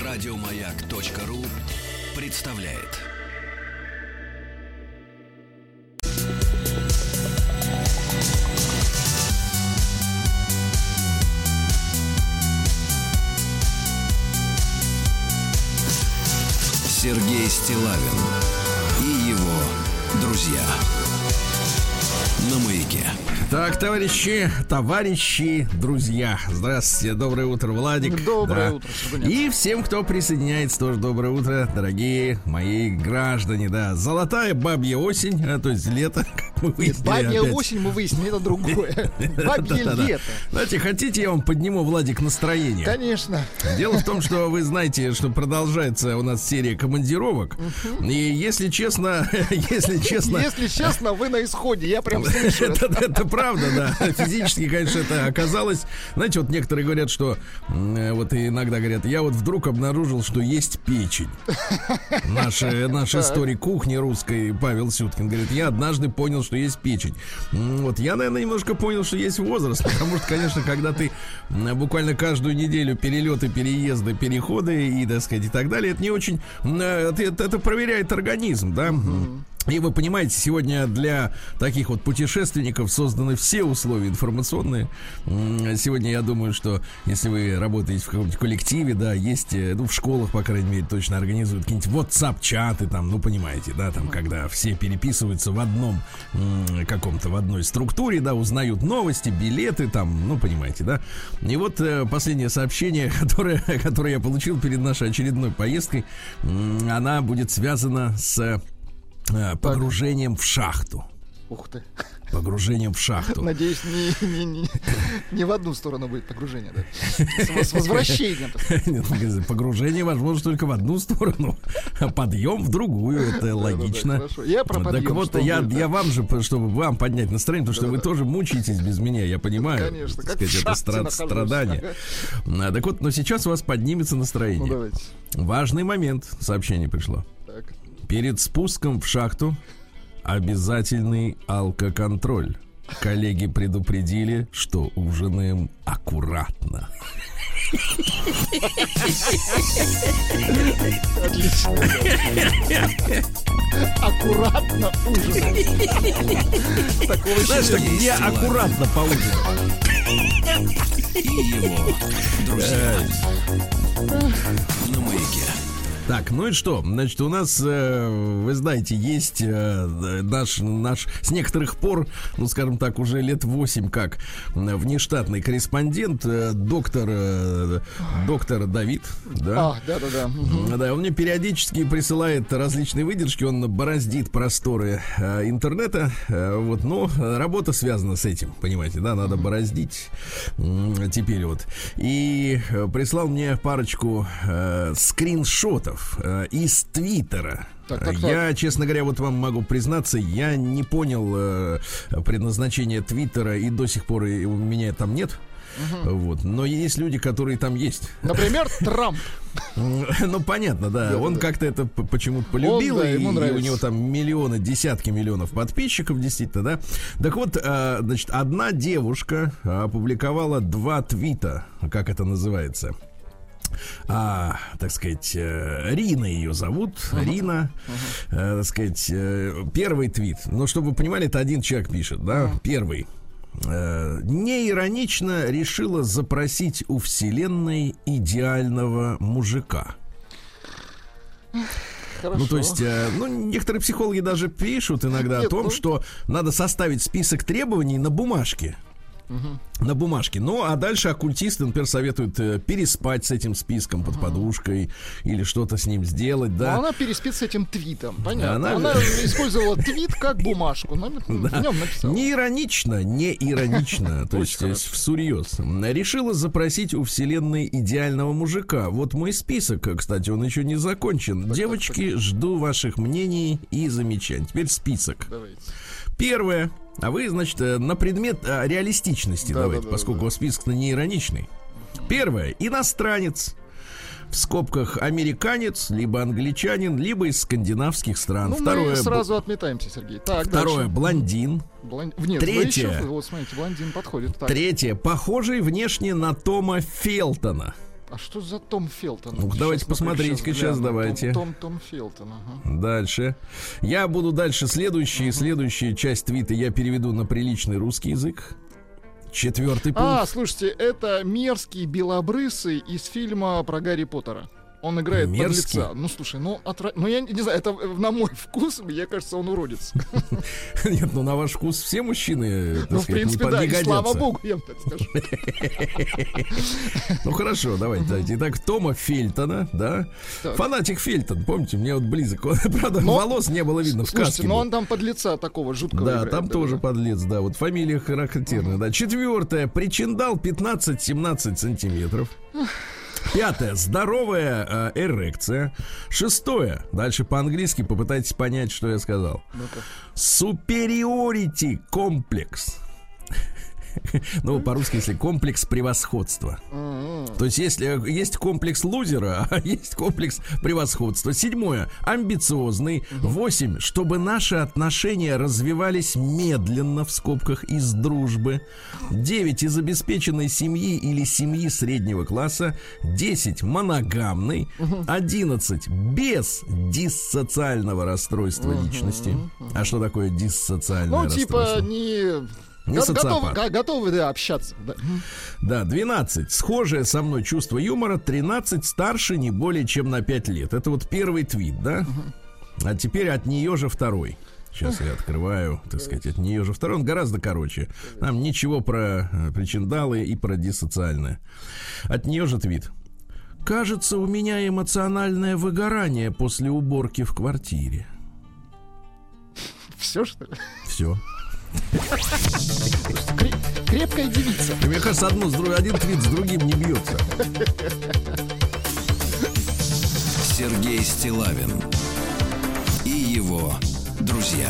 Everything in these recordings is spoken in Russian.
Радиомаяк.ру представляет. Сергей Стиллавин и его друзья на Маяке. Так, товарищи, друзья, здравствуйте, доброе утро, Владик. Доброе утро, Шагунец. И всем, кто присоединяется, тоже доброе утро, дорогие мои граждане, да. Золотая бабья осень, то есть лето, как мы выяснили. Бабья опять. осень, мы выяснили, это другое. Бабье лето. Знаете, хотите, я вам подниму, Владик, настроение? Конечно. Дело в том, что вы знаете, что продолжается у нас серия командировок. И если честно, Если честно, вы на исходе, я прям слышу. Это правда, да. Физически, конечно, это оказалось. Знаете, вот некоторые говорят, что вот иногда говорят, я вот вдруг обнаружил, что есть печень. Наш историк кухни русской Павел Сюткин говорит, я однажды понял, что есть печень. Вот я, наверное, немножко понял, что есть возраст, потому что, конечно, когда ты буквально каждую неделю перелеты, переезды, переходы и, так сказать, и так далее, это не очень, это проверяет организм, да. И вы понимаете, сегодня для таких вот путешественников созданы все условия информационные. Сегодня я думаю, что если вы работаете в каком-нибудь коллективе, да, есть, ну, в школах, по крайней мере, точно организуют какие-нибудь WhatsApp-чаты, там, ну, понимаете, да, там, когда все переписываются в одном в одной структуре, да, узнают новости, билеты, там, ну, понимаете, да. И вот последнее сообщение, которое я получил перед нашей очередной поездкой, она будет связана с погружением в шахту. Ух ты. Погружением в шахту. Надеюсь, не в одну сторону будет погружение, да? С возвращением. Нет, погружение возможно только в одну сторону, а подъем в другую. Это логично. Я про подъем. Так вот, я вам же, чтобы вам поднять настроение, потому что вы тоже мучаетесь без меня, я понимаю. Конечно, так сказать, это страдание. Так вот, но сейчас у вас поднимется настроение. Ну, давайте. Важный момент, сообщение пришло. Так. Перед спуском в шахту обязательный алкоконтроль. Коллеги предупредили, что ужинаем аккуратно. Отлично. Аккуратно ужинаем. Знаешь, так неаккуратно поужинаем. И его друзья на Маяке. Так, ну и что? Значит, у нас, вы знаете, есть наш с некоторых пор, ну, скажем так, уже лет 8 как внештатный корреспондент, доктор Давид, да? Да, он мне периодически присылает различные выдержки, он бороздит просторы интернета, вот, но работа связана с этим, понимаете, да, надо бороздить теперь вот. И прислал мне парочку скриншотов из Твиттера. Я, честно говоря, вот вам могу признаться, я не понял предназначения Твиттера, и до сих пор у меня там нет. Вот. Но есть люди, которые там есть. Например, Трамп. Ну, понятно, да. Он как-то это почему-то полюбил, и у него там миллионы, десятки миллионов подписчиков, действительно, да. Так вот, значит, одна девушка опубликовала 2 твита, как это называется. Так сказать, Рина ее зовут, Рина, так сказать, первый твит, но чтобы вы понимали, это один человек пишет, да, первый. Не иронично решила запросить у вселенной идеального мужика. Хорошо. Ну, то есть, некоторые психологи даже пишут иногда о том, что надо составить список требований на бумажке. На бумажке. Ну, а дальше оккультисты, например, советуют переспать с этим списком под подушкой или что-то с ним сделать, да. Но она переспит с этим твитом, понятно. Она использовала твит как бумажку. В нем написала. Не иронично, то есть всерьез. Решила запросить у вселенной идеального мужика. Вот мой список, кстати, он еще не закончен. Девочки, жду ваших мнений и замечаний. Теперь список. Давайте. Первое. А вы, значит, на предмет реалистичности давайте, поскольку список-то не ироничный. Первое. Иностранец. В скобках американец, либо англичанин, либо из скандинавских стран. Ну, второе, мы сразу отметаемся, Сергей. Так, второе, дальше. блондин. Нет, третье. Еще, вот смотрите, блондин подходит. Так. Третье, похожий внешне на Тома Фелтона. А что за Том Фелтон? Ну, давайте посмотрите-ка сейчас, давайте. Том Фелтон, ага. Дальше. Я буду дальше следующая часть твита я переведу на приличный русский язык. 4-й пункт. Слушайте, это мерзкий белобрысый из фильма про Гарри Поттера. Он играет мерзкий. Подлеца. Ну, слушай, я не знаю, это на мой вкус, мне кажется, он уродец. Нет, на ваш вкус все мужчины, в принципе, да, и слава богу, я вам так скажу. Ну, хорошо, давайте. Итак, Тома Фелтона, да? Фанатик Фелтон, помните, мне вот близок. Правда, волос не было видно в сказке. Слушайте, но он там подлеца такого жуткого играет. Да, там тоже подлец, да, вот фамилия характерная, да. 4-е, причиндал 15-17 сантиметров. 5-е, здоровая эрекция. 6-е, дальше по-английски попытайтесь понять, что я сказал. Superiority комплекс. Ну, по-русски, если комплекс превосходства. То есть есть комплекс лузера, а есть комплекс превосходства. 7-е, амбициозный. 8, чтобы наши отношения развивались медленно, в скобках, из дружбы. 9, из обеспеченной семьи или семьи среднего класса. 10, моногамный. 11, без диссоциального расстройства личности. А что такое диссоциальное расстройство? Готовы общаться. Да, 12. Схожее со мной чувство юмора. 13. Старше не более чем на 5 лет. Это вот первый твит, да? А теперь от нее же второй. Сейчас я открываю, так сказать, от нее же второй. Он гораздо короче. Там ничего про причиндалы и про диссоциальное. От нее же твит. Кажется, у меня эмоциональное выгорание после уборки в квартире. Все, что ли? Все. Крепкая девица. Мне кажется, один твит с другим не бьется. Сергей Стиллавин и его друзья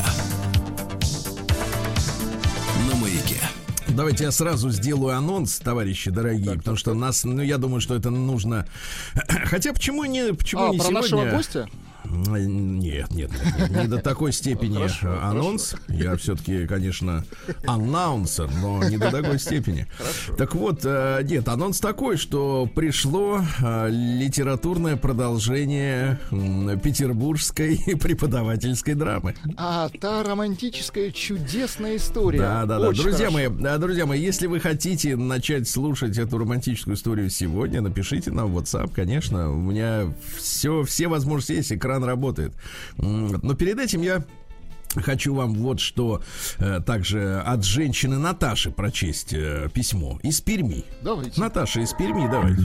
на Маяке. Давайте я сразу сделаю анонс, товарищи дорогие, потому что нас, я думаю, что это нужно. Хотя почему не про сегодня? Нашего гостя? Нет, не до такой степени анонс. Я все-таки, конечно, аннаунсер, но не до такой степени. Так вот, нет, анонс такой, что пришло литературное продолжение петербургской преподавательской драмы. Та романтическая чудесная история. Да. Друзья мои, если вы хотите начать слушать эту романтическую историю сегодня, напишите нам в WhatsApp, конечно. У меня все возможности есть, экран работает. Но перед этим я хочу вам вот что также от женщины Наташи прочесть письмо из Перми. Давайте. Наташа из Перми, давайте.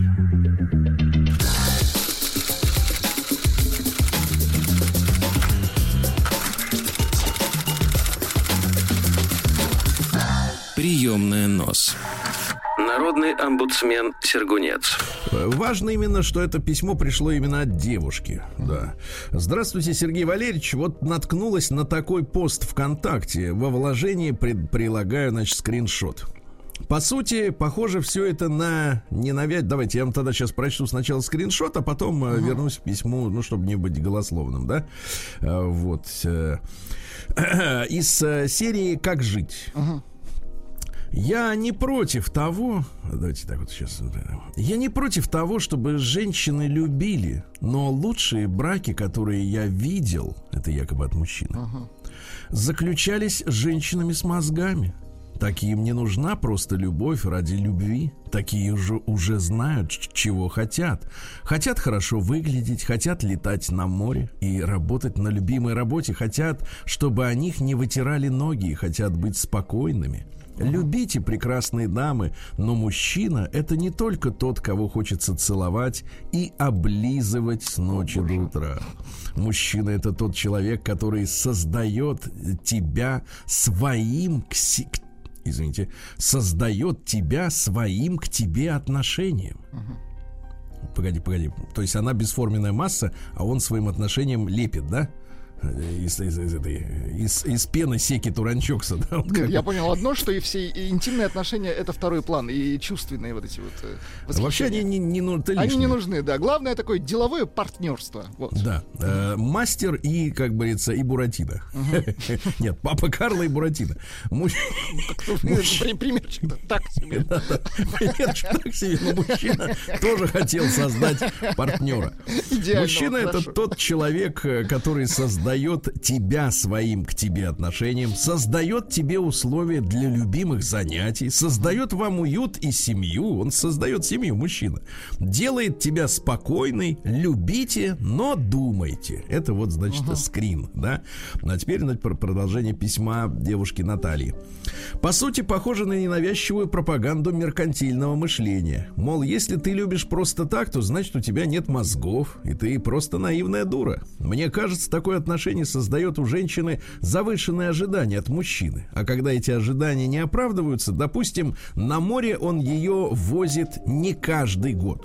Приемная нос. Народный омбудсмен Сергунец. Важно именно, что это письмо пришло именно от девушки. Да. Здравствуйте, Сергей Валерьевич. Вот наткнулась на такой пост ВКонтакте. Во вложении прилагаю, значит, скриншот. По сути, похоже, все это на ненавязь. Давайте я вам тогда сейчас прочту сначала скриншот, а потом вернусь к письму, ну, чтобы не быть голословным, да? Вот. Из серии «Как жить». Я не против того, давайте так вот сейчас. Я не против того, чтобы женщины любили, но лучшие браки, которые я видел, это якобы от мужчин, заключались с женщинами с мозгами. Таким не нужна просто любовь ради любви. Такие уже знают, чего хотят. Хотят хорошо выглядеть, хотят летать на море и работать на любимой работе. Хотят, чтобы о них не вытирали ноги, хотят быть спокойными. Любите, прекрасные дамы, но мужчина — это не только тот, кого хочется целовать и облизывать с ночи до утра. Мужчина — это тот человек, который создает тебя своим создает тебя своим к тебе отношением. Погоди. То есть она бесформенная масса, а он своим отношением лепит, да? из пены секи Туранчокса. Да, вот нет, я понял одно, что и все интимные отношения — это второй план, и чувственные вот эти вот вообще они не нужны. Они не нужны, да. Главное такое деловое партнерство. Вот. Да. Мастер и, как говорится, и Буратино. Нет, папа Карло и Буратино. Примерчик так себе. Примерчик так себе, но мужчина тоже хотел создать партнера. Мужчина — это тот человек, который создает тебя своим к тебе отношением, создает тебе условия для любимых занятий, создает вам уют и семью. Он создает семью, мужчина. Делает тебя спокойной. Любите, но думайте. Это вот, значит, скрин, да? А теперь продолжение письма девушки Натальи. По сути, похоже на ненавязчивую пропаганду меркантильного мышления. Мол, если ты любишь просто так, то значит у тебя нет мозгов, и ты просто наивная дура. Мне кажется, такое отношение создает у женщины завышенные ожидания от мужчины. А когда эти ожидания не оправдываются, допустим, на море он ее возит не каждый год,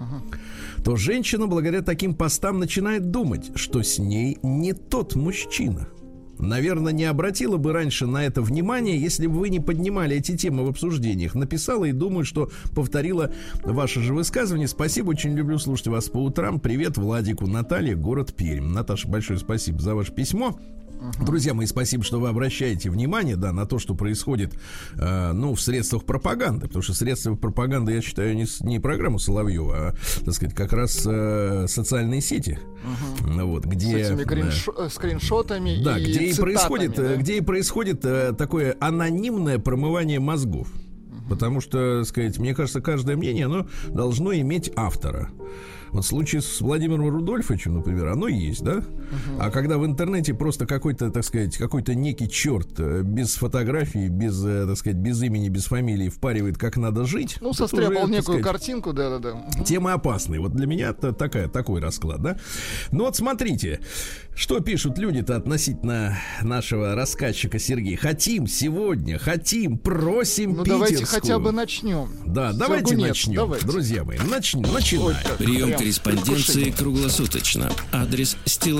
то женщина, благодаря таким постам, начинает думать, что с ней не тот мужчина. Наверное, не обратила бы раньше на это внимание, если бы вы не поднимали эти темы в обсуждениях. Написала и думаю, что повторила ваше же высказывание. Спасибо, очень люблю слушать вас по утрам. Привет Владику, Наталья, город Пермь. Наташа, большое спасибо за ваше письмо. Друзья мои, спасибо, что вы обращаете внимание, да, на то, что происходит, в средствах пропаганды, потому что средства пропаганды, я считаю, не программу Соловьева, а, так сказать, как раз социальные сети, вот, где с этими скриншотами, да, и где цитатами, и происходит такое анонимное промывание мозгов. Потому что, так сказать, мне кажется, каждое мнение, оно должно иметь автора. Вот в случае с Владимиром Рудольфовичем, например, оно есть, да? А когда в интернете просто какой-то, так сказать, какой-то некий черт без фотографии, без, так сказать, без имени, без фамилии впаривает, как надо жить. Ну, состряпал уже, некую картинку, да-да-да. Темы опасные. Вот для меня это такой расклад, да? Ну вот смотрите, что пишут люди-то относительно нашего рассказчика Сергея. Хотим, просим питерскую. Давайте хотя бы начнем. Да, давайте начнем, друзья мои. Начинаем. Прием корреспонденции круглосуточно. Адрес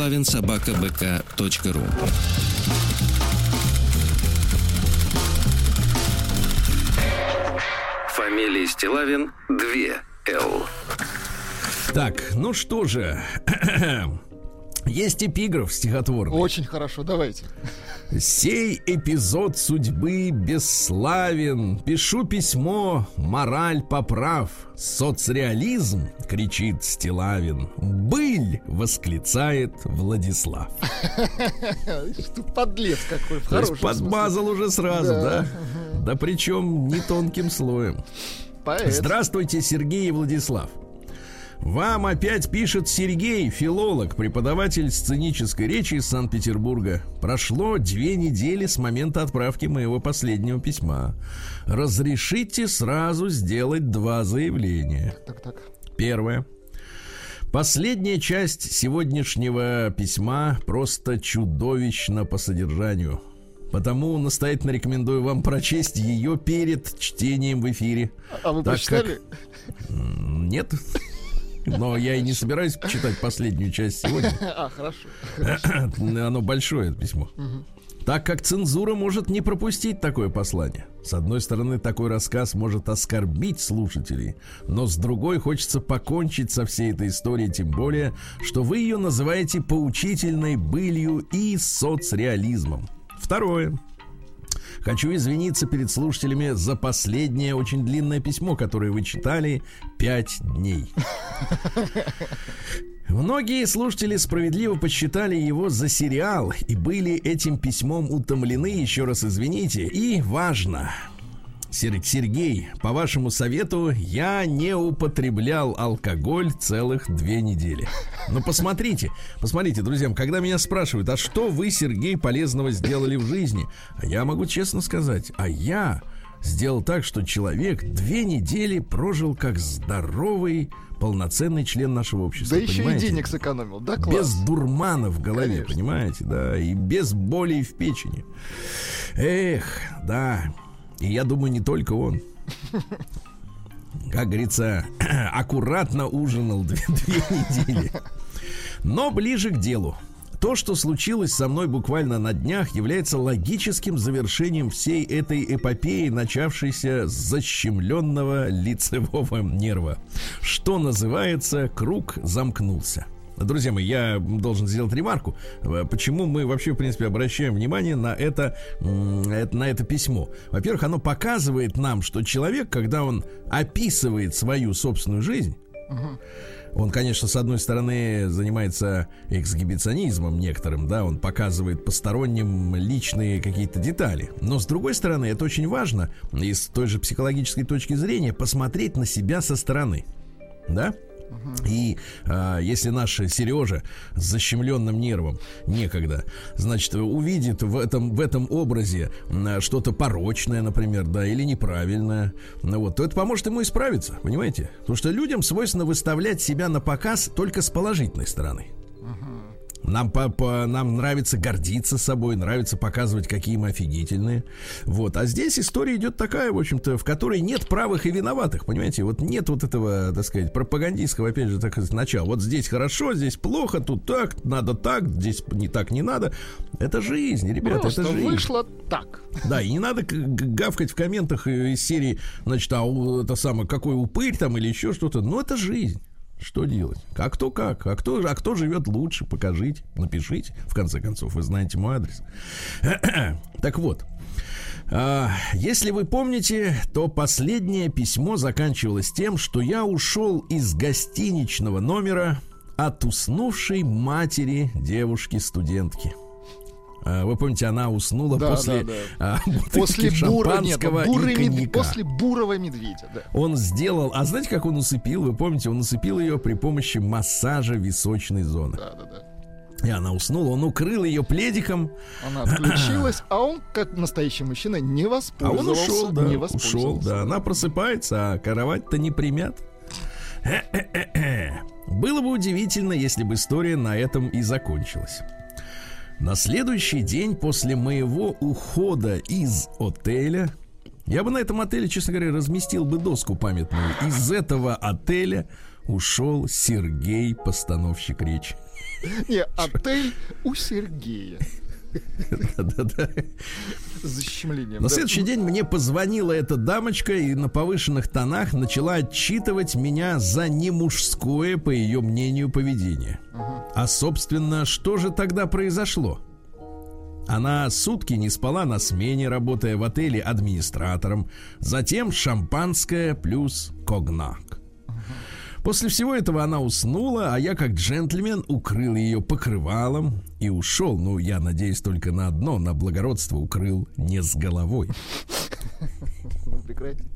stilavin@bk.ru. Фамилия Стилавин 2 Л. Так, ну что же. Есть эпиграф стихотворный. Очень хорошо, давайте. Сей эпизод судьбы бесславен. Пишу письмо, мораль поправ. Соцреализм, кричит Стилавин. Быль, восклицает Владислав. Подлец какой. То есть подмазал уже сразу, да? Да причем не тонким слоем. Здравствуйте, Сергей и Владислав. Вам опять пишет Сергей, филолог, преподаватель сценической речи из Санкт-Петербурга. Прошло 2 недели с момента отправки моего последнего письма. Разрешите сразу сделать 2 заявления. Так. Первое. Последняя часть сегодняшнего письма просто чудовищна по содержанию. Потому настоятельно рекомендую вам прочесть ее перед чтением в эфире. А вы прочитали? Нет. Но я и не собираюсь читать последнюю часть сегодня. Хорошо. Оно большое, это письмо. Так как цензура может не пропустить такое послание. С одной стороны, такой рассказ может оскорбить слушателей, но с другой хочется покончить со всей этой историей, тем более, что вы ее называете поучительной былью и соцреализмом. Второе. Хочу извиниться перед слушателями за последнее очень длинное письмо, которое вы читали 5 дней. Многие слушатели справедливо посчитали его за сериал и были этим письмом утомлены, еще раз извините. И важно, Сергей, по вашему совету, я не употреблял алкоголь целых 2 недели. Но посмотрите, друзья, когда меня спрашивают, а что вы, Сергей, полезного сделали в жизни? А я могу честно сказать, я сделал так, что человек 2 недели прожил как здоровый, полноценный член нашего общества. Да еще и денег сэкономил, да, класс. Без дурмана в голове, конечно. Понимаете, да, и без боли в печени. Эх, да. И я думаю, не только он. Как говорится, аккуратно ужинал 2 недели. Но ближе к делу. То, что случилось со мной буквально на днях, является логическим завершением всей этой эпопеи, начавшейся с защемленного лицевого нерва. Что называется, круг замкнулся. Друзья мои, я должен сделать ремарку. Почему мы вообще, в принципе, обращаем внимание на это письмо? Во-первых, оно показывает нам, что человек, когда он описывает свою собственную жизнь, он, конечно, с одной стороны занимается эксгибиционизмом некоторым, да, он показывает посторонним личные какие-то детали. Но, с другой стороны, это очень важно, и с той же психологической точки зрения, посмотреть на себя со стороны, да? И если наш Сережа с защемленным нервом некогда, значит, увидит в этом образе что-то порочное, например, да, или неправильное, вот, то это поможет ему исправиться, понимаете? Потому что людям свойственно выставлять себя на показ только с положительной стороны. Нам нравится гордиться собой, нравится показывать, какие мы офигительные. Вот. А здесь история идет такая, в общем-то, в которой нет правых и виноватых, понимаете? Вот нет вот этого, так сказать, пропагандистского, опять же, так сказать, начала. Вот здесь хорошо, здесь плохо, тут так, надо так, здесь не так не надо. Это жизнь, ребята, просто это жизнь. Вышло так. Да, и не надо гавкать в комментах из серии, значит, это самое, какой упырь там или еще что-то. Ну, это жизнь. Что делать? А кто живет лучше? Покажите, напишите. В конце концов, вы знаете мой адрес. Так вот, если вы помните, то последнее письмо заканчивалось тем, что я ушел из гостиничного номера от уснувшей матери девушки-студентки. Вы помните, она уснула после шампанского и коньяка. После бурого медведя, да. Он сделал, а знаете, как он усыпил? Вы помните, он усыпил ее при помощи массажа височной зоны. Да. И она уснула, он укрыл ее пледиком. Она отключилась, а он, как настоящий мужчина, не воспользовался. А он ушел, да. Она просыпается, а кровать-то не примят. Было бы удивительно, если бы история на этом и закончилась. На следующий день после моего ухода из отеля, я бы на этом отеле, честно говоря, разместил бы доску памятную. Из этого отеля ушел Сергей, постановщик речи. Не, отель у Сергея. Да-да-да. С защемлением. На следующий день мне позвонила эта дамочка и на повышенных тонах начала отчитывать меня за немужское, по ее мнению, поведение. А, собственно, что же тогда произошло? Она сутки не спала на смене, работая в отеле администратором. Затем шампанское плюс когнак. После всего этого она уснула, а я, как джентльмен, укрыл ее покрывалом и ушел. Ну, я надеюсь только на одно, на благородство укрыл не с головой. Прекратите.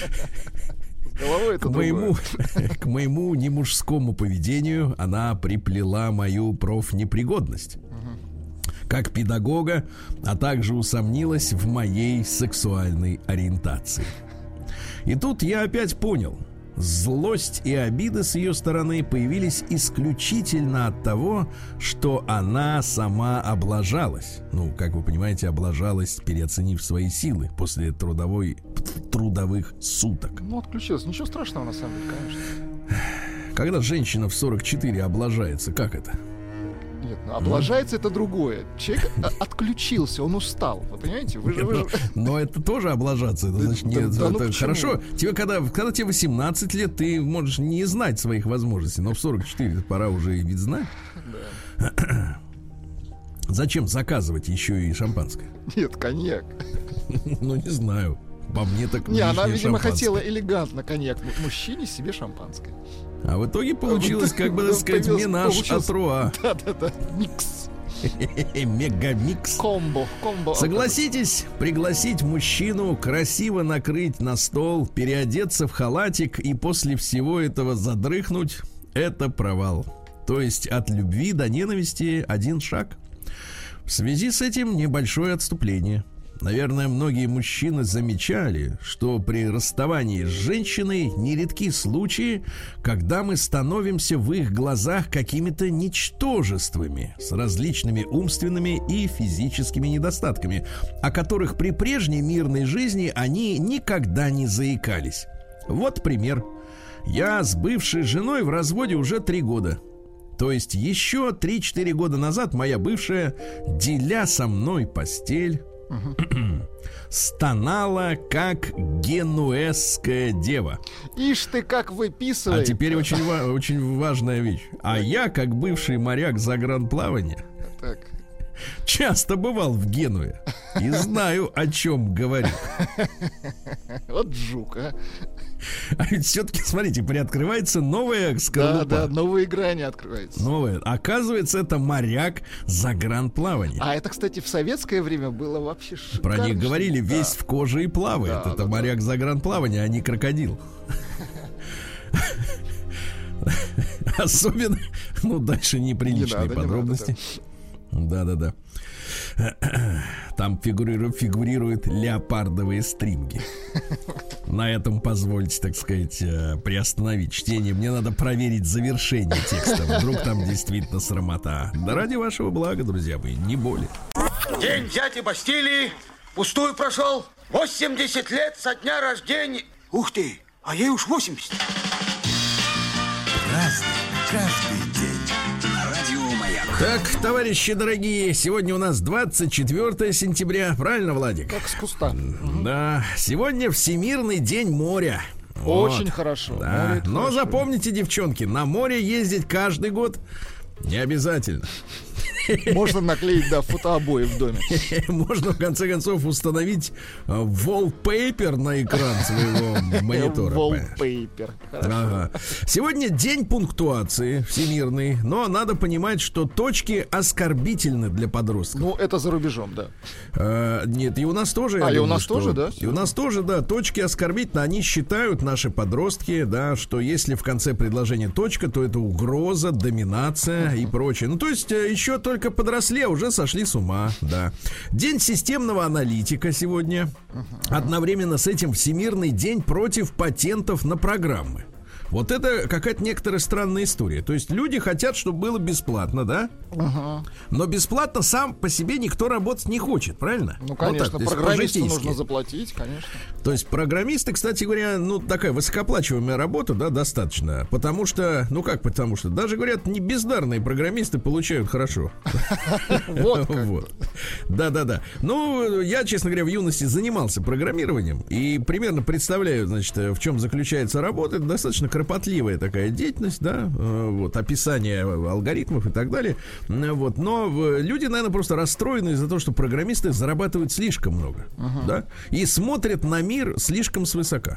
С головой это другое. К моему немужскому поведению она приплела мою профнепригодность как педагога, а также усомнилась в моей сексуальной ориентации. И тут я опять понял: злость и обида с ее стороны появились исключительно от того, что она сама облажалась. Ну, как вы понимаете, облажалась, переоценив свои силы после трудовых суток. Ну, отключилась. Ничего страшного, на самом деле, конечно. Когда женщина в 44 облажается, как это? Нет, ну, облажается это другое. Человек отключился, он устал. Вы понимаете? Но это тоже облажаться. Это значит, нет, это хорошо. Тебе, когда тебе 18 лет, ты можешь не знать своих возможностей. Но в 44 пора уже и ведь знать. Да. Зачем заказывать еще и шампанское? Нет, коньяк. Ну, не знаю. По мне так. Не, она, видимо, хотела элегантно коньяк мужчине, себе шампанское. А в итоге получилось, как бы, так сказать, менаж а труа. Да-да-да, микс. Мегамикс. Комбо. Согласитесь, пригласить мужчину, красиво накрыть на стол, переодеться в халатик и после всего этого задрыхнуть — это провал. То есть от любви до ненависти один шаг. В связи с этим небольшое отступление. Наверное, многие мужчины замечали, что при расставании с женщиной нередки случаи, когда мы становимся в их глазах какими-то ничтожествами с различными умственными и физическими недостатками, о которых при прежней мирной жизни они никогда не заикались. Вот пример. Я с бывшей женой в разводе уже 3 года. То есть еще 3-4 года назад моя бывшая, деля со мной постель, стонала, как генуэзская дева. Ишь ты, как выписывает. А теперь очень важная вещь. А я, как бывший моряк загранплавания, часто бывал в Генуе и знаю, о чем говорю. Вот жук, а. А ведь все-таки, смотрите, приоткрывается новая скорлупа. Да, новые грани открываются. Новая. Оказывается, это моряк загранплавания. А это, кстати, в советское время было вообще шикарно. Про них говорили, весь в коже и плавает. Это моряк загранплавания, а не крокодил. Особенно, дальше неприличные подробности. Да. Там фигурируют леопардовые стринги. На этом позвольте, так сказать, приостановить чтение. Мне надо проверить завершение текста. Вдруг там действительно срамота. Да ради вашего блага, друзья мои, не более. День взятия Бастилии пустую прошел. 80 лет со дня рождения. Ух ты, а ей уж 80. Разный, каждый день. Так, товарищи дорогие, сегодня у нас 24 сентября, правильно, Владик? Как с куста. Да, сегодня Всемирный день моря. Очень хорошо. Да. Но хорошо. Запомните, девчонки, на море ездить каждый год не обязательно. Можно наклеить, фотообои в доме. Можно, в конце концов, установить wallpaper на экран своего монитора. Wallpaper. Ага. Сегодня день пунктуации всемирный, но надо понимать, что точки оскорбительны для подростков. Это за рубежом, да. Нет, и у нас тоже. И у нас тоже, да? И у нас тоже, да. Точки оскорбительны. Они считают, наши подростки, да, что если в конце предложения точка, то это угроза, доминация и прочее. То есть еще только подросли, а уже сошли с ума, да. День системного аналитика сегодня. Одновременно с этим Всемирный день против патентов на программы. Вот это какая-то некоторая странная история. То есть люди хотят, чтобы было бесплатно, да? Но бесплатно сам по себе никто работать не хочет, правильно? Конечно, программисту нужно заплатить, конечно. То есть программисты, кстати говоря, такая высокооплачиваемая работа, да, достаточно. Потому что, потому что, даже, говорят, не бездарные программисты получают хорошо. Вот как. Да. Я, честно говоря, в юности занимался программированием и примерно представляю, значит, в чем заключается работа. Это достаточно кропотливая такая деятельность, да, описание алгоритмов и так далее, но люди, наверное, просто расстроены из-за того, что программисты зарабатывают слишком много, да, и смотрят на мир слишком свысока.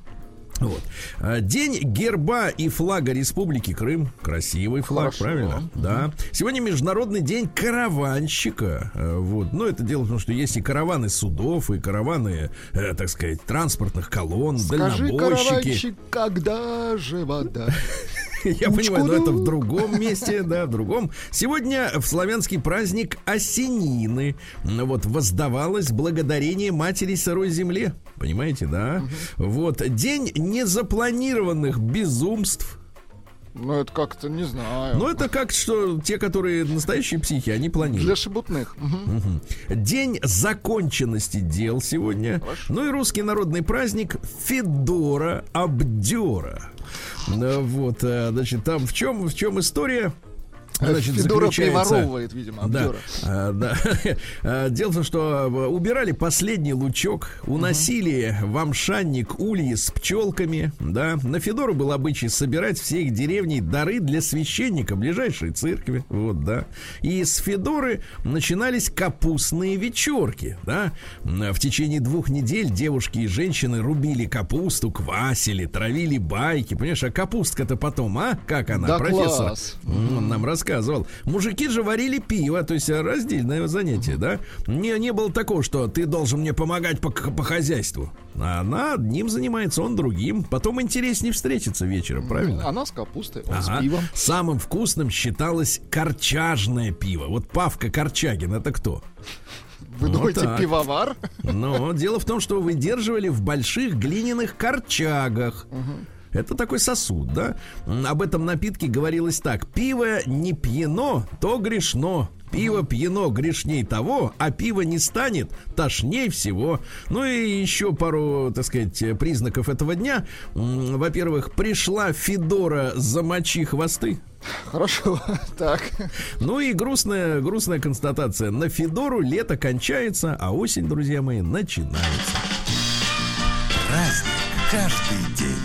День герба и флага Республики Крым. Красивый флаг, хорошо, правильно? Да. Сегодня Международный день караванщика. Но это дело в том, что есть и караваны судов, и караваны, так сказать, транспортных колонн, скажи, дальнобойщики. Караванщик, когда же вода? Я понимаю, но это в другом месте, да, в другом. Сегодня в славянский праздник Осенины. Воздавалось благодарение матери сырой земле. Понимаете, да? День незапланированных безумств. Это как-то, не знаю. Это как, что те, которые настоящие психи, они планируют. Для шебутных. День законченности дел сегодня. Хорошо. И русский народный праздник Федора Абдера. Значит, там в чем история? Значит, Федора приворовывает, видимо, Абдера. Да. Дело в том, что убирали последний лучок, уносили в амшанник ульи с пчелками, да. На Федору был обычай собирать все их деревни дары для священника ближайшей церкви, да. И с Федоры начинались капустные вечерки, да. В течение 2 недель девушки и женщины рубили капусту, квасили, травили байки, понимаешь, а капустка-то потом, как она, да, профессор? Класс. Нам рассказывал. Мужики же варили пиво, то есть раздельное занятие, да? Не было такого, что ты должен мне помогать по хозяйству. Она одним занимается, он другим. Потом интереснее встретиться вечером, правильно? Она с капустой, он с пивом. Самым вкусным считалось корчажное пиво. Павка Корчагин, это кто? Вы думаете, пивовар? Но дело в том, что выдерживали в больших глиняных корчагах. Это такой сосуд, да? Об этом напитке говорилось так: пиво не пьяно, то грешно. Пиво пьяно грешней того, а пиво не станет тошней всего. Ну и еще пару, так сказать, признаков этого дня. Во-первых, пришла Федора замочи хвосты. Хорошо, так. Ну и грустная констатация. На Федору лето кончается, а осень, друзья мои, начинается. Праздник каждый день.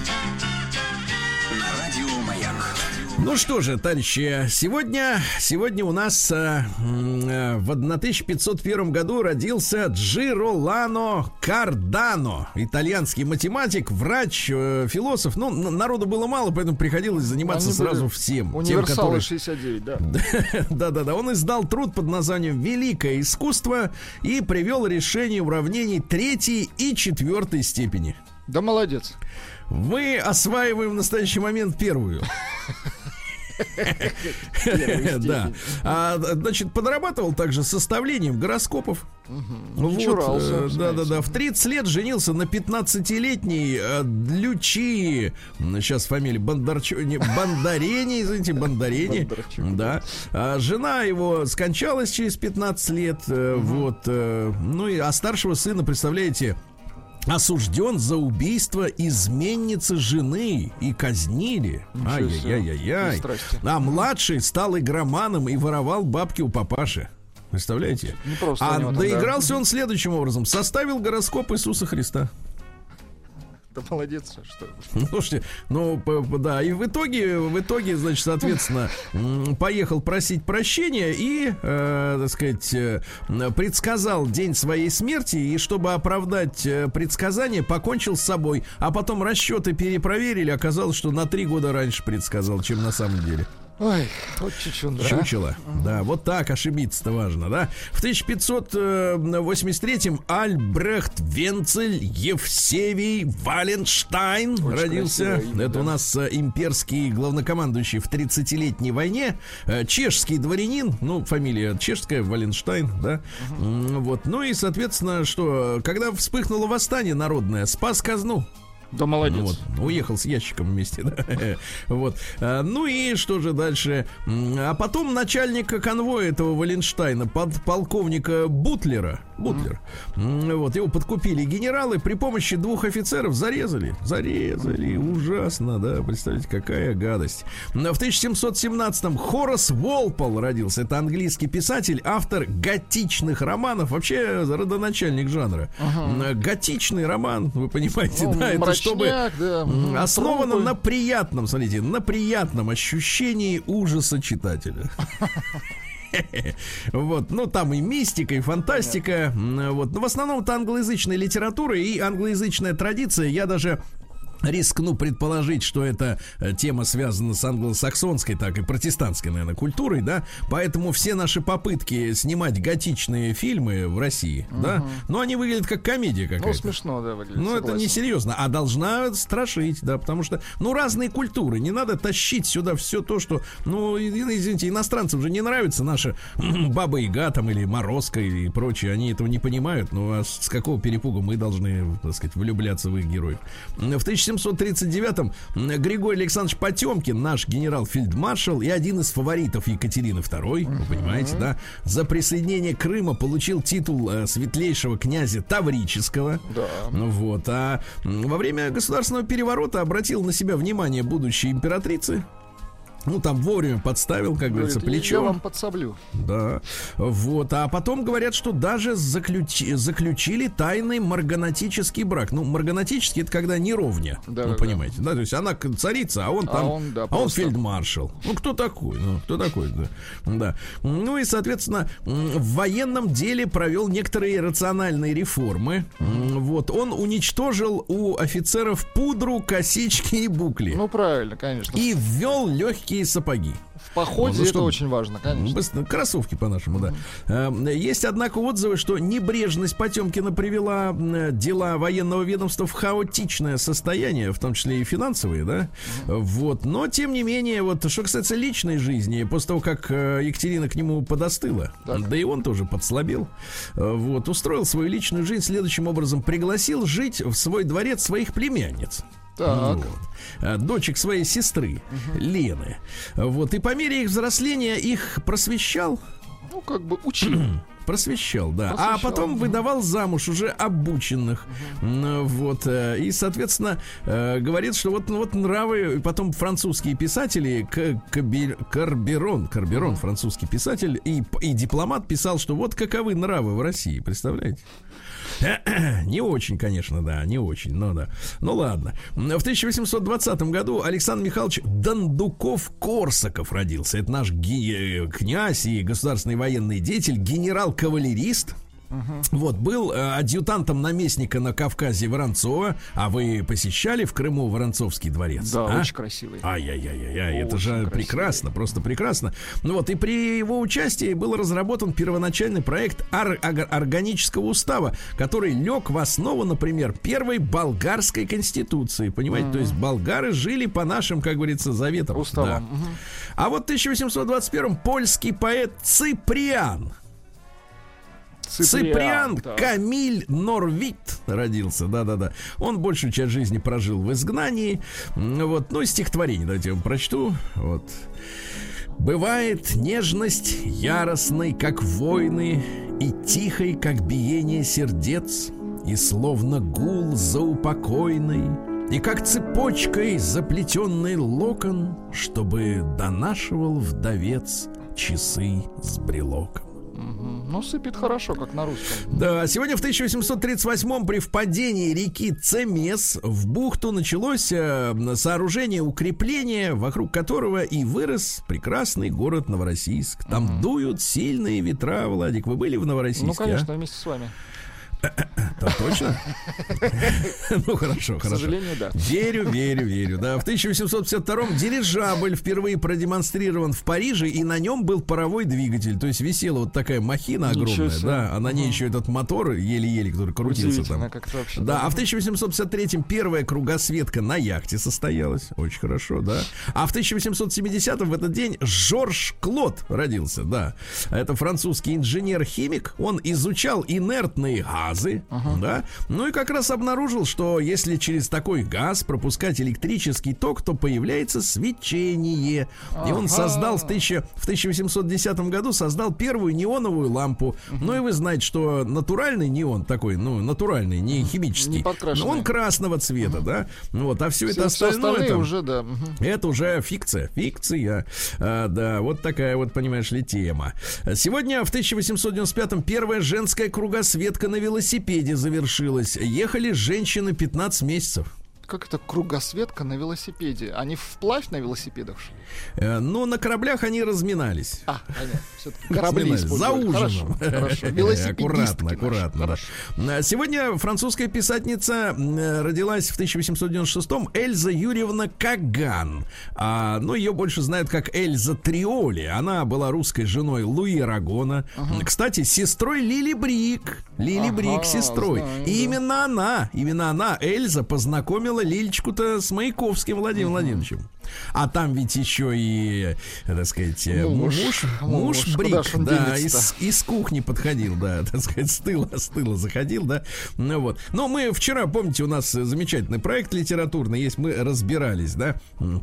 Ну что же, товарищи, сегодня у нас в 1501 году родился Джиролано Кардано, итальянский математик, врач, философ. Ну, народу было мало, поэтому приходилось заниматься сразу всем. Универсалы 69, да. Да. Он издал труд под названием «Великое искусство» и привел решение уравнений 3 и 4 степени. Да, молодец. Мы осваиваем в настоящий момент первую. Да. Значит, подрабатывал также составлением гороскопов. Да. В 30 лет женился на 15-летней Лючии. Сейчас фамилия Бондарени, извините, Бондарени. Да. Жена его скончалась через 15 лет. Вот. Ну и старшего сына, представляете, осужден за убийство изменницы жены и казнили. Ай-яй-яй-яй. А младший стал игроманом и воровал бабки у папаши. Представляете? Доигрался он следующим образом. Составил гороскоп Иисуса Христа. Да молодец, что. Слушайте, да, и в итоге, значит, соответственно, поехал просить прощения и, так сказать, предсказал день своей смерти, и чтобы оправдать предсказание, покончил с собой, а потом расчеты перепроверили, оказалось, что на 3 года раньше предсказал, чем на самом деле. Ой, вот чучело. Да, вот так ошибиться-то важно, да. В 1583-м Альбрехт Венцель Евсевий Валенштайн родился. Это у нас имперский главнокомандующий в 30-летней войне. Чешский дворянин, ну, фамилия чешская, Валенштайн, да. Вот, ну и, соответственно, что, когда вспыхнуло восстание народное, спас казну. Да, молодец. Вот, уехал с ящиком вместе, да. Вот. Ну и что же дальше? А потом начальника конвоя этого Валенштайна, полковника Бутлер. Вот, его подкупили генералы, при помощи 2 офицеров зарезали. Ужасно, да. Представляете, какая гадость. В 1717-м Хорас Уолпол родился. Это английский писатель, автор готичных романов. Вообще родоначальник жанра. Готичный роман, вы понимаете, да, это чтобы основано на приятном, смотрите, на приятном ощущении ужаса читателя. Вот, ну там и мистика, и фантастика. Вот, но в основном это англоязычная литература и англоязычная традиция. Я даже рискну предположить, что эта тема связана с англосаксонской, так и протестантской, наверное, культурой, да, поэтому все наши попытки снимать готичные фильмы в России, да, но они выглядят как комедия какая-то. Ну, смешно, да, выглядит. Ну, это не серьезно, а должна страшить, да, потому что, ну, разные культуры, не надо тащить сюда все то, что, ну, извините, иностранцам же не нравится наша Баба-Яга там или Морозко и прочее, они этого не понимают, ну, а с какого перепугу мы должны, так сказать, влюбляться в их героев. В 1739-м Григорий Александрович Потемкин, наш генерал-фельдмаршал и один из фаворитов Екатерины II, вы понимаете, да, за присоединение Крыма получил титул светлейшего князя Таврического. Да. Вот, а во время государственного переворота обратил на себя внимание будущей императрицы. Ну, там вовремя подставил, как говорится, плечо. Я вам подсоблю. Да. Вот. А потом говорят, что даже заключили тайный марганатический брак. Ну, марганатический — это когда не ровня. Да, ну, понимаете, да. То есть она царица, а он там, он фельдмаршал. Ну, кто такой? Да. Ну, и, соответственно, в военном деле провел некоторые рациональные реформы. Вот. Он уничтожил у офицеров пудру, косички и букли. Ну, правильно, конечно. И ввел легкие сапоги. В походе это очень важно, конечно. Кроссовки, по-нашему, да. Есть, однако, отзывы, что небрежность Потемкина привела дела военного ведомства в хаотичное состояние, в том числе и финансовые, да. Вот. Но, тем не менее, вот, что касается личной жизни, после того, как Екатерина к нему подостыла, да и он тоже подслабел, вот, устроил свою личную жизнь следующим образом: пригласил жить в свой дворец своих племянниц. Так. Вот. Дочек своей сестры, Лены. Вот. И по мере их взросления их просвещал. Ну, как бы учил. Просвещал, да. А потом выдавал замуж уже обученных. Вот. И, соответственно, говорит, что вот нравы. И потом французские писатели, Карберон, французский писатель и дипломат, писал, что вот каковы нравы в России, представляете? Не очень, конечно, да, не очень, но да. Ну ладно. В 1820 году Александр Михайлович Дондуков-Корсаков родился. Это наш князь и государственный военный деятель, генерал-кавалерист. Вот, был адъютантом наместника на Кавказе Воронцова. А вы посещали в Крыму Воронцовский дворец? Да, очень красивый. Ай-яй-яй-яй, это же красивый. Прекрасно, просто прекрасно. Ну вот, и при его участии был разработан первоначальный проект органического устава, который лег в основу, например, первой болгарской конституции. Понимаете, то есть болгары жили по нашим, как говорится, заветам. Уставам. Да. А вот в 1821-м польский поэт Циприан Да. Камиль Норвит родился, да-да-да. Он большую часть жизни прожил в изгнании. Вот, ну, стихотворение давайте я вам прочту. Вот. Бывает нежность яростной, как войны, и тихой, как биение сердец, и словно гул заупокойный, и как цепочкой заплетенный локон, чтобы донашивал вдовец часы с брелоком. Ну, сыпет хорошо, как на русском. Да, сегодня в 1838-м при впадении реки Цемес в бухту началось сооружение укрепления, вокруг которого и вырос прекрасный город Новороссийск. Там дуют сильные ветра, Владик. Вы были в Новороссийске? Ну, конечно, вместе с вами. Там точно? Ну, хорошо, К хорошо. сожалению, да. Верю. Да, в 1852-м дирижабль впервые продемонстрирован в Париже, и на нем был паровой двигатель. То есть висела вот такая махина огромная, да, а на ней еще этот мотор еле-еле, который крутился там. Вообще, да, а в 1853-м первая кругосветка на яхте состоялась. Очень хорошо, да. А в 1870-м в этот день Жорж Клод родился, да. Это французский инженер-химик. Он изучал инертные газы, да. Ну и как раз обнаружил, что если через такой газ пропускать электрический ток, то появляется свечение. И он создал в 1810 году создал первую неоновую лампу. Ну и вы знаете, что натуральный неон такой, ну, натуральный, не химический, не он красного цвета, да. Вот, а все это остальное там, уже, да. это уже фикция. Да, вот такая вот, понимаешь ли, тема. Сегодня в 1895-м первая женская кругосветка на велосипеде завершилась. Ехали женщины 15 месяцев. Как это кругосветка на велосипеде? Они вплавь на велосипедах? Но на кораблях они разминались. Понятно. Все-таки корабли используют. За ужином. Хорошо. Велосипедистки. Аккуратно. Да. Сегодня французская писательница родилась в 1896-м Эльза Юрьевна Каган. Но ее больше знают как Эльза Триоли. Она была русской женой Луи Арагона. Кстати, сестрой Лили Брик. Брик сестрой. Знаю, и именно она, Эльза, познакомила Лилечку-то с Маяковским Владимиром Владимировичем. А там ведь еще и, так сказать, муж Брик, да, из кухни подходил, да, так сказать, с тыла заходил, да. Ну вот. Но мы вчера, помните, у нас замечательный проект литературный есть, мы разбирались, да,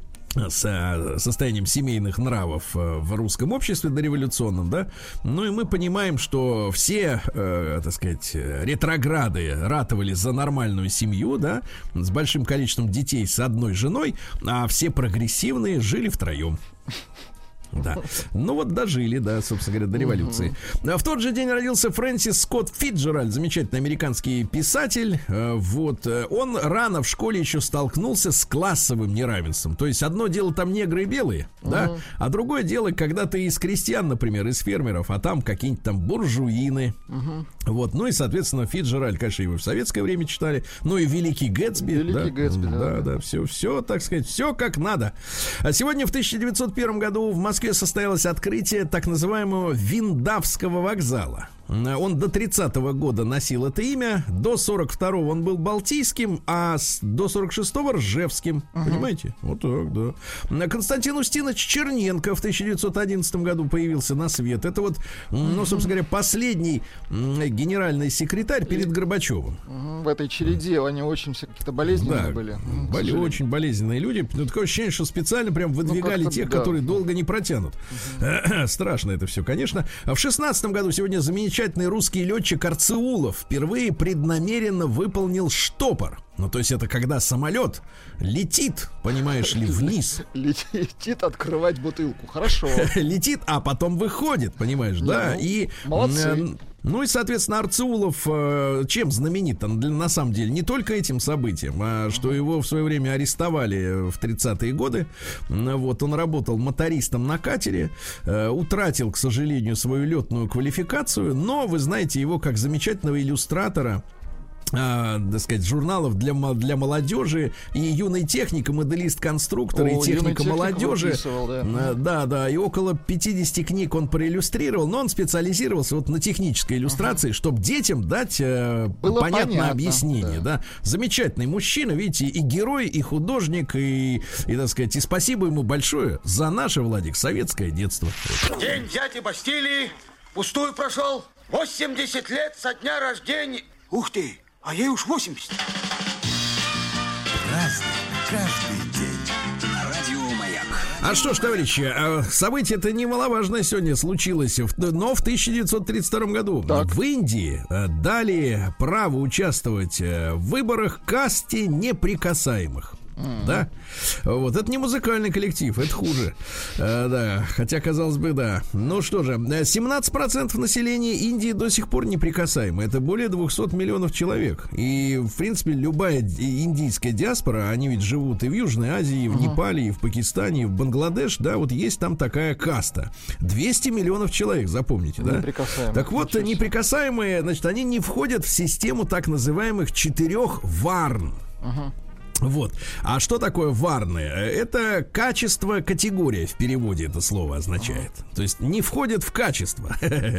с состоянием семейных нравов в русском обществе дореволюционном, да. Ну и мы понимаем, что все, так сказать, ретрограды ратовали за нормальную семью, да, с большим количеством детей с одной женой, а все прогрессивные жили втроем. Да. Ну вот дожили, да, собственно говоря, до революции. В тот же день родился Фрэнсис Скотт Фитджеральд, замечательный американский писатель. Вот. Он рано в школе еще столкнулся с классовым неравенством. То есть одно дело там негры и белые, да, а другое дело, когда ты из крестьян, например, из фермеров, а там какие-нибудь там буржуины. Вот. Ну и, соответственно, Фитджеральд, конечно, его в советское время читали. Ну и Великий Гэтсби. Да, все, так сказать, все как надо. А сегодня в 1901 году в Москве состоялось открытие так называемого Виндавского вокзала. Он до 30-го года носил это имя, до 42-го он был балтийским, а до 46-го Ржевским. Понимаете? Вот так, да. Константин Устинович Черненко в 1911 году появился на свет. Это вот, ну, собственно говоря, последний генеральный секретарь перед Горбачевым. В этой череде они очень все какие-то болезненные были. Очень болезненные люди. Ну, такое ощущение, что специально прям выдвигали тех, которые долго не протянут. Страшно это все, конечно. А в 16-м году сегодня замечательный русский летчик Арцеулов впервые преднамеренно выполнил штопор. Ну, то есть это когда самолет летит, понимаешь ли, вниз. Летит открывать бутылку. Хорошо. Летит, а потом выходит, понимаешь, да? И молодцы. Ну и, соответственно, Арцеулов чем знаменит на самом деле? Не только этим событием, а что его в свое время арестовали в 30-е годы. Вот, он работал мотористом на катере, утратил, к сожалению, свою летную квалификацию, но, вы знаете, его как замечательного иллюстратора, так сказать, журналов для молодежи и юный техник, и моделист-конструктор, и техника молодежи. Да, и около 50 книг он проиллюстрировал, но он специализировался вот на технической иллюстрации, чтобы детям дать понятное объяснение. Да. Замечательный мужчина, видите, и герой, и художник, и, так сказать, и спасибо ему большое за наше, Владик, советское детство. День взятия Бастилии пустую прошел. 80 лет со дня рождения. Ух ты! А ей уж 80. Праздник каждый день. На радио Маяк. А что ж, товарищи, событие-то немаловажное сегодня случилось, но в 1932 году в Индии дали право участвовать в выборах касте неприкасаемых. Да, вот это не музыкальный коллектив, это хуже. Да, хотя, казалось бы, да. Ну что же, 17% населения Индии до сих пор неприкасаемы. Это более 200 миллионов человек. И, в принципе, любая индийская диаспора, они ведь живут и в Южной Азии, и в Непале, и в Пакистане, и в Бангладеш, да, вот есть там такая каста. 200 миллионов человек, запомните, да? Так вот, неприкасаемые, значит, они не входят в систему так называемых 4 варн. Вот. А что такое варны? Это качество, категория в переводе это слово означает. То есть не входит в качество.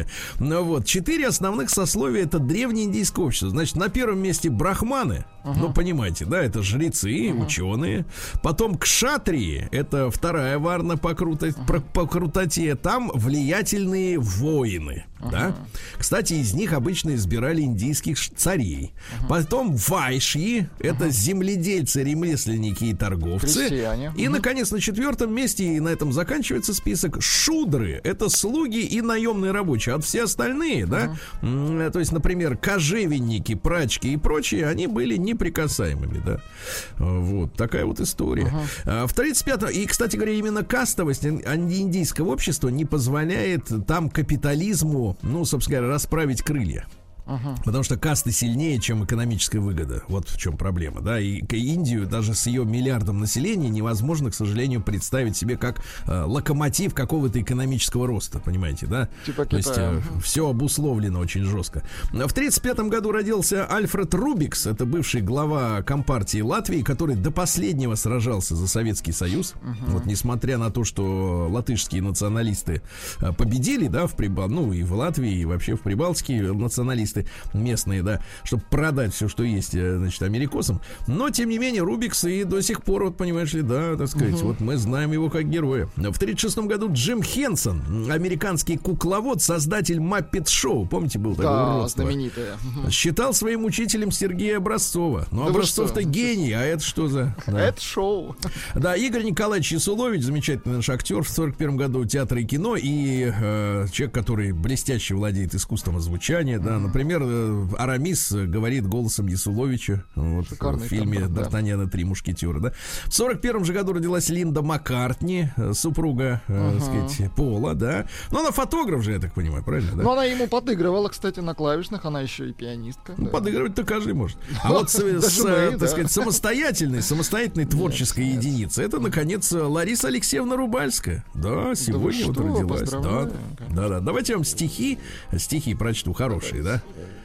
Ну вот, 4 основных сословия — это древнеиндийское общество. Значит, на первом месте брахманы. Ну, понимаете, да, это жрецы, ученые. Потом кшатрии, это вторая варна по крутоте. Там влиятельные воины. Да? Кстати, из них обычно избирали индийских царей. Потом вайшьи, это земледельцы, ремесленники и торговцы. Крестьяне. И, наконец, на 4-м месте, и на этом заканчивается список, шудры. Это слуги и наемные рабочие. А все остальные, да, то есть, например, кожевенники, прачки и прочие, они были неприкасаемыми, да. Вот такая вот история. В 35-м, и, кстати говоря, именно кастовость индийского общества не позволяет там капитализму, ну, собственно говоря, расправить крылья. Потому что касты сильнее, чем экономическая выгода. Вот в чем проблема, да. И Индию даже с ее миллиардом населения невозможно, к сожалению, представить себе как локомотив какого-то экономического роста, понимаете, да? Типа То есть все обусловлено очень жестко. В 1935 году родился Альфред Рубикс, это бывший глава Компартии Латвии, который до последнего сражался за Советский Союз. Вот несмотря на то, что латышские националисты победили, да, ну и в Латвии, и вообще в Прибалтике националисты местные, да, чтобы продать все, что есть, значит, америкосам. Но, тем не менее, Рубикс и до сих пор, вот, понимаешь ли, да, так сказать, вот мы знаем его как героя. В 1936 году Джим Хенсон, американский кукловод, создатель Маппет-шоу, помните, был такой уродство? Знаменитое. Считал своим учителем Сергея Образцова. Ну, да Образцов-то гений, а это что за... Да. Это шоу. Да, Игорь Николаевич Ясулович, замечательный наш актер, в 1941 году театра и кино, и человек, который блестяще владеет искусством озвучания, да, например, Арамис говорит голосом Ясуловича вот, в фильме «Д'Артаньян и 3 мушкетера». Да. В 1941 же году родилась Линда Маккартни, супруга, так сказать, Пола, да. Но она фотограф же, я так понимаю, правильно? Да? Но она ему подыгрывала, кстати, на клавишных, она еще и пианистка. Ну, да. Подыгрывать-то каждый может. А вот, так сказать, самостоятельной творческой единицей, это, наконец, Лариса Алексеевна Рубальская. Да, сегодня вот родилась. Да. Давайте я вам стихи прочту, хорошие, да?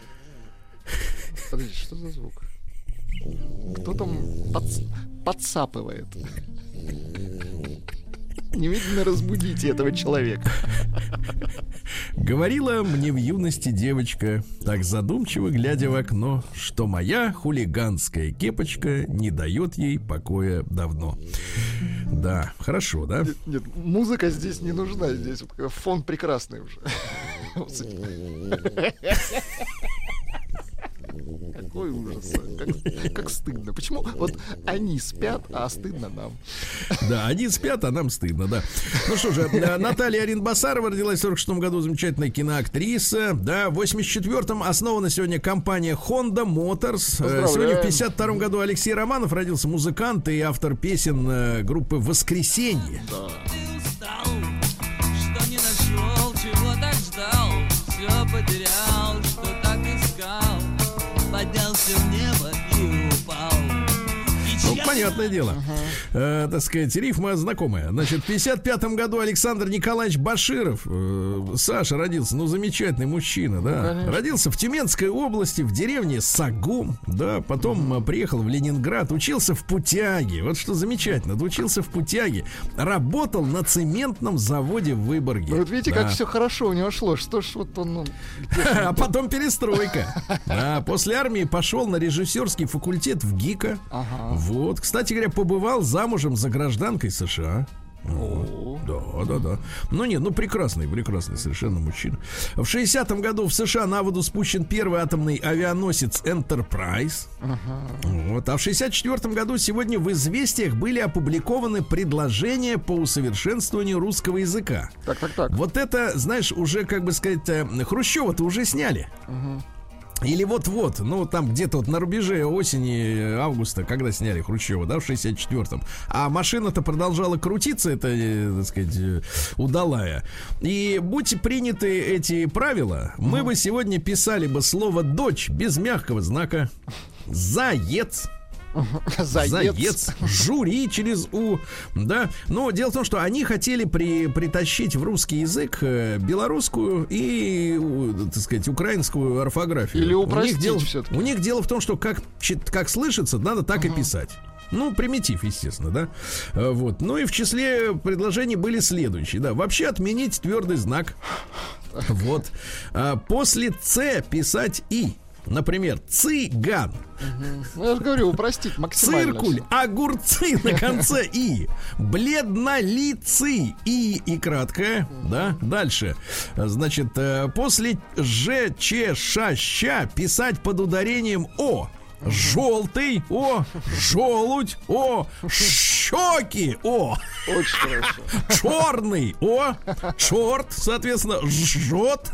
Подожди, что за звук? Кто там подсапывает? Немедленно разбудите этого человека. Говорила мне в юности девочка, так задумчиво глядя в окно, что моя хулиганская кепочка не дает ей покоя давно. Да, хорошо, да? Нет, музыка здесь не нужна. Здесь вот фон прекрасный уже. Какой ужас. Как стыдно. Почему вот они спят, а стыдно нам? Да, они спят, а нам стыдно, да. Ну что же, Наталья Аринбасарова родилась в 46 году, замечательная киноактриса. Да, в 84-м основана сегодня компания Honda Motors. Сегодня в 52-м году Алексей Романов родился, музыкант и автор песен группы «Воскресенье». Да. Ты устал, что не нашел, чего так ждал, все потерял, что так искал, поднялся в небо и упал. Ну, понятное дело. Так сказать, рифма знакомая. Значит, в 55-м году Александр Николаевич Баширов, Саша, родился. Ну, замечательный мужчина, да. Родился в Тюменской области, в деревне Сагум, да. Потом приехал в Ленинград, учился в Путяге. Вот что замечательно, учился в Путяге. Работал на цементном заводе в Выборге. Ну, вот видите, как все хорошо у него шло. Что ж вот он... А потом перестройка. После армии пошел на режиссерский факультет в ГИКа. Вот, кстати говоря, побывал замужем за гражданкой США. Да. Ну, прекрасный совершенно мужчина. В 60-м году в США на воду спущен первый атомный авианосец Enterprise. Вот. А в 64-м году сегодня в «Известиях» были опубликованы предложения по усовершенствованию русского языка. Так. Вот это, знаешь, уже, как бы сказать, Хрущева-то уже сняли. Или вот-вот, ну, там где-то вот на рубеже осени, августа, когда сняли Хрущева, да, в 64-м. А машина-то продолжала крутиться, это, так сказать, удалая. И будь приняты эти правила, мы бы сегодня писали бы слово «дочь» без мягкого знака. Заец. Заец, жюри через У, да. Но дело в том, что они хотели притащить в русский язык белорусскую и, так сказать, украинскую орфографию. Или упростить все-таки. У них дело в том, что как слышится, надо так и писать. Ну, примитив, естественно, да. Вот. Ну и в числе предложений были следующие, да. Вообще отменить твердый знак. Вот. После «ц» писать «и». Например, цыган. Ну, я же говорю, упростить максимально. Циркуль, огурцы на конце «и». Бледнолицый и краткое. Да, дальше. Значит, после «ж», «ч», «ша», «ща» писать под ударением «о». Желтый, о, желудь, о, щеки, о. Очень хорошо. Черный, о, черт, соответственно, жжет.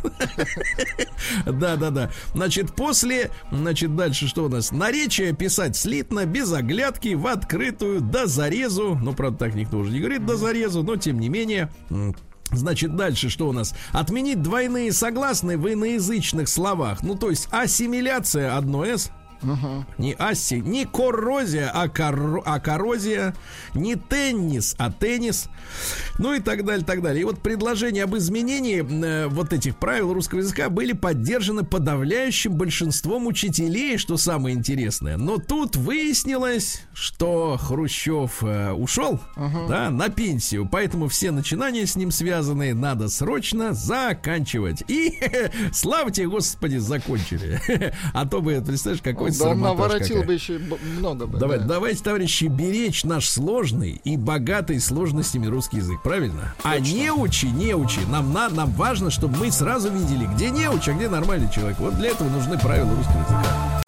Да. Значит, дальше что у нас? Наречие писать слитно, без оглядки, в открытую, до зарезу. Ну, правда, так никто уже не говорит до зарезу, но тем не менее. Значит, дальше что у нас? Отменить двойные согласные в иноязычных словах. Ну, то есть ассимиляция одно «с». Не коррозия, а коррозия. Не теннис, а теннис. Ну и так далее. И вот предложения об изменении вот этих правил русского языка были поддержаны подавляющим большинством учителей, что самое интересное. Но тут выяснилось, что Хрущев ушел, да, на пенсию. Поэтому все начинания с ним связанные надо срочно заканчивать. И слава тебе, Господи, закончили. А то бы, представляешь, какой да, он наворотил бы еще много бы. Давайте, товарищи, беречь наш сложный и богатый сложностями русский язык, правильно? Точно. А неучи, нам важно, чтобы мы сразу видели, где неуч, а где нормальный человек. Вот для этого нужны правила русского языка.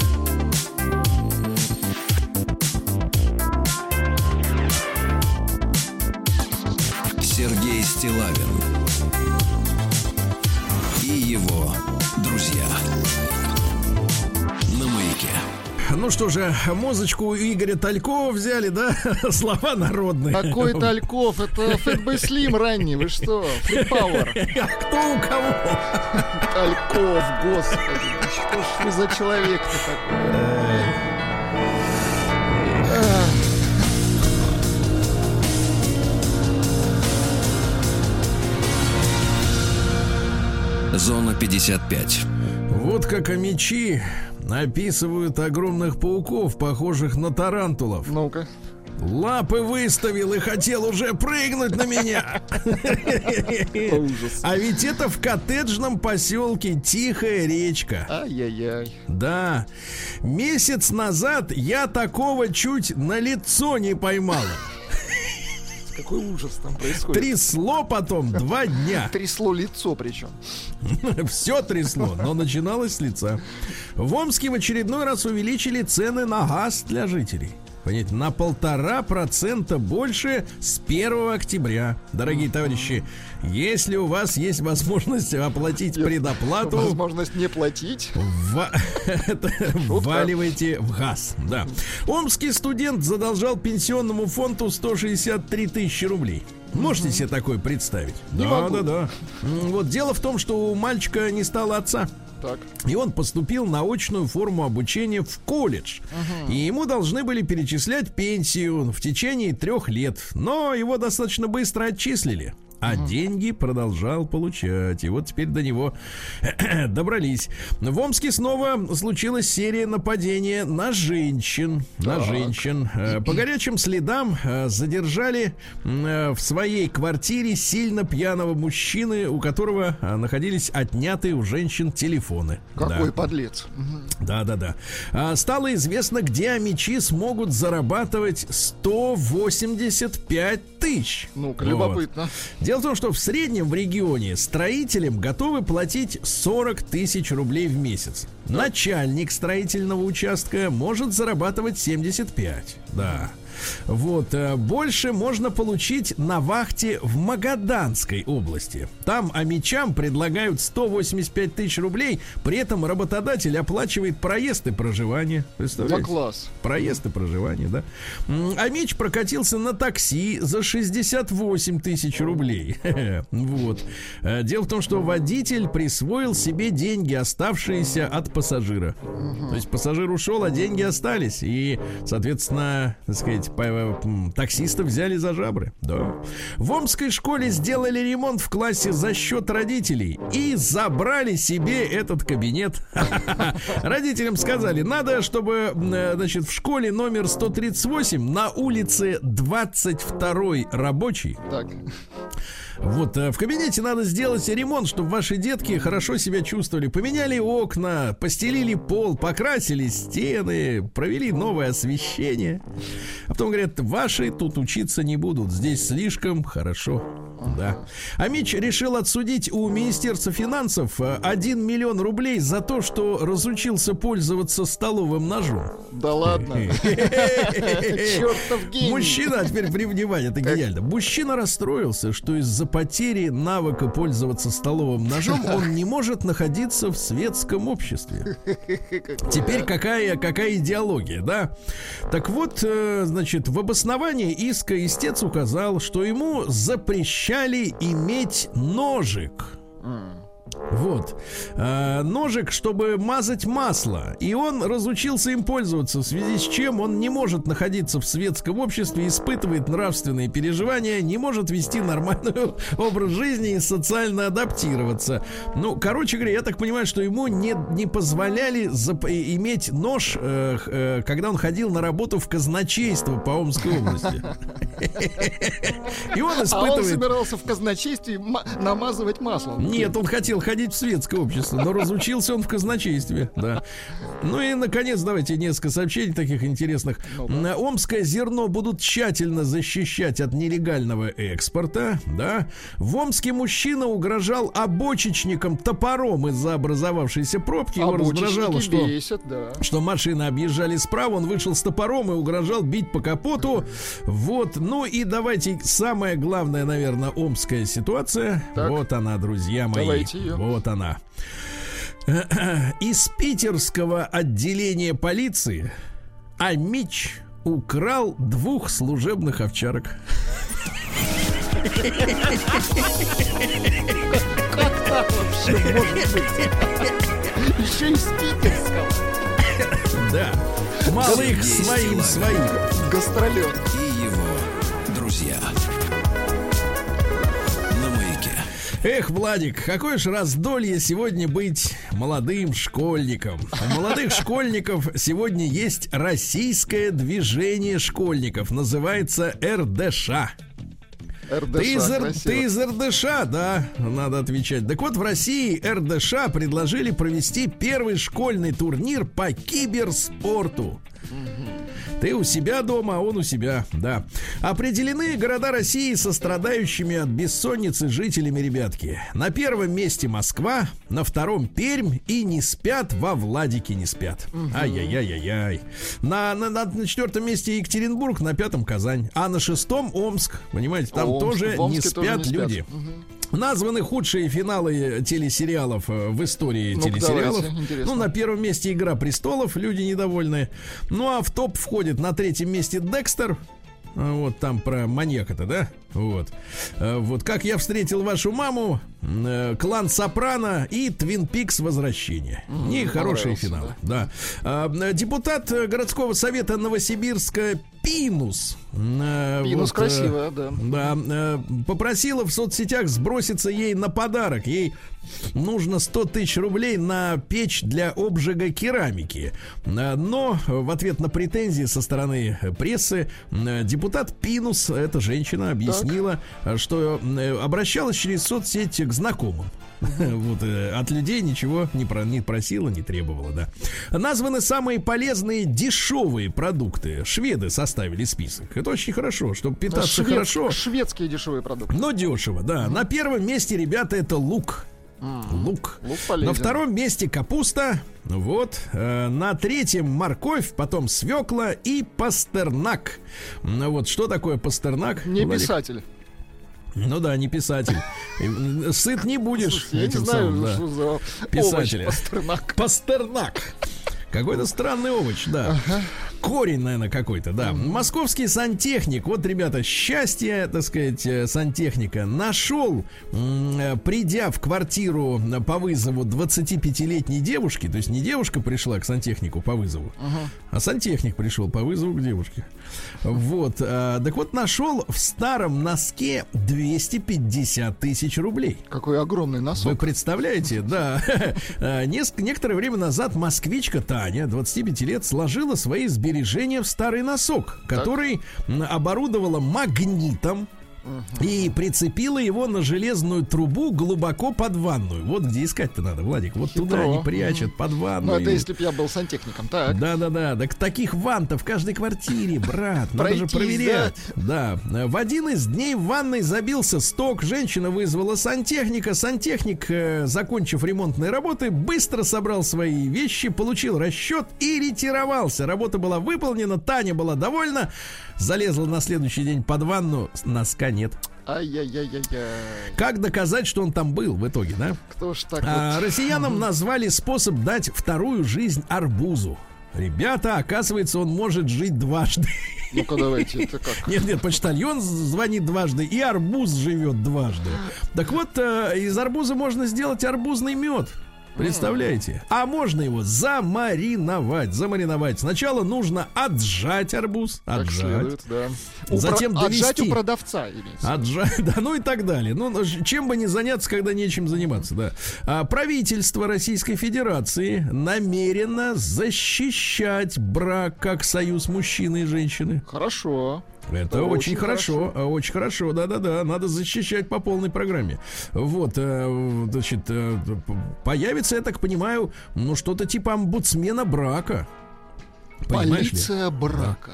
Сергей Стиллавин и его друзья. Ну что же, музычку у Игоря Талькова взяли, да? Слова народные. Какой Тальков? Это Fatboy Slim ранний, вы что? Free Power. А кто у кого? Тальков, господи. Что ж вы за человек-то такой? Зона 55. Вот как мечи описывают огромных пауков, похожих на тарантулов. Ну-ка. лапы выставил и хотел уже прыгнуть на меня. А ведь это в коттеджном поселке Тихая речка. Ай-яй-яй. Да. Месяц назад я такого чуть на лицо не поймала. Какой ужас там происходит. Трясло потом 2 дня. Трясло лицо причем. Все трясло, но начиналось с лица. В Омске в очередной раз увеличили цены на газ для жителей. Понимаете, на 1,5% больше с 1 октября. Дорогие товарищи, если у вас есть возможность оплатить предоплату, возможность не платить, вваливайте в газ. Да. Омский студент задолжал пенсионному фонду 163 тысячи рублей. Можете себе такое представить? Да. Вот дело в том, что у мальчика не стало отца. Так. И он поступил на очную форму обучения в колледж. И ему должны были перечислять пенсию в течение 3 лет. Но его достаточно быстро отчислили. А деньги продолжал получать. И вот теперь до него добрались. В Омске снова случилась серия нападений на женщин. По горячим следам задержали в своей квартире сильно пьяного мужчины, у которого находились отнятые у женщин телефоны. Какой подлец. Да. Стало известно, где амичи смогут зарабатывать 185 тысяч. Ну-ка, любопытно. Дело в том, что в среднем в регионе строителям готовы платить 40 тысяч рублей в месяц. Начальник строительного участка может зарабатывать 75. Да. Вот, больше можно получить на вахте в Магаданской области. Там амичам предлагают 185 тысяч рублей, при этом работодатель оплачивает проезд и проживание. Представляете? Да, класс. Проезд и проживание, да. Амич прокатился на такси за 68 тысяч рублей. Вот. Дело в том, что водитель присвоил себе деньги, оставшиеся от пассажира. То есть пассажир ушел, а деньги остались. И, соответственно, так сказать, таксиста взяли за жабры. Да. В Омской школе сделали ремонт в классе за счет родителей и забрали себе этот кабинет. Родителям сказали, надо, чтобы, значит, в школе номер 138 на улице 22-й рабочий. Так. Вот, в кабинете надо сделать ремонт, чтобы ваши детки хорошо себя чувствовали. Поменяли окна, постелили пол, покрасили стены, провели новое освещение. А потом говорят, ваши тут учиться не будут, здесь слишком хорошо. Да. Амич решил отсудить у Министерства финансов 1 миллион рублей за то, что разучился пользоваться столовым ножом. Да ладно. Чертов гений. Мужчина, теперь внимание, это гениально. Мужчина расстроился, что из-за потери навыка пользоваться столовым ножом он не может находиться в светском обществе. Теперь какая идеология, да? Так вот, значит, в обосновании иска истец указал, что ему запрещали иметь ножик. Вот. Ножик, чтобы мазать масло. И он разучился им пользоваться, в связи с чем он не может находиться в светском обществе, испытывает нравственные переживания, не может вести нормальный образ жизни и социально адаптироваться. Ну, короче говоря, я так понимаю, что ему не позволяли иметь нож, когда он ходил на работу в казначейство по Омской области. И он испытывает... А он собирался в казначействе намазывать маслом. Нет, он хотел ходить в светское общество, но разучился он в казначействе, да. Ну и, наконец, давайте несколько сообщений таких интересных. Омское зерно будут тщательно защищать от нелегального экспорта, да. В Омске мужчина угрожал обочечникам топором из-за образовавшейся пробки. Его раздражало, что машины объезжали справа, он вышел с топором и угрожал бить по капоту. Вот, ну и давайте самая главная, наверное, омская ситуация. Так. Вот она, друзья мои. Давайте ее. Вот она. Из питерского отделения полиции амич украл 2 служебных овчарок. Как так вообще может быть? Еще из питерского. Да. Малых своим. Гастролет. И его друзья. На Маяке. Эх, Владик, какое ж раздолье сегодня быть молодым школьником. У молодых школьников сегодня есть российское движение школьников. Называется РДШ. Ты из РДШ, да, надо отвечать. Так вот, в России РДШ предложили провести первый школьный турнир по киберспорту. Ты у себя дома, а он у себя, да. Определены города России со страдающими от бессонницы жителями, ребятки. На первом месте Москва, на втором Пермь и не спят во Владике не спят. Ай-яй-яй-яй-яй. На четвертом месте Екатеринбург, на пятом Казань, а на шестом Омск. Понимаете, там тоже не спят люди. Названы худшие финалы телесериалов в истории телесериалов. Ну, на первом месте «Игра престолов», люди недовольны. Ну, а в топ входит на третьем месте «Декстер». Вот там про маньяка-то, да? Вот. Вот «Как я встретил вашу маму», «Клан Сопрано» и «Твин Пикс. Возвращение». Нехорошие финалы, да. Депутат городского совета Новосибирска Пинус. Пинус вот, красивая, да. Да. Попросила в соцсетях сброситься ей на подарок. Ей нужно 100 тысяч рублей на печь для обжига керамики. Но в ответ на претензии со стороны прессы депутат Пинус, эта женщина, объяснила, что обращалась через соцсеть к знакомым. Вот, от людей ничего не просила, не требовала, да. Названы самые полезные дешевые продукты. Шведы составили список. Это очень хорошо, чтобы питаться хорошо. Шведские дешевые продукты. Но дешево, да. На первом месте, ребята, это лук. Лук полезен. На втором месте капуста. Вот. На третьем морковь, потом свекла и пастернак. Вот что такое пастернак? Не писатель. Ну да, не писатель. Сыт не будешь. Я не знаю, что за писателя. Пастернак. Пастернак. Какой-то странный овощ, да. Корень, наверное, какой-то, да. Московский сантехник, вот, ребята, счастье, так сказать, сантехника, нашел, придя в квартиру по вызову 25-летней девушки, то есть не девушка пришла к сантехнику по вызову, а сантехник пришел по вызову к девушке. Вот, так вот, нашел в старом носке 250 тысяч рублей. Какой огромный носок. Вы представляете, да. Некоторое время назад москвичка Таня, 25 лет, сложила свои сбережения в старый носок, который оборудовала магнитом и прицепила его на железную трубу глубоко под ванную. Вот где искать-то надо, Владик. Вот хитро. Туда они прячут, под ванную. Ну, это если бы я был сантехником, так. Да. Так таких ванн-то в каждой квартире, брат. Надо же проверять. Да. В один из дней в ванной забился сток. Женщина вызвала сантехника. Сантехник, закончив ремонтные работы, быстро собрал свои вещи, получил расчет и ретировался. Работа была выполнена, Таня была довольна. Залезла на следующий день под ванну, носка нет. Ай-яй-яй-яй-яй. Как доказать, что он там был в итоге, да? Кто ж так вот... Россиянам назвали способ дать вторую жизнь арбузу. Ребята, оказывается, он может жить дважды. Ну-ка, давайте, это как? Нет, почтальон звонит дважды, и арбуз живет дважды. Так вот, из арбуза можно сделать арбузный мед. Представляете? А можно его замариновать. Сначала нужно отжать арбуз. Следует, да. Затем довести. Отжать у продавца. Отжать, да, ну и так далее. Ну, чем бы не заняться, когда нечем заниматься, да. Правительство Российской Федерации намерено защищать брак как союз мужчины и женщины. Хорошо. Это очень хорошо, очень хорошо, да-да-да, надо защищать по полной программе. Вот, значит, появится, я так понимаю, ну, что-то типа омбудсмена брака. Полиция брака.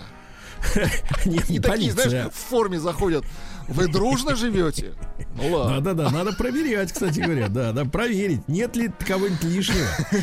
Нет, не такие, полиция. знаешь, в форме заходят. Вы дружно живете? Ну ладно. Да-да-да, надо проверять, кстати говоря. Да, проверить, нет ли кого-нибудь лишнего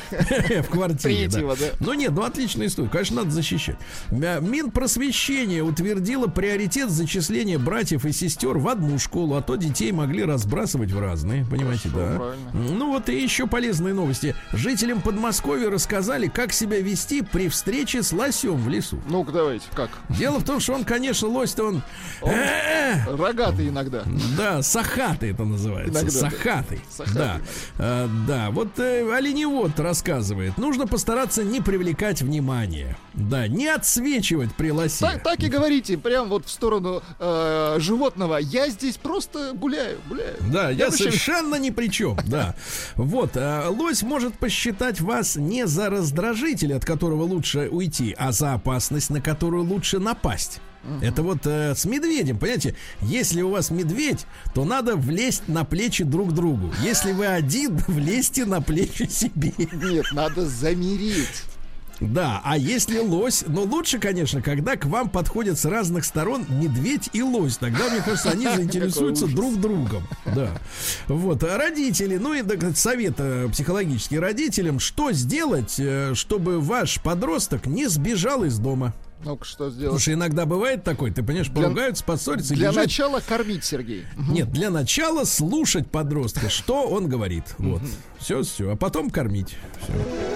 в квартире. Третьего, да. Ну нет, отличная история. Конечно, надо защищать. Минпросвещение утвердило приоритет зачисления братьев и сестер в одну школу, а то детей могли разбрасывать в разные. Понимаете, да? Правильно. Ну вот и еще полезные новости. Жителям Подмосковья рассказали, как себя вести при встрече с лосем в лесу. Ну-ка, давайте, как? Дело в том, что он, конечно, лось-то он рогатый иногда. Да, сахатый это называется. Иногда, сахатый. Сахатый, Да. Да, вот оленевод рассказывает. Нужно постараться не привлекать внимание. Да, не отсвечивать при лосе. Так и говорите, прям вот в сторону животного. Я здесь просто гуляю. Да, я вообще... совершенно ни при чем. Да. Вот, лось может посчитать вас не за раздражитель, от которого лучше уйти, а за опасность, на которую лучше напасть. Это вот с медведем, понимаете? Если у вас медведь, то надо влезть на плечи друг другу. Если вы один, влезьте на плечи себе. Нет, надо замереть. Да, а если лось, ну лучше, конечно, когда к вам подходят с разных сторон медведь и лось. Тогда, мне кажется, они заинтересуются друг другом. Да. Вот, родители, ну и совет психологический родителям, что сделать, чтобы ваш подросток не сбежал из дома. Ну-ка, что сделать? Потому что иногда бывает такой, ты понимаешь, поругаются, поссорятся. Для начала кормить, Сергей. Нет, для начала слушать подростка, что он говорит. Вот, все, а потом кормить. Все.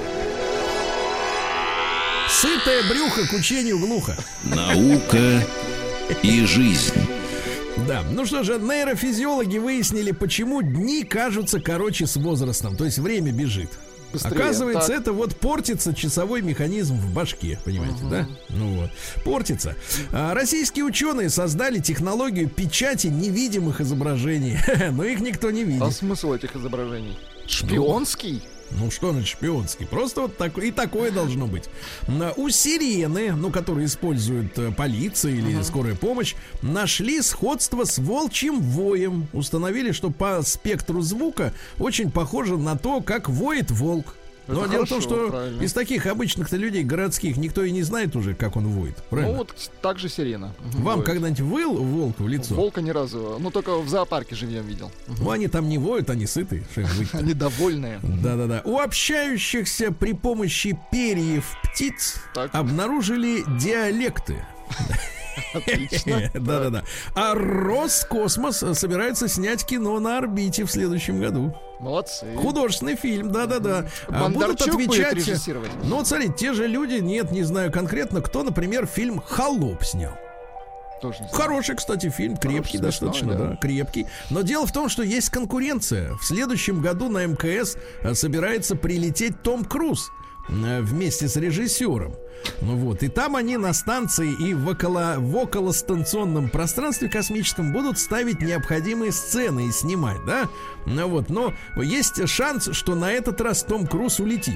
Сытое брюхо к учению глухо. Наука и жизнь. Да, ну что же, нейрофизиологи выяснили, почему дни кажутся короче с возрастом. То есть время бежит. Быстрее. Оказывается, так. Это вот портится часовой механизм в башке, понимаете, да? Ну вот, портится. Российские ученые создали технологию печати невидимых изображений. Но их никто не видит. А смысл этих изображений? Шпионский? Ну что значит шпионский? Просто вот так, и такое должно быть. У сирены, ну, которые используют полиция или скорая помощь, нашли сходство с волчьим воем. Установили, что по спектру звука очень похоже на то, как воет волк. Но дело в том, что правильно. Из таких обычных-то людей городских никто и не знает уже, как он воет. Правильно? Ну вот так же сирена. Вам воет. Когда-нибудь выл волк в лицо? Волка ни разу. Ну только в зоопарке живьем видел. Ну они там не воют, они сыты. Они довольные. Да-да-да. У общающихся при помощи перьев птиц обнаружили диалекты. Отлично. Да-да-да. А Роскосмос собирается снять кино на орбите в следующем году. Молодцы. Художественный фильм, да-да-да. Будут отвечать. Будет режиссировать. Ну вот смотрите, те же люди, нет, не знаю конкретно, кто, например, фильм «Холоп» снял. Хороший, кстати, фильм, крепкий достаточно, да, крепкий. Но дело в том, что есть конкуренция. В следующем году на МКС собирается прилететь Том Круз вместе с режиссером. Ну вот, и там они на станции и в околостанционном пространстве космическом будут ставить необходимые сцены и снимать, да? Ну вот, но есть шанс, что на этот раз Том Круз улетит.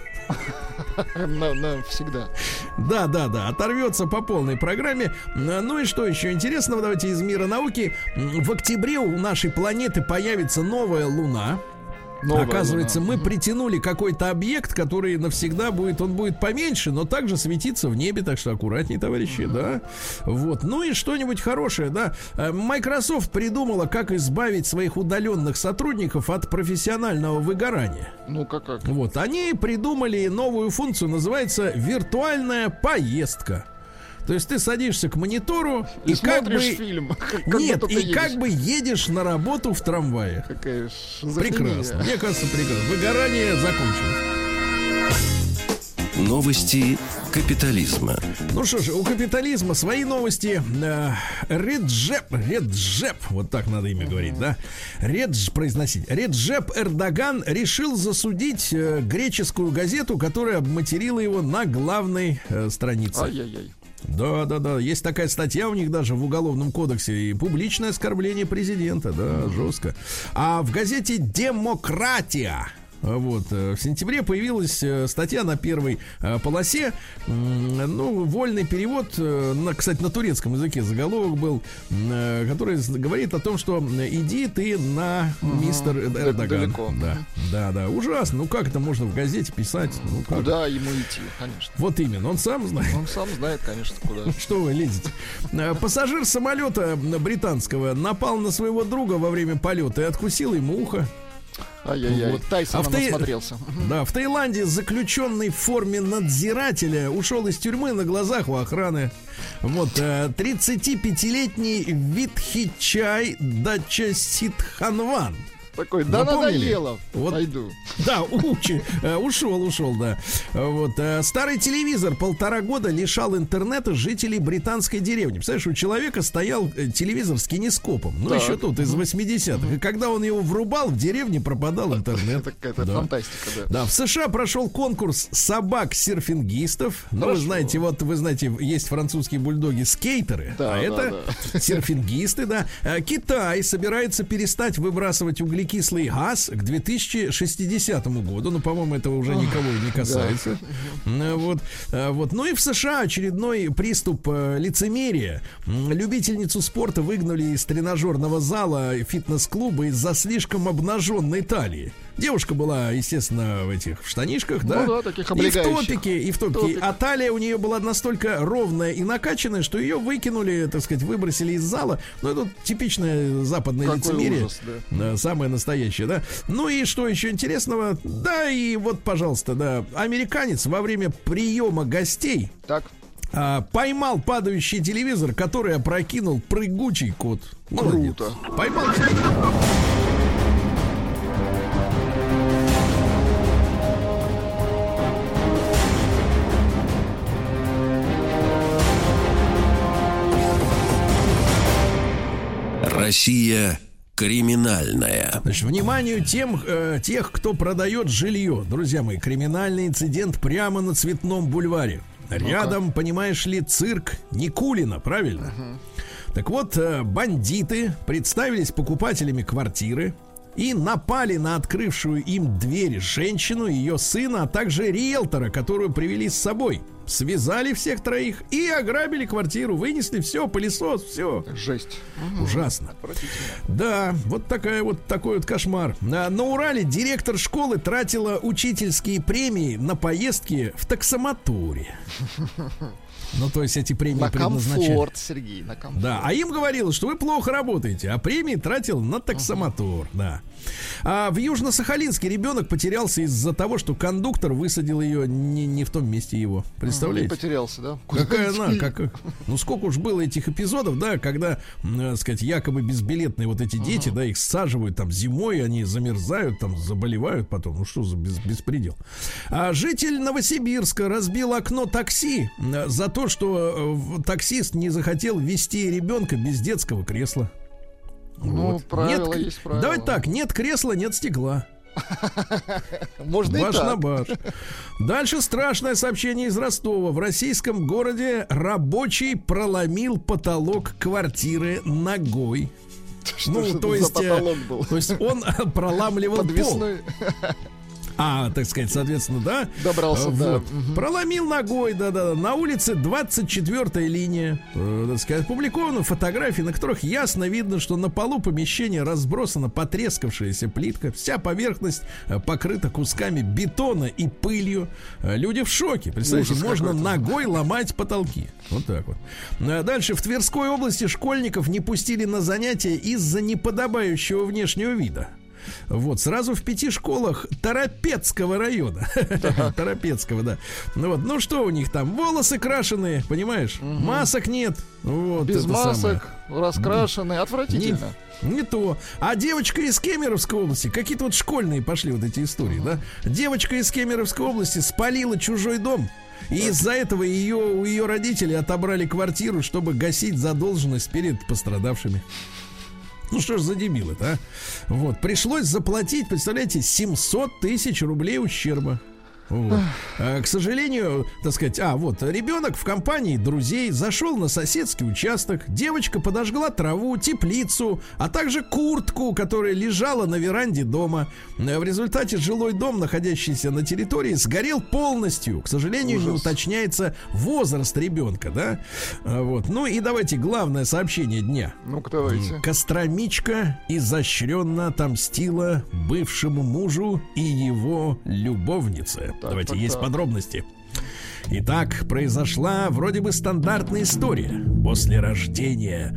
Всегда. Да, оторвется по полной программе. Ну и что еще интересного? Давайте из мира науки. В октябре у нашей планеты появится новая Луна. Оказывается, мы притянули какой-то объект, который навсегда будет, он будет поменьше, но также светиться в небе, так что аккуратнее, товарищи, да. Вот, ну и что-нибудь хорошее, да. Microsoft придумала, как избавить своих удаленных сотрудников от профессионального выгорания. Ну как? Вот, они придумали новую функцию, называется виртуальная поездка. То есть ты садишься к монитору и как бы фильм. Нет, и как бы едешь на работу в трамвае. Какая прекрасно. Мне кажется, прекрасно. Выгорание закончилось. Новости капитализма. Ну что ж, у капитализма свои новости. Реджеп, вот так надо имя говорить, да? Реджеп Эрдоган решил засудить греческую газету, которая обматерила его на главной странице. Ай-яй-яй. Да, есть такая статья у них даже в Уголовном кодексе. И публичное оскорбление президента, да, жестко. А в газете «Демократия» вот, в сентябре появилась статья на первой полосе. Ну, вольный перевод, кстати, на турецком языке заголовок был, который говорит о том, что иди ты на мистер Эрдоган. Да, ужасно. Ну как это можно в газете писать? Ну, как? Куда ему идти, конечно. Вот именно, он сам знает. Он сам знает, конечно, куда. Что вы лезете? Пассажир самолета британского напал на своего друга во время полета и откусил ему ухо. Ай-яй-яй, вот. Тайсон насмотрелся. Да, в Таиланде заключенный в форме надзирателя ушел из тюрьмы на глазах у охраны. Вот, 35-летний Витхичай Дачаситханван Такой, да надоело, пойду. Да, ушел, да. Вот. Старый телевизор 1,5 года лишал интернета жителей британской деревни. Представляешь, у человека стоял телевизор с кинескопом. Ну, еще тут, из 80-х. И когда он его врубал, в деревне пропадал интернет. Это какая-то фантастика, да. Да, в США прошел конкурс собак-серфингистов. Ну, вы знаете, есть французские бульдоги-скейтеры, это серфингисты, да. Китай собирается перестать выбрасывать углекислый газ к 2060 году. Ну, по-моему, этого уже никого не касается. Вот. Ну и в США очередной приступ лицемерия. Любительницу спорта выгнали из тренажерного зала фитнес-клуба из-за слишком обнаженной талии. Девушка была, естественно, в штанишках, да, таких и в топике. А талия у нее была настолько ровная и накачанная, что ее выкинули, так сказать, выбросили из зала. Ну, это типичное западное лицемерие. Ужас, да, самое настоящее, да. Ну и что еще интересного? Да, и вот, пожалуйста, да, американец во время приема гостей поймал падающий телевизор, который опрокинул прыгучий кот. Круто. Поймал. Россия криминальная. Значит, вниманию тех, кто продает жилье. Друзья мои, криминальный инцидент прямо на Цветном бульваре. Рядом, понимаешь ли, цирк Никулина, правильно? Так вот, бандиты представились покупателями квартиры и напали на открывшую им дверь женщину, ее сына, а также риэлтора, которую привели с собой. Связали всех троих и ограбили квартиру, вынесли все, пылесос, все. Жесть. Ужасно. Да, вот такой вот кошмар. На Урале директор школы тратила учительские премии на поездки в таксомоторе. Ну, то есть эти премии предназначались. На комфорт, Сергей, на комфорт. Да, а им говорилось, что вы плохо работаете, а премии тратил на таксомотор, да. А в Южно-Сахалинске ребенок потерялся из-за того, что кондуктор высадил ее не в том месте его. Представляете? Не потерялся, да? Какая она, ну, сколько уж было этих эпизодов, да, когда, так сказать, якобы безбилетные вот эти дети, да, их саживают там зимой, они замерзают, там, заболевают потом. Ну, что за беспредел? А житель Новосибирска разбил окно такси за то, что таксист не захотел везти ребенка без детского кресла. Ну, вот. Правило есть правило. Давайте так, нет кресла, нет стекла. Можно баш и так. на баш. Дальше страшное сообщение из Ростова. В российском городе рабочий проломил потолок квартиры ногой. Что то есть он проламливал подвесной пол. Так сказать, соответственно, да. Добрался, да. Проломил ногой, да-да. На улице 24-я линия. Так сказать, опубликованы фотографии, на которых ясно видно, что на полу помещения разбросана потрескавшаяся плитка. Вся поверхность покрыта кусками бетона и пылью. Люди в шоке. Представляете, можно ногой ломать потолки. Вот так вот. Дальше. В Тверской области школьников не пустили на занятия из-за неподобающего внешнего вида. Вот, сразу в 5 школах Торопецкого района. Торопецкого, да. Ну что у них там? Волосы крашеные, понимаешь? Масок нет. Вот, без масок, раскрашенные. Отвратительно. Не то. А девочка из Кемеровской области, какие-то вот школьные пошли вот эти истории, да? Девочка из Кемеровской области спалила чужой дом. И из-за этого у ее родители отобрали квартиру, чтобы гасить задолженность перед пострадавшими. Ну что ж за дебилы-то, а? Вот, пришлось заплатить, представляете, 700 тысяч рублей ущерба. Вот. К сожалению, так сказать, ребенок в компании друзей зашел на соседский участок. Девочка подожгла траву, теплицу, а также куртку, которая лежала на веранде дома. В результате жилой дом, находящийся на территории, сгорел полностью. К сожалению, не уточняется возраст ребенка, да? Вот. Ну и давайте главное сообщение дня. Ну-ка, давайте. Костромичка изощренно отомстила бывшему мужу и его любовнице. Давайте, есть подробности. Итак, произошла вроде бы стандартная история. После рождения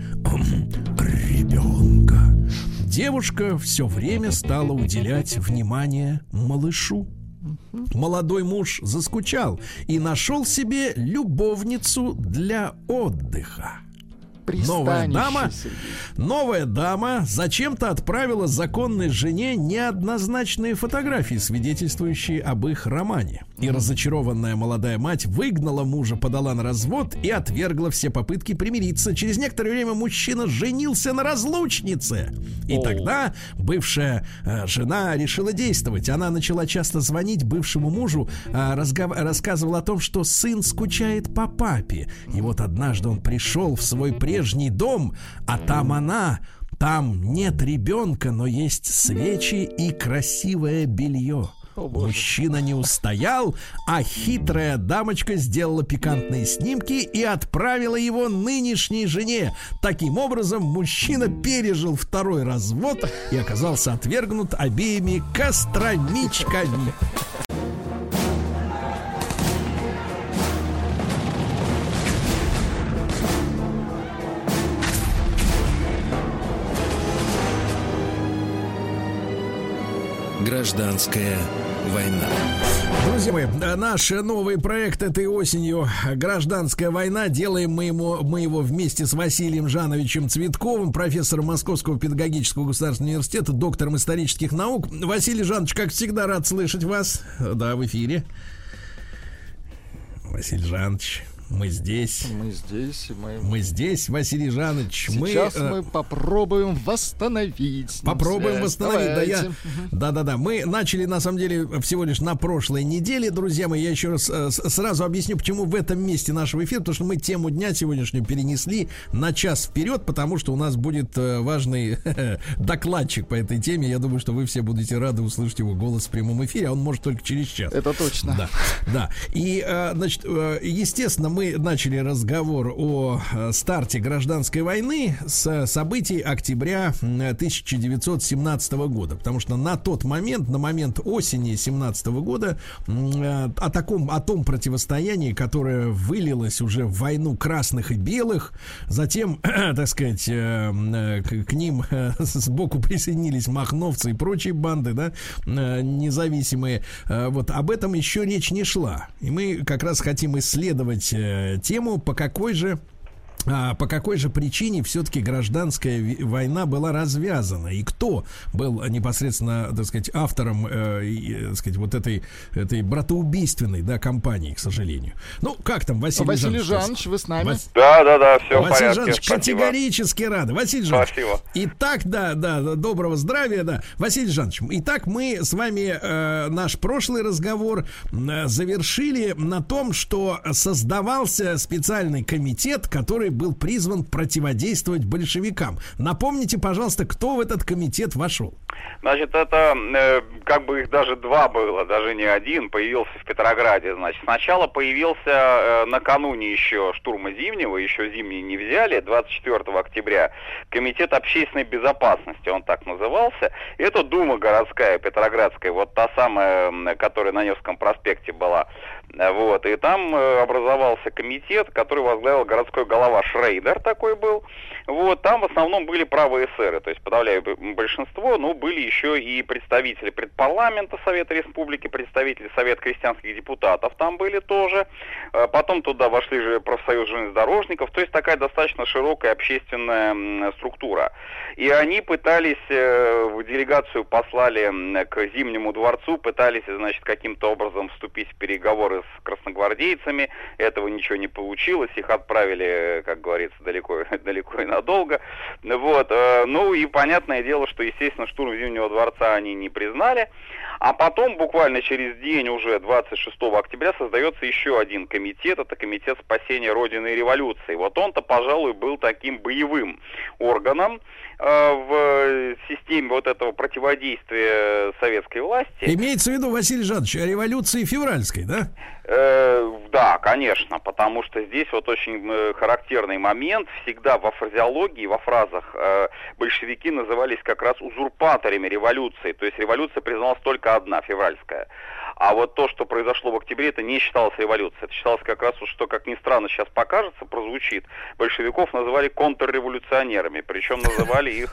ребенка девушка все время стала уделять внимание малышу. Молодой муж заскучал и нашел себе любовницу для отдыха. Новая дама зачем-то отправила законной жене неоднозначные фотографии, свидетельствующие об их романе. И разочарованная молодая мать выгнала мужа, подала на развод и отвергла все попытки примириться. Через некоторое время мужчина женился на разлучнице. И тогда бывшая жена решила действовать. Она начала часто звонить бывшему мужу, рассказывала о том, что сын скучает по папе. И вот однажды он пришел в свой прежний дом, а там она. Там нет ребенка, но есть свечи и красивое белье. Мужчина не устоял, а хитрая дамочка сделала пикантные снимки и отправила его нынешней жене. Таким образом, мужчина пережил второй развод и оказался отвергнут обеими костромичками. Гражданская война. Друзья мои, наш новый проект этой осенью «Гражданская война». Делаем мы его вместе с Василием Жановичем Цветковым, профессором Московского педагогического государственного университета, доктором исторических наук. Василий Жанович, как всегда, рад слышать вас. Да, в эфире. Василий Жанович, мы здесь. Мы здесь, Василий Жанович. Сейчас мы попробуем восстановить. Да. Мы начали, на самом деле, всего лишь на прошлой неделе. Друзья мои, я еще раз сразу объясню, почему в этом месте нашего эфира. Потому что мы тему дня сегодняшнюю перенесли на час вперед, потому что у нас будет важный докладчик по этой теме. Я думаю, что вы все будете рады услышать его голос в прямом эфире, а он может только через час. Это точно. Да. И, значит, естественно, мы начали разговор о старте гражданской войны с событий октября 1917 года, потому что на тот момент, на момент осени 17 года, о том противостоянии, которое вылилось уже в войну красных и белых, затем, так сказать, к ним сбоку присоединились махновцы и прочие банды, да, независимые. Вот об этом еще речь не шла. И мы как раз хотим исследовать тему, по какой же причине все-таки гражданская война была развязана, и кто был непосредственно, так сказать, автором, так сказать, вот этой братоубийственной, да, кампании, к сожалению. Ну, как там, Василий Жанович, вы с нами? Да, все в порядке. Василий Жанович, категорически рады. Василий Жанович, спасибо. Итак, да, доброго здравия, да. Василий Жанович, итак, мы с вами наш прошлый разговор завершили на том, что создавался специальный комитет, который был призван противодействовать большевикам. Напомните, пожалуйста, кто в этот комитет вошел? Значит, это как бы их даже два было, даже не один, появился в Петрограде. Значит, сначала появился накануне еще штурма Зимнего, еще Зимний не взяли, 24 октября, комитет общественной безопасности, он так назывался. Это Дума городская, Петроградская, вот та самая, которая на Невском проспекте была. Вот, и там образовался комитет, который возглавил городской голова Шрейдер такой был. Вот, там в основном были правые эсеры, то есть подавляющее большинство, но были еще и представители предпарламента Совета Республики, представители Совета крестьянских депутатов там были тоже. Потом туда вошли же профсоюз железнодорожников, то есть такая достаточно широкая общественная структура. И они пытались, в делегацию послали к Зимнему дворцу, пытались, значит, каким-то образом вступить в переговоры с красногвардейцами. Этого ничего не получилось, их отправили, как говорится, далеко и надолго. Вот. Ну и понятное дело, что, естественно, штурм Зимнего дворца они не признали. А потом, буквально через день, уже 26 октября, создается еще один комитет. Это комитет спасения Родины и революции. Вот он-то, пожалуй, был таким боевым органом в системе вот этого противодействия советской власти. Имеется в виду, Василий Жанович, о революции февральской, да? Да, конечно, потому что здесь вот очень характерный момент. Всегда во фразеологии, во фразах большевики назывались как раз узурпаторами революции. То есть революция призналась только одна, февральская. А вот то, что произошло в октябре, это не считалось революцией. Это считалось как раз, что, как ни странно сейчас покажется, прозвучит, большевиков называли контрреволюционерами. Причем называли их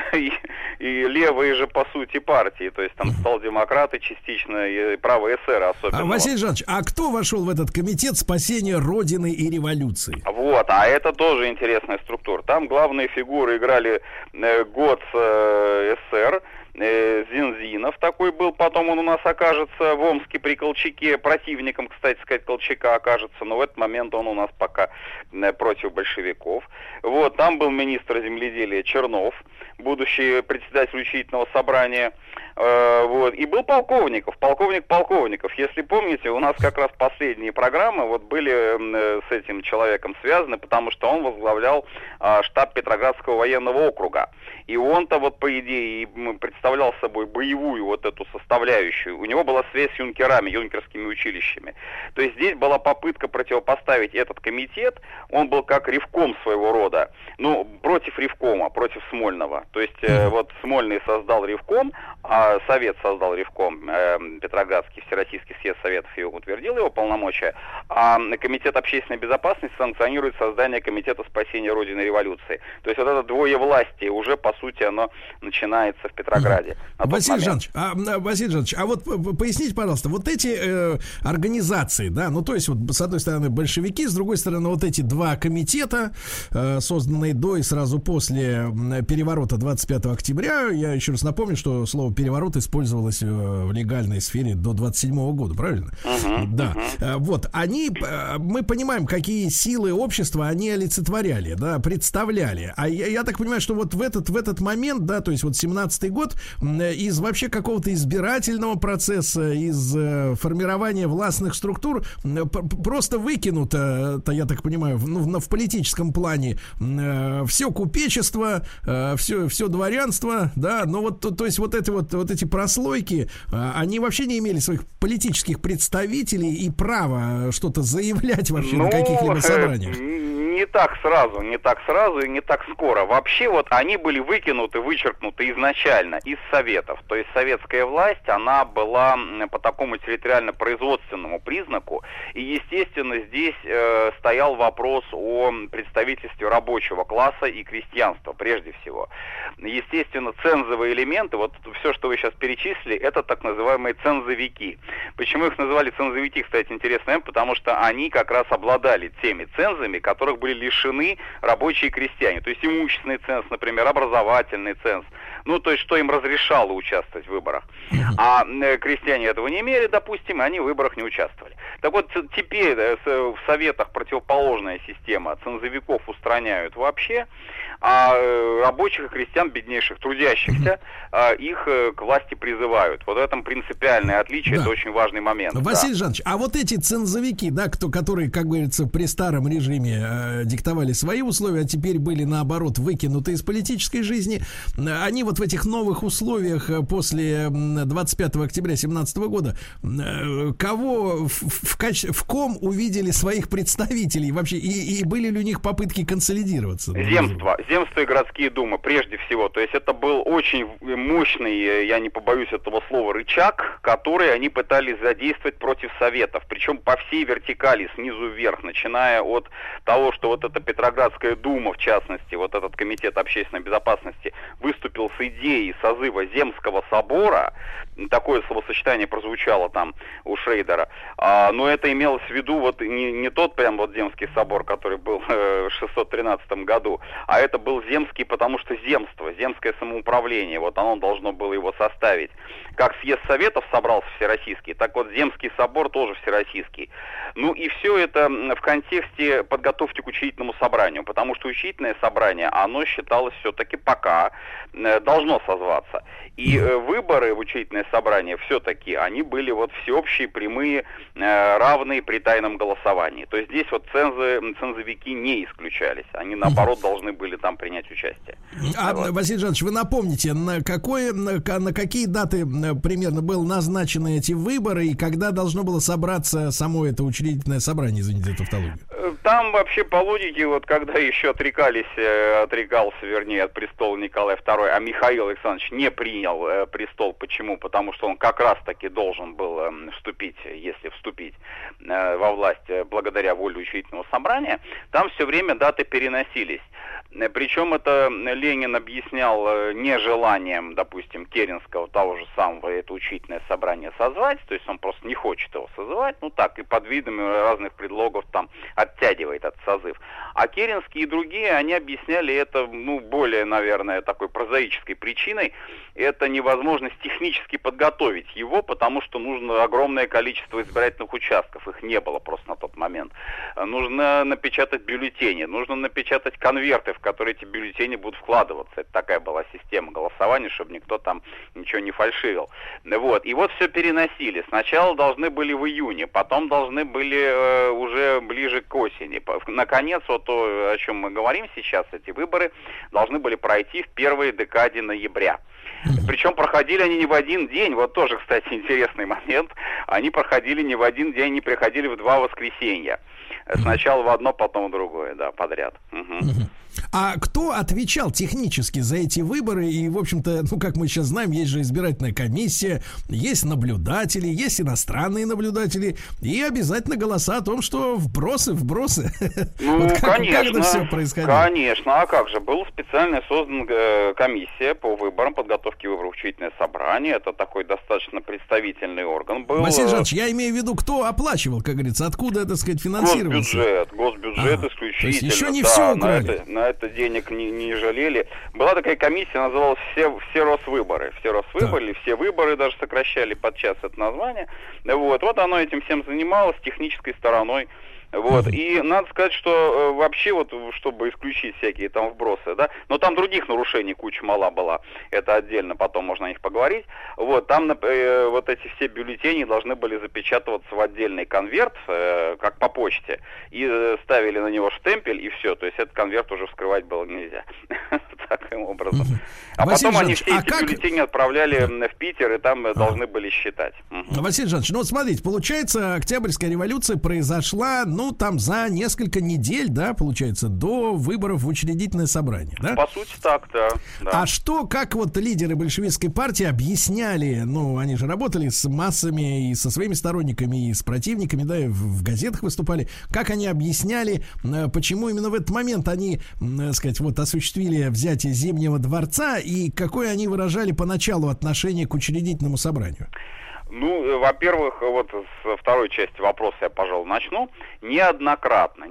и левые же, по сути, партии. То есть там социал-демократы частично, и правые эсеры особенно. Василий Жанович, а кто кто вошел в этот комитет спасения Родины и революции? Вот, а это тоже интересная структура. Там главные фигуры играли ГОЦ СССР, Зинзинов такой был, потом он у нас окажется в Омске при Колчаке, противником, кстати сказать, Колчака окажется, но в этот момент он у нас пока против большевиков. Вот, там был министр земледелия Чернов, будущий председатель учредительного собрания, вот, и был полковник Полковников. Если помните, у нас как раз последние программы вот были с этим человеком связаны, потому что он возглавлял штаб Петроградского военного округа. И он-то вот по идее представлял собой боевую вот эту составляющую. У него была связь с юнкерами, юнкерскими училищами. То есть здесь была попытка противопоставить этот комитет, он был как ревком своего рода, ну, против ревкома, против Смольного. То есть вот Смольный создал ревком, а Совет создал ревком, Петроградский Всероссийский съезд Советов его утвердил, его полномочия, а Комитет общественной безопасности санкционирует создание Комитета спасения Родины и революции. То есть вот это двоевластие уже, по сути, оно начинается в Петрограде. Василий Жанович, а вот поясните, пожалуйста, вот эти организации, да, ну то есть вот с одной стороны большевики, с другой стороны вот эти два комитета, созданные до и сразу после переворота 25 октября, я еще раз напомню, что слово переворот использовалось в легальной сфере до 27 года, правильно? Да. Вот, мы понимаем, какие силы общества они олицетворяли, да, представляли. А я так понимаю, что вот в этот момент, да, то есть вот 17-й год, из вообще какого-то избирательного процесса, из формирования властных структур просто выкинуто, я так понимаю, в политическом плане все купечество, все дворянство, да, но вот, то есть вот эти прослойки, они вообще не имели своих политических представителей и права что-то заявлять вообще на каких-либо собраниях. Не так сразу и не так скоро. Вообще вот они были вычеркнуты изначально из Советов. То есть советская власть, она была по такому территориально-производственному признаку. И, естественно, здесь стоял вопрос о представительстве рабочего класса и крестьянства, прежде всего. Естественно, цензовые элементы, вот все, что вы сейчас перечислили, это так называемые цензовики. Почему их называли цензовики, кстати, интересно, потому что они как раз обладали теми цензами, которых были лишены рабочие и крестьяне. То есть имущественный ценз, например, образовательный ценз. Ну, то есть, что им разрешало участвовать в выборах. А крестьяне этого не имели, допустим, и они в выборах не участвовали. Так вот, теперь в Советах противоположная система. Цензовиков устраняют вообще, а рабочих и крестьян, беднейших, трудящихся, их к власти призывают. Вот в этом принципиальное отличие, это очень важный момент. Василий Жанович, а вот эти цензовики, да, которые, как говорится, при старом режиме диктовали свои условия, а теперь были, наоборот, выкинуты из политической жизни, они вот в этих новых условиях после 25 октября 17 года кого в ком увидели своих представителей вообще, и были ли у них попытки консолидироваться? Земство и городские думы, прежде всего. То есть это был очень мощный, я не побоюсь этого слова, рычаг, который они пытались задействовать против Советов. Причем по всей вертикали, снизу вверх, начиная от того, что вот эта Петроградская дума, в частности, вот этот комитет общественной безопасности, выступил с идеей созыва Земского собора. Такое словосочетание прозвучало там у Шрейдера. Но это имелось в виду вот не тот прям вот Земский собор, который был в 613 году, а это был Земский, потому что земское самоуправление, вот оно должно было его составить. Как съезд Советов собрался всероссийский, так вот Земский собор тоже всероссийский. Ну и все это в контексте подготовки к учредительному собранию, потому что учредительное собрание, оно считалось все-таки пока должно созваться. И выборы в учредительное собрание все-таки, они были вот всеобщие, прямые, равные при тайном голосовании. То есть здесь вот цензовики не исключались. Они, наоборот, должны были там принять участие. Василий Жанович, вы напомните, на какие даты примерно были назначены эти выборы и когда должно было собраться само это учредительное собрание, извините за тавтологию? Там вообще по логике, вот когда еще отрекался от престола Николай II, а Михаил Александрович не принял престол. Почему? Потому что он как раз-таки должен был вступить во власть благодаря воле учредительного собрания. Там все время даты переносились. Причем это Ленин объяснял нежеланием, допустим, Керенского того же самого это учительное собрание созвать, то есть он просто не хочет его созывать, ну так, и под видами разных предлогов там оттягивает этот созыв. А Керенский и другие, они объясняли это, ну, более, наверное, такой прозаической причиной, это невозможность технически подготовить его, потому что нужно огромное количество избирательных участков, их не было просто на тот момент. Нужно напечатать бюллетени, нужно напечатать конверты, в которые эти бюллетени будут вкладываться. Это такая была система голосования, чтобы никто там ничего не фальшивил. Вот. И вот все переносили. Сначала должны были в июне, потом должны были уже ближе к осени. Наконец, вот то, о чем мы говорим сейчас, эти выборы должны были пройти в первой декаде ноября. Причем проходили они не в один день, вот тоже, кстати, интересный момент, они проходили не в один день, они приходили в 2 воскресенья. Сначала в одно, потом в другое, да, подряд. А кто отвечал технически за эти выборы? И, в общем-то, ну, как мы сейчас знаем, есть же избирательная комиссия, есть наблюдатели, есть иностранные наблюдатели, и обязательно голоса о том, что вбросы. Ну, вот конечно, как это все происходило? Конечно, а как же? Была специально создана комиссия по выборам, подготовке выборов, учительное собрание. Это такой достаточно представительный орган был. Василий Жанович, я имею в виду, кто оплачивал, как говорится, откуда, так сказать, финансировался? Госбюджет исключительно. То есть еще не да, все украли. На это денег не жалели. Была такая комиссия, называлась все Росвыборы. Все Росвыборы, или все выборы даже сокращали подчас это название. Вот оно этим всем занималось, технической стороной. Вот. И надо сказать, что вообще вот, чтобы исключить всякие там вбросы, да, но там других нарушений куча мала была, это отдельно, потом можно о них поговорить. Вот, там вот эти все бюллетени должны были запечатываться в отдельный конверт, как по почте, и ставили на него штемпель, и все, то есть этот конверт уже вскрывать было нельзя. Таким образом. А потом они все эти бюллетени отправляли в Питер, и там должны были считать. Василий Жанович, ну вот смотрите, получается, Октябрьская революция произошла, ну, там за несколько недель, да, получается, до выборов в учредительное собрание, да? По сути, так, да. А что, как вот лидеры большевистской партии объясняли, ну, они же работали с массами и со своими сторонниками, и с противниками, да, и в газетах выступали, как они объясняли, почему именно в этот момент они, так сказать, вот осуществили взятие Зимнего дворца, и какое они выражали поначалу отношение к учредительному собранию? Ну, во-первых, вот с второй части вопроса я, пожалуй, начну. Неоднократно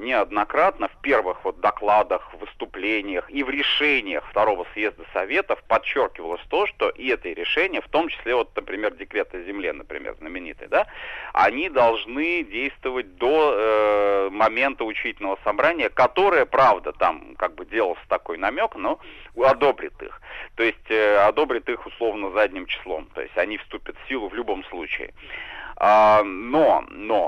в первых вот докладах, выступлениях и в решениях Второго съезда Советов подчеркивалось то, что и это решение, в том числе, вот, например, декрет о земле, например, знаменитый, да, они должны действовать до момента учредительного собрания, которое, правда, там как бы делался такой намек, но одобрит их. То есть одобрит их условно задним числом. То есть они вступят в силу в любом случае. Но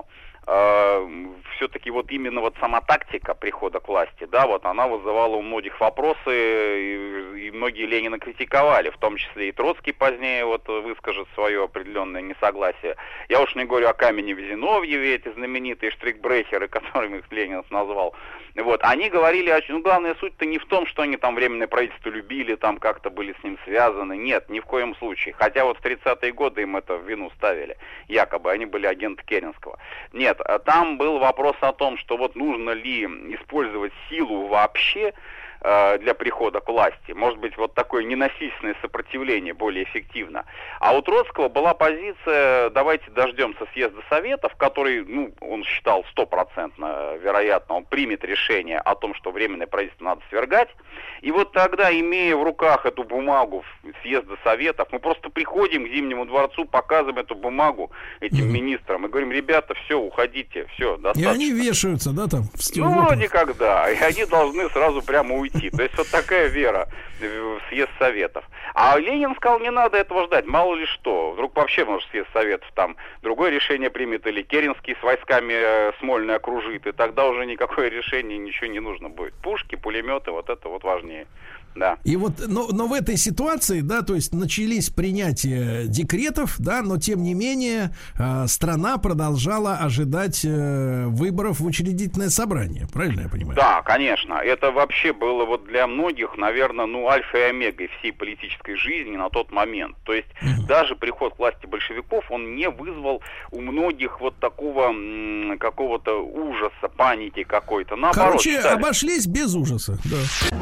все-таки вот именно вот сама тактика прихода к власти, да, вот она вызывала у многих вопросы, и многие Ленина критиковали, в том числе и Троцкий позднее вот выскажет свое определенное несогласие. Я уж не говорю о Каменеве-Зиновьеве, эти знаменитые штрикбрехеры, которыми их Ленин назвал. Вот, они говорили, ну, главная суть-то не в том, что они там Временное правительство любили, там как-то были с ним связаны, нет, ни в коем случае. Хотя вот в 30-е годы им это в вину ставили, якобы они были агенты Керенского. Нет, там был вопрос о том, что вот нужно ли использовать силу вообще для прихода к власти. Может быть, вот такое ненасильственное сопротивление более эффективно. А у Троцкого была позиция, давайте дождемся съезда Советов, который, ну, он считал 100% вероятно, он примет решение о том, что Временное правительство надо свергать. И вот тогда, имея в руках эту бумагу съезда Советов, мы просто приходим к Зимнему дворцу, показываем эту бумагу этим министрам и говорим: ребята, все, уходите, все, достаточно. И они вешаются, да, там? Ну, вроде как, да. И они должны сразу прямо уйти. То есть вот такая вера в съезд Советов. А Ленин сказал, не надо этого ждать, мало ли что. Вдруг вообще, может, съезд Советов там другое решение примет, или Керенский с войсками Смольный окружит, и тогда уже никакое решение, ничего не нужно будет. Пушки, пулеметы, вот это вот важнее. Да. И вот, но в этой ситуации, да, то есть начались принятия декретов, да, но тем не менее страна продолжала ожидать выборов в учредительное собрание, правильно я понимаю? Да, конечно. Это вообще было вот для многих, наверное, альфа и омегой всей политической жизни на тот момент. То есть даже приход к власти большевиков, он не вызвал у многих вот такого какого-то ужаса, паники какой-то. Наоборот, короче, обошлись без ужаса, да.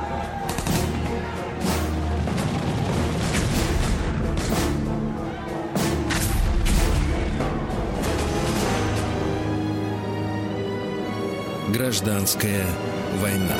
Гражданская война.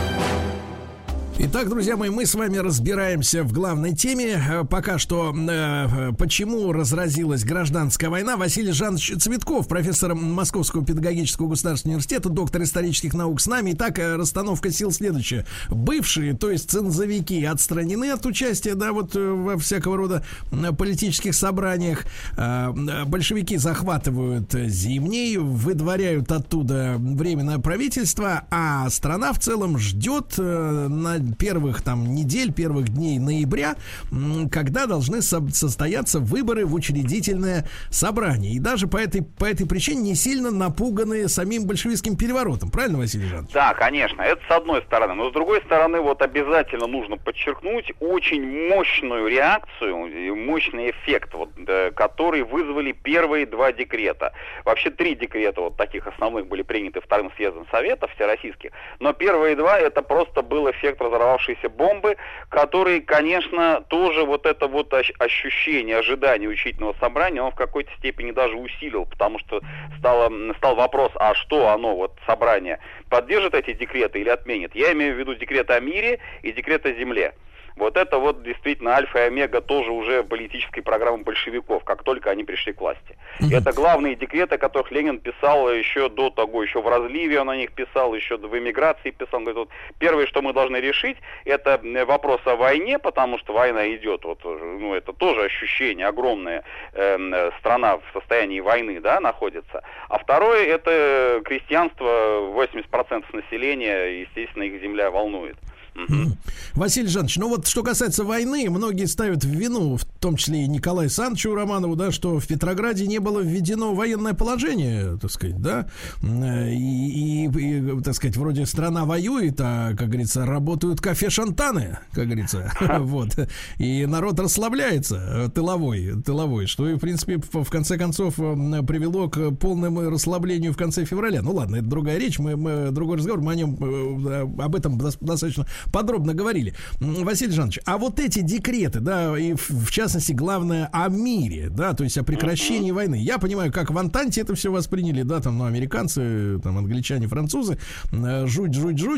Итак, друзья мои, мы с вами разбираемся в главной теме. Пока что, почему разразилась гражданская война. Василий Жанович Цветков, профессор Московского педагогического государственного университета, доктор исторических наук, с нами. Итак, расстановка сил следующая. Бывшие, то есть цензовики, отстранены от участия, да, вот во всякого рода политических собраниях. Большевики захватывают Зимний, выдворяют оттуда временное правительство, а страна в целом ждет на первых недель, первых дней ноября, когда должны состояться выборы в учредительное собрание. И даже по этой причине не сильно напуганы самим большевистским переворотом. Правильно, Василий Жанович? Да, конечно. Это с одной стороны. Но с другой стороны, вот обязательно нужно подчеркнуть очень мощную реакцию, мощный эффект, который вызвали первые два декрета. Вообще 3 декрета вот таких основных были приняты Вторым съездом Советов всероссийских. Но первые 2 это просто был эффект разорвавшейся бомбы, который, конечно, тоже вот это вот ощущение, ожидание учительного собрания, он в какой-то степени даже усилил, потому что стал вопрос, а что оно, вот собрание, поддержит эти декреты или отменит? Я имею в виду декрет о мире и декрет о земле. Вот это вот действительно альфа и омега тоже уже политической программы большевиков, как только они пришли к власти. Это главные декреты, о которых Ленин писал еще до того, еще в разливе он о них писал, еще в эмиграции писал. Он говорит, вот, первое, что мы должны решить, это вопрос о войне, потому что война идет, это тоже ощущение огромное, страна в состоянии войны, да, находится. А второе, это крестьянство, 80% населения, естественно, их земля волнует. Василий Жанович, вот что касается войны, многие ставят в вину, в том числе и Николаю Александровичу Романову, да, что в Петрограде не было введено военное положение, так сказать, да, и так сказать, вроде страна воюет, а, как говорится, работают кафе-шантаны, как говорится, вот, и народ расслабляется, тыловой, что и, в принципе, в конце концов привело к полному расслаблению в конце февраля. Ну ладно, это другая речь, мы другой разговор, мы об этом достаточно подробно говорили. Василий Жанович, а вот эти декреты, да, и в частности, главное, о мире, да, то есть о прекращении войны. Я понимаю, как в Антанте это все восприняли, да, американцы, англичане, французы, жуть.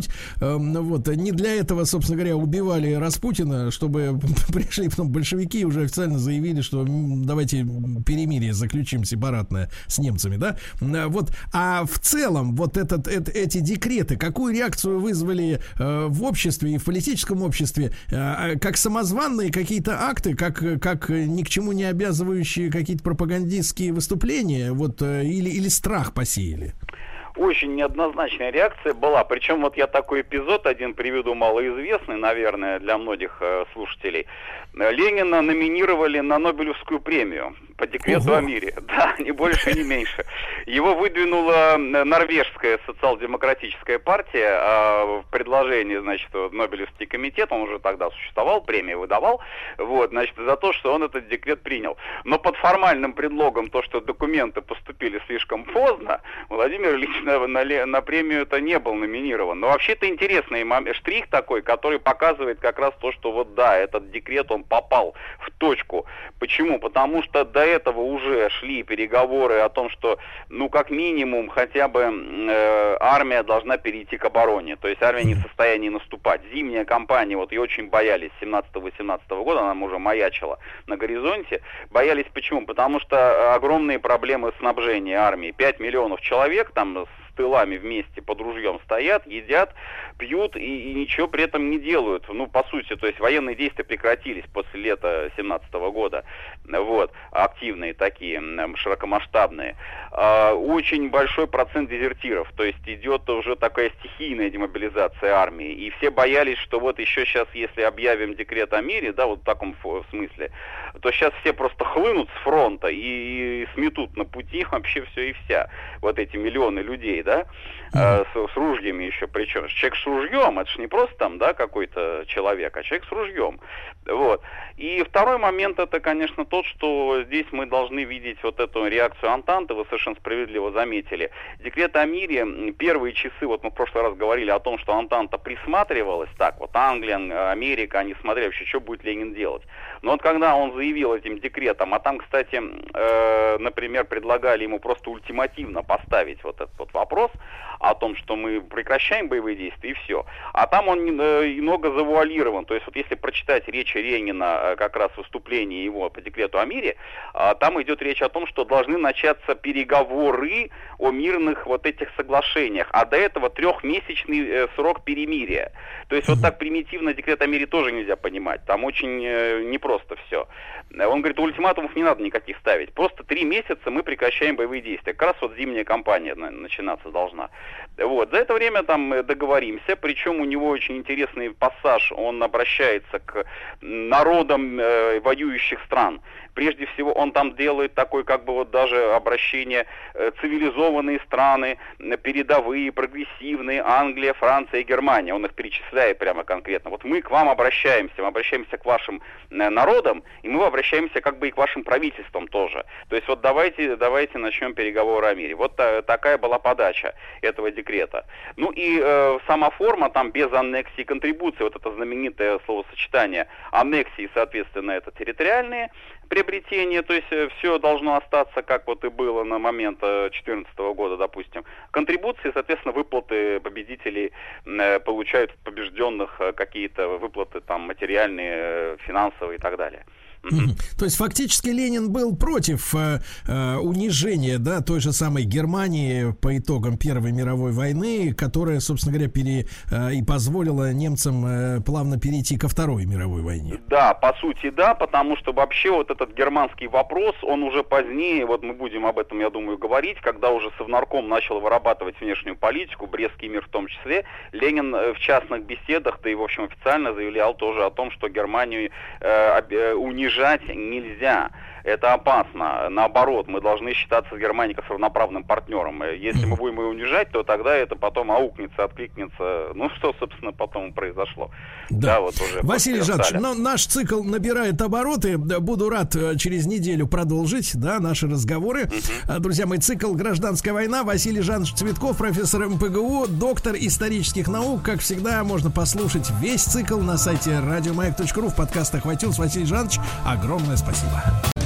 Вот, не для этого, собственно говоря, убивали Распутина, чтобы пришли потом большевики и уже официально заявили, что давайте перемирие заключим сепаратное с немцами, да. Вот, а в целом, вот эти декреты, какую реакцию вызвали в обществе и в политическом обществе, как самозванные какие-то акты, как ни к чему не обязывающие какие-то пропагандистские выступления, вот, или страх посеяли? Очень неоднозначная реакция была. Причем вот я такой эпизод один приведу, малоизвестный, наверное, для многих слушателей. Ленина номинировали на Нобелевскую премию по декрету о мире. Да, ни больше, ни меньше. Его выдвинула норвежская социал-демократическая партия в предложении, значит, Нобелевский комитет, он уже тогда существовал, премию выдавал, вот, значит, за то, что он этот декрет принял. Но под формальным предлогом то, что документы поступили слишком поздно, Владимир Ильич на премию это не был номинирован. Но вообще это интересный штрих такой, который показывает как раз то, что вот да, этот декрет, он попал в точку. Почему? Потому что до этого уже шли переговоры о том, что, как минимум, хотя бы армия должна перейти к обороне. То есть армия не в состоянии наступать. Зимняя кампания, вот ее очень боялись 17-18 года, она уже маячила на горизонте. Боялись почему? Потому что огромные проблемы снабжения армии. 5 миллионов человек, там с тылами вместе под ружьем стоят, едят, пьют и ничего при этом не делают. Ну, по сути, то есть военные действия прекратились после лета 2017 года. Вот, активные такие, широкомасштабные. Очень большой процент дезертиров, то есть идет уже такая стихийная демобилизация армии. И все боялись, что вот еще сейчас, если объявим декрет о мире, да, вот в таком смысле, то сейчас все просто хлынут с фронта и сметут на пути вообще все и вся. Вот эти миллионы людей, да, с ружьями еще, причем человек с ружьем, это же не просто там, да, какой-то человек, а человек с ружьем. Вот. И второй момент, это, конечно, тот, что здесь мы должны видеть вот эту реакцию Антанты, вы совершенно справедливо заметили. Декрет о мире, первые часы, вот мы в прошлый раз говорили о том, что Антанта присматривалась, так вот, Англия, Америка, они смотрели вообще, что будет Ленин делать. Но вот когда он заявил этим декретом, а там, кстати, например, предлагали ему просто ультимативно поставить вот этот вот вопрос о том, что мы прекращаем боевые действия и все. А там он немного завуалирован. То есть вот если прочитать речь Ленина, как раз выступление его по декрету о мире, там идет речь о том, что должны начаться переговоры о мирных вот этих соглашениях, а до этого 3-месячный срок перемирия. То есть вот так примитивно декрет о мире тоже нельзя понимать. Там очень непросто все. Он говорит, ультиматумов не надо никаких ставить. Просто 3 месяца мы прекращаем боевые действия. Как раз вот зимняя кампания начинаться должна. Вот. За это время там договоримся. Причем у него очень интересный пассаж. Он обращается к народам воюющих стран. Прежде всего, он там делает такой, как бы вот даже обращение цивилизованные страны, передовые, прогрессивные, Англия, Франция и Германия. Он их перечисляет прямо конкретно. Вот мы к вам обращаемся, мы обращаемся к вашим народам, и мы обращаемся как бы и к вашим правительствам тоже. То есть вот давайте начнем переговоры о мире. Вот такая была подача этого декрета. Ну и сама форма там без аннексии и контрибуции, вот это знаменитое словосочетание аннексии, соответственно, это территориальные приобретения, то есть все должно остаться, как вот и было на момент 2014 года, допустим. Контрибуции, соответственно, выплаты победителей получают побежденных какие-то выплаты там материальные, финансовые и так далее. То есть фактически Ленин был против унижения, да, той же самой Германии по итогам Первой мировой войны, которая, собственно говоря, и позволила немцам плавно перейти ко Второй мировой войне. Да, по сути, да, потому что вообще вот этот германский вопрос, он уже позднее, вот мы будем об этом, я думаю, говорить, когда уже Совнарком начал вырабатывать внешнюю политику, Брестский мир в том числе, Ленин в частных беседах, да и, в общем, официально заявлял тоже о том, что Германию унижать нельзя. Это опасно. Наоборот, мы должны считаться с Германией как с равноправным партнером. Если мы будем ее унижать, то тогда это потом аукнется, откликнется. Ну, что, собственно, потом и произошло. Да, вот уже Василий Жанович, но наш цикл набирает обороты. Буду рад через неделю продолжить, да, наши разговоры. Друзья мои, цикл «Гражданская война». Василий Жанович Цветков, профессор МПГУ, доктор исторических наук. Как всегда, можно послушать весь цикл на сайте radiomayak.ru в подкастах в iTunes. Василий Жанович, огромное спасибо.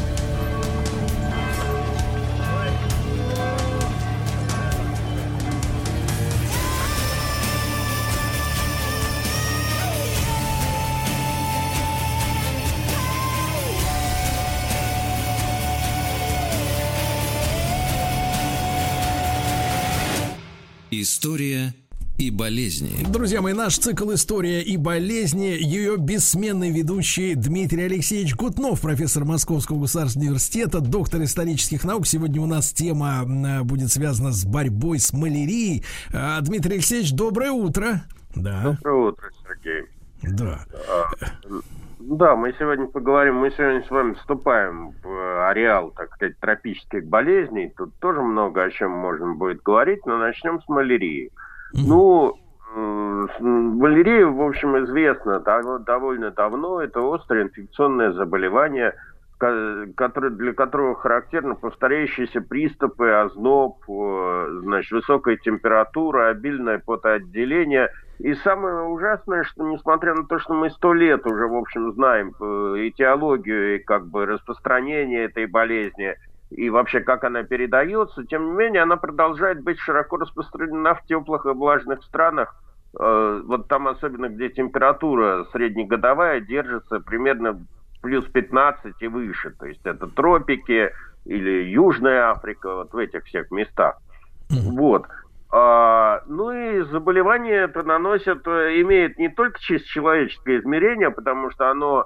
История и болезни. Друзья мои, наш цикл «История и болезни», ее бессменный ведущий Дмитрий Алексеевич Кутнов, профессор Московского государственного университета, доктор исторических наук. Сегодня у нас тема будет связана с борьбой с малярией. Дмитрий Алексеевич, доброе утро. Да. Доброе утро, Сергей. Да. Да, мы сегодня с вами вступаем в ареал, так сказать, тропических болезней. Тут тоже много о чем можно будет говорить, но начнем с малярии. Ну, малярия, в общем, известна довольно давно. Это острое инфекционное заболевание, для которого характерны повторяющиеся приступы, озноб, значит, высокая температура, обильное потоотделение. И самое ужасное, что несмотря на то, что мы 100 лет уже, в общем, знаем этиологию и как бы распространение этой болезни, и вообще как она передается, тем не менее она продолжает быть широко распространена в теплых и влажных странах. Вот там особенно, где температура среднегодовая держится примерно плюс 15 и выше. То есть это тропики или Южная Африка, вот в этих всех местах. Вот. Ну и заболевание это имеет не только чисто человеческое измерение, потому что оно,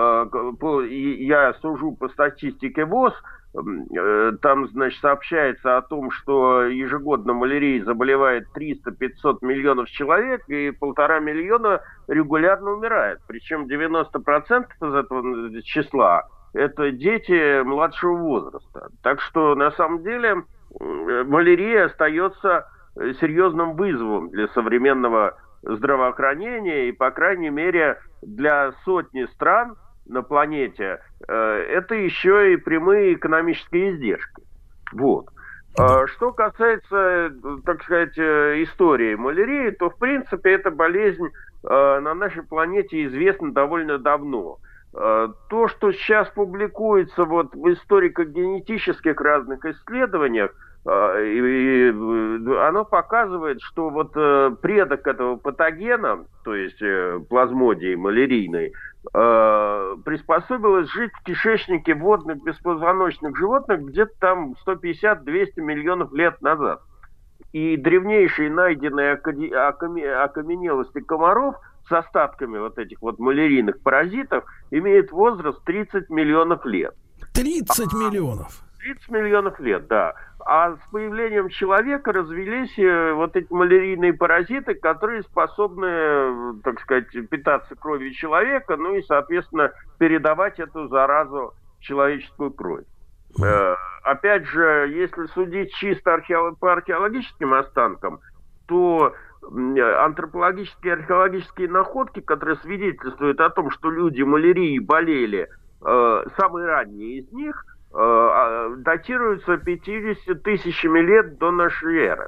я сужу по статистике ВОЗ, там, значит, сообщается о том, что ежегодно малярией заболевает 300-500 миллионов человек, и 1,5 миллиона регулярно умирает. Причем 90% из этого числа это дети младшего возраста. Так что, на самом деле, малярия остается серьезным вызовом для современного здравоохранения, и, по крайней мере, для сотни стран на планете это еще и прямые экономические издержки. Вот. Что касается, так сказать, истории малярии, то, в принципе, эта болезнь на нашей планете известна довольно давно. То, что сейчас публикуется вот в историко-генетических разных исследованиях, оно показывает, что вот предок этого патогена, то есть плазмодии малярийной, приспособилась жить в кишечнике водных беспозвоночных животных где-то там 150-200 миллионов лет назад. И древнейшие найденные окаменелости комаров с остатками вот этих вот малярийных паразитов имеют возраст 30 миллионов лет. 30 миллионов? 30 миллионов лет, да. А с появлением человека развелись вот эти малярийные паразиты, которые способны, так сказать, питаться кровью человека, ну и, соответственно, передавать эту заразу в человеческую кровь. Опять же, если судить чисто по археологическим останкам, то антропологические и археологические находки, которые свидетельствуют о том, что люди малярией болели, самые ранние из них датируются 50 тысячами лет до нашей эры.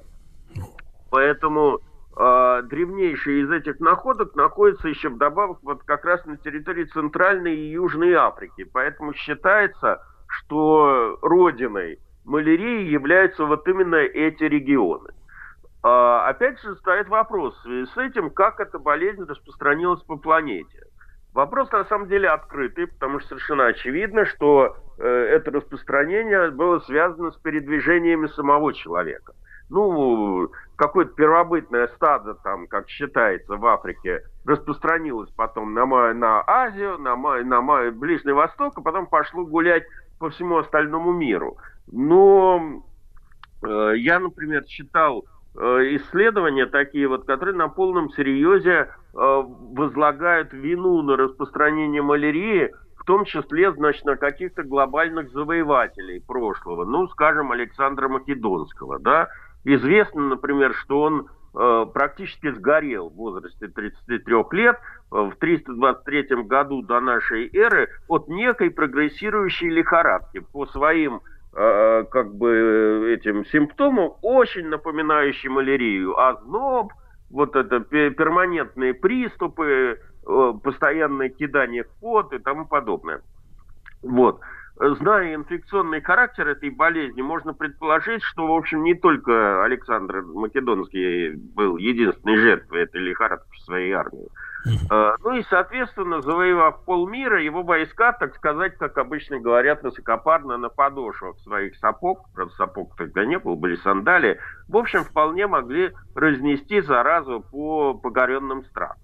Поэтому древнейшие из этих находок находятся еще вдобавок вот как раз на территории Центральной и Южной Африки. Поэтому считается, что родиной малярии являются вот именно эти регионы. Опять же стоит вопрос в связи с этим, как эта болезнь распространилась по планете. Вопрос на самом деле открытый, потому что совершенно очевидно, что это распространение было связано с передвижениями самого человека. Ну, какое-то первобытное стадо, там, как считается, в Африке распространилось потом на Азию, на Ближний Восток, а потом пошло гулять по всему остальному миру. Но я, например, читал исследования такие вот, которые на полном серьезе возлагают вину на распространение малярии, в том числе, значит, на каких-то глобальных завоевателей прошлого, ну, скажем, Александра Македонского, да. Известно, например, что он практически сгорел в возрасте 33 лет в 323 году до нашей эры от некой прогрессирующей лихорадки. По своим как бы этим симптомам, очень напоминающий малярию. Озноб, вот это перманентные приступы, постоянное кидание в пот и тому подобное. Вот. Зная инфекционный характер этой болезни, можно предположить, что, в общем, не только Александр Македонский был единственной жертвой этой лихорадки в своей армии. Ну и, соответственно, завоевав полмира, его войска, так сказать, как обычно говорят, высокопарно на подошвах своих сапог, правда, сапог тогда не было, были сандалии, в общем, вполне могли разнести заразу по погоренным странам.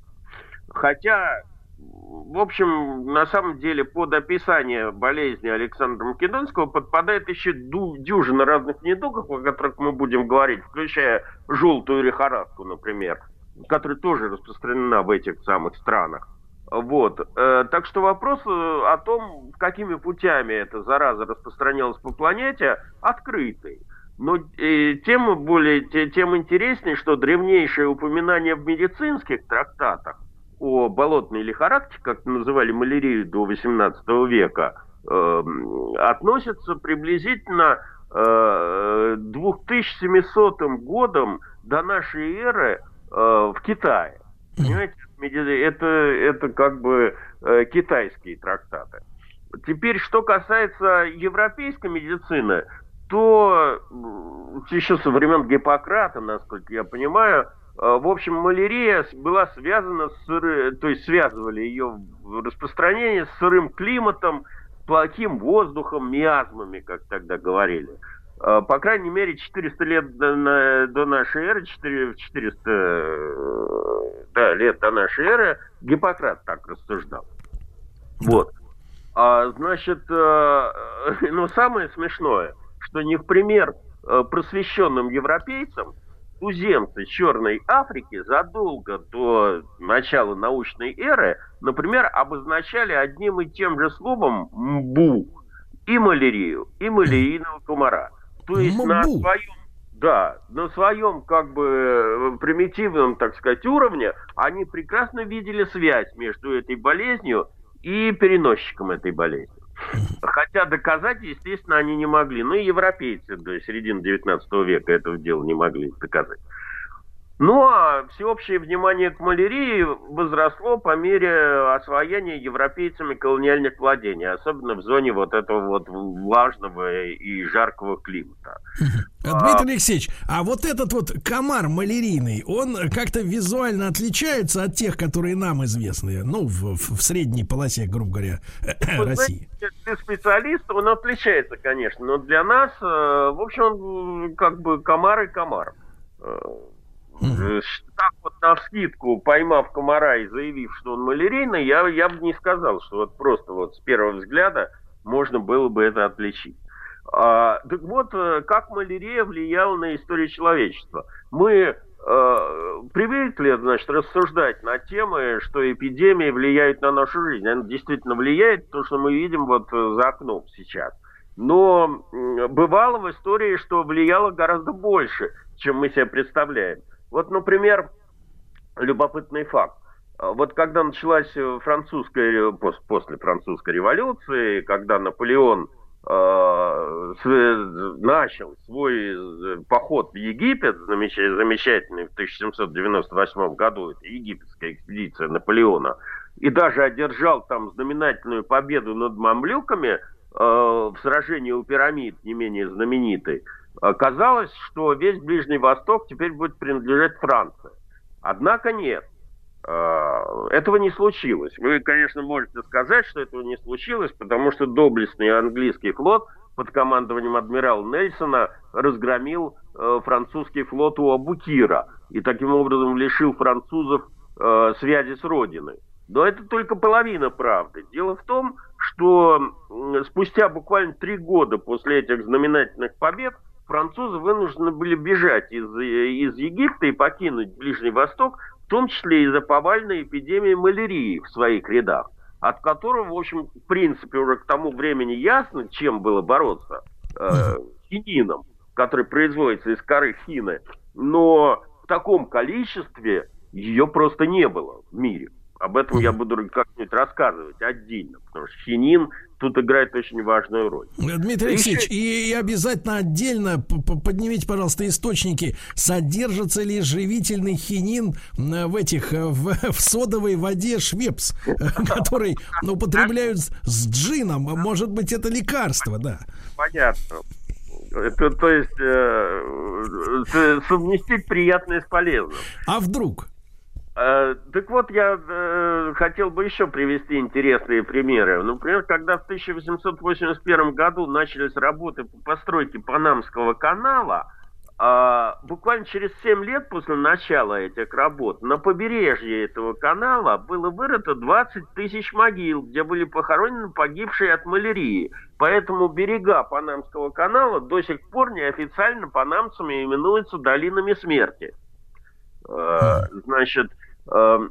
Хотя, в общем, на самом деле, под описание болезни Александра Македонского подпадает еще дюжина разных недугов, о которых мы будем говорить, включая желтую лихорадку, например, которая тоже распространена в этих самых странах. Вот. Так что вопрос о том, какими путями эта зараза распространялась по планете, открытый. Но тем интереснее, что древнейшие упоминания в медицинских трактатах о болотной лихорадке, как называли малярию до XVIII века, относятся приблизительно к 2700 годам до нашей эры в Китае. Понимаете, это как бы китайские трактаты. Теперь, что касается европейской медицины, то еще со времен Гиппократа, насколько я понимаю, в общем, малярия была связана то есть связывали ее распространение с сырым климатом, плохим воздухом, миазмами, как тогда говорили. По крайней мере, 400 лет до нашей эры, 400 лет до нашей эры Гиппократ так рассуждал. Вот. Значит, самое смешное, что не в пример просвещенным европейцам туземцы Черной Африки задолго до начала научной эры, например, обозначали одним и тем же словом «мбу» и малярию, и малярийного комара. То есть на своем как бы примитивном, так сказать, уровне они прекрасно видели связь между этой болезнью и переносчиком этой болезни. Хотя доказать, естественно, они не могли. Ну и европейцы до середины 19 века этого дела не могли доказать. Ну а всеобщее внимание к малярии возросло по мере освоения европейцами колониальных владений, особенно в зоне вот этого вот влажного и жаркого климата. Дмитрий Алексеевич, а вот этот вот комар малярийный, он как-то визуально отличается от тех, которые нам известны, ну, в средней полосе, грубо говоря, России? Для специалиста он отличается, конечно, но для нас, в общем, он как бы комар и комар. Так вот навскидку, поймав комара и заявив, что он малярийный, я бы не сказал, что вот просто вот с первого взгляда можно было бы это отличить. Так вот, как малярия влияла на историю человечества. Мы привыкли, значит, рассуждать на темы, что эпидемии влияют на нашу жизнь. Она действительно влияет, то, что мы видим вот за окном сейчас. Но бывало в истории, что влияло гораздо больше, чем мы себе представляем. Вот, например, любопытный факт. Вот когда началась после французской революции, когда Наполеон начал свой поход в Египет, замечательный в 1798 году, это египетская экспедиция Наполеона, и даже одержал там знаменательную победу над мамлюками в сражении у пирамид, не менее знаменитой, казалось, что весь Ближний Восток теперь будет принадлежать Франции. Однако нет. Этого не случилось. Вы, конечно, можете сказать, что этого не случилось, потому что доблестный английский флот под командованием адмирала Нельсона разгромил французский флот у Абукира и таким образом лишил французов связи с родиной. Но это только половина правды. Дело в том, что спустя буквально 3 года после этих знаменательных побед французы вынуждены были бежать из Египта и покинуть Ближний Восток, в том числе из-за повальной эпидемии малярии в своих рядах, от которого, в общем, в принципе, уже к тому времени ясно, чем было бороться. Хинином, который производится из коры хины, но в таком количестве ее просто не было в мире. Об этом я буду как-нибудь рассказывать отдельно, потому что хинин тут играет очень важную роль. Дмитрий Алексеевич, и обязательно отдельно поднимите, пожалуйста, источники. Содержится ли живительный хинин в содовой воде Швепс, который употребляют с джином? Может быть, это лекарство, да? Понятно. То есть совместить приятное с полезным. А вдруг? Так вот, я хотел бы еще привести интересные примеры. Например, когда в 1881 году начались работы по постройке Панамского канала, буквально через 7 лет после начала этих работ на побережье этого канала было вырыто 20 тысяч могил, где были похоронены погибшие от малярии. Поэтому берега Панамского канала до сих пор неофициально панамцами именуются долинами смерти. Значит, про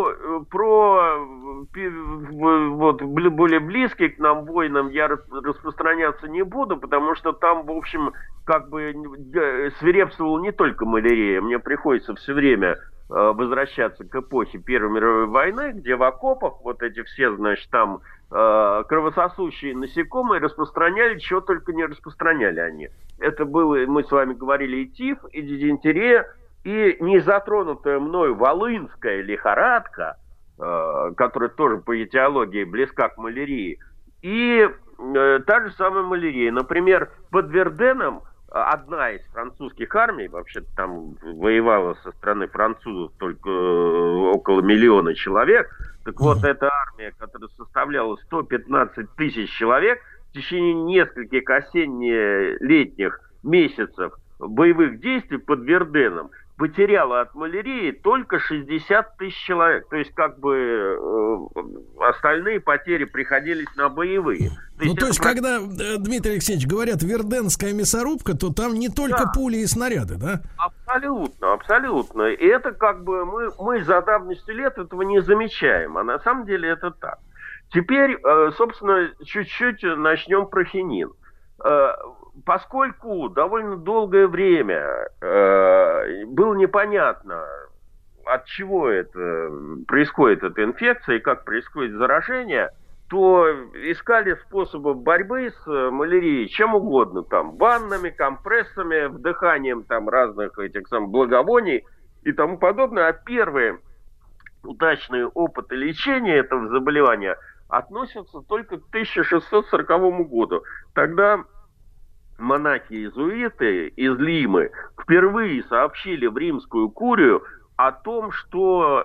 более близкие к нам войнам я распространяться не буду, потому что там, в общем, как бы свирепствовала не только малярия. Мне приходится все время возвращаться к эпохе Первой мировой войны, где в окопах вот эти все, значит, там кровососущие насекомые распространяли, чего только не распространяли они. Это было, мы с вами говорили, и тиф, и дизентерия, и незатронутая мною волынская лихорадка, которая тоже по этиологии близка к малярии, и та же самая малярия. Например, под Верденом одна из французских армий, вообще-то там воевала со стороны французов только около 1 миллиона человек, так вот эта армия, которая составляла 115 тысяч человек, в течение нескольких осенне-летних месяцев боевых действий под Верденом потеряло от малярии только 60 тысяч человек. То есть, как бы остальные потери приходились на боевые. То есть, когда, Дмитрий Алексеевич, говорят верденская мясорубка, то там не только пули и снаряды, да? Абсолютно, абсолютно. И это как бы мы за давностью лет этого не замечаем, а на самом деле это так. Теперь, собственно, чуть-чуть начнем про хинин. Поскольку довольно долгое время было непонятно, от чего это происходит, эта инфекция, и как происходит заражение, то искали способы борьбы с малярией чем угодно, там, ваннами, компрессами, вдыханием там разных этих самых благовоний и тому подобное. А первые удачные опыты лечения этого заболевания относятся только к 1640 году. Тогда монахи-иезуиты из Лимы впервые сообщили в римскую курию о том, что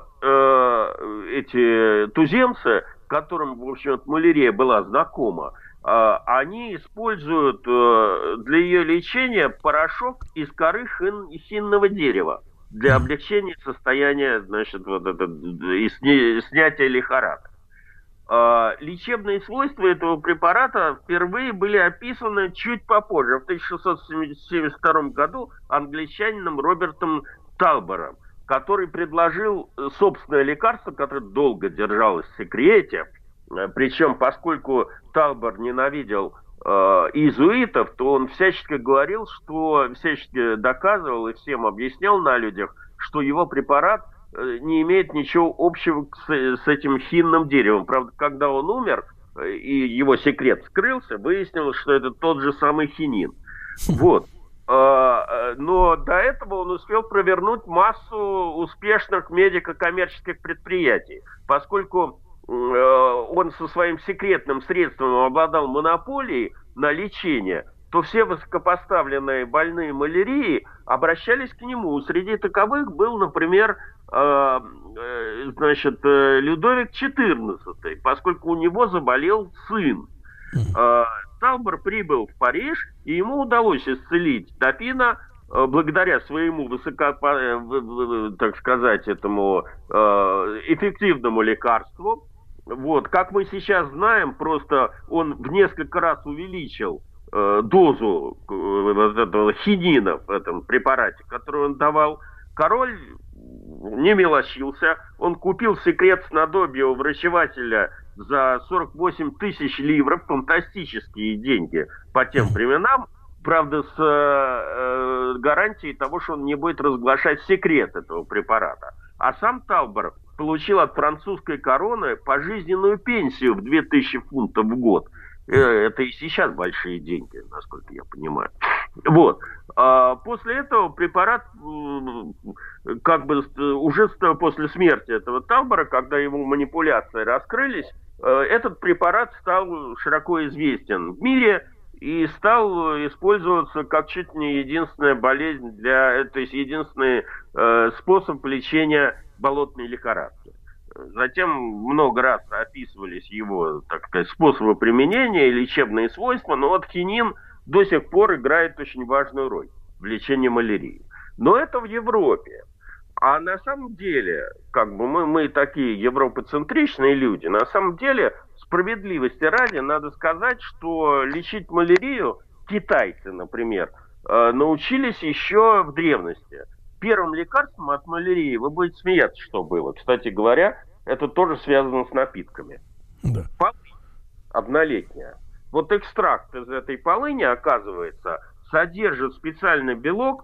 эти туземцы, которым, в общем, малярия была знакома, они используют для ее лечения порошок из коры хинного дерева для облегчения состояния, значит, и снятия лихорадок. Лечебные свойства этого препарата впервые были описаны чуть попозже, в 1672 году, англичанином Робертом Талбором, который предложил собственное лекарство, которое долго держалось в секрете. Причем, поскольку Талбор ненавидел иезуитов, то он всячески говорил, что всячески доказывал и всем объяснял на людях, что его препарат не имеет ничего общего с этим хинным деревом. Правда, когда он умер, и его секрет скрылся, выяснилось, что это тот же самый хинин. Вот. Но до этого он успел провернуть массу успешных медико-коммерческих предприятий. Поскольку он со своим секретным средством обладал монополией на лечение, то все высокопоставленные больные малярией обращались к нему. Среди таковых был, например, Людовик XIV, поскольку у него заболел сын. Талбор прибыл в Париж, и ему удалось исцелить дофина благодаря своему так сказать, этому эффективному лекарству. Вот. Как мы сейчас знаем, просто он в несколько раз увеличил дозу вот этого хинина в этом препарате, который он давал. Король не мелочился, он купил секрет снадобья у врачевателя за 48 тысяч ливров, фантастические деньги по тем временам, правда, с гарантией того, что он не будет разглашать секрет этого препарата. А сам Талбор получил от французской короны пожизненную пенсию в 2000 фунтов в год. Это и сейчас большие деньги, насколько я понимаю. Вот. После этого препарат, как бы уже после смерти этого Талбора, когда его манипуляции раскрылись, этот препарат стал широко известен в мире и стал использоваться как чуть не единственная болезнь то есть единственный способ лечения болотной лихорадки. Затем много раз описывались его, так сказать, способы применения и лечебные свойства, но вот хинин до сих пор играет очень важную роль в лечении малярии. Но это в Европе. А на самом деле, как бы мы такие европоцентричные люди, на самом деле, справедливости ради, надо сказать, что лечить малярию китайцы, например, научились еще в древности. Первым лекарством от малярии, вы будете смеяться, что было. Кстати говоря, это тоже связано с напитками. Да. Полынь однолетняя. Вот экстракт из этой полыни, оказывается, содержит специальный белок,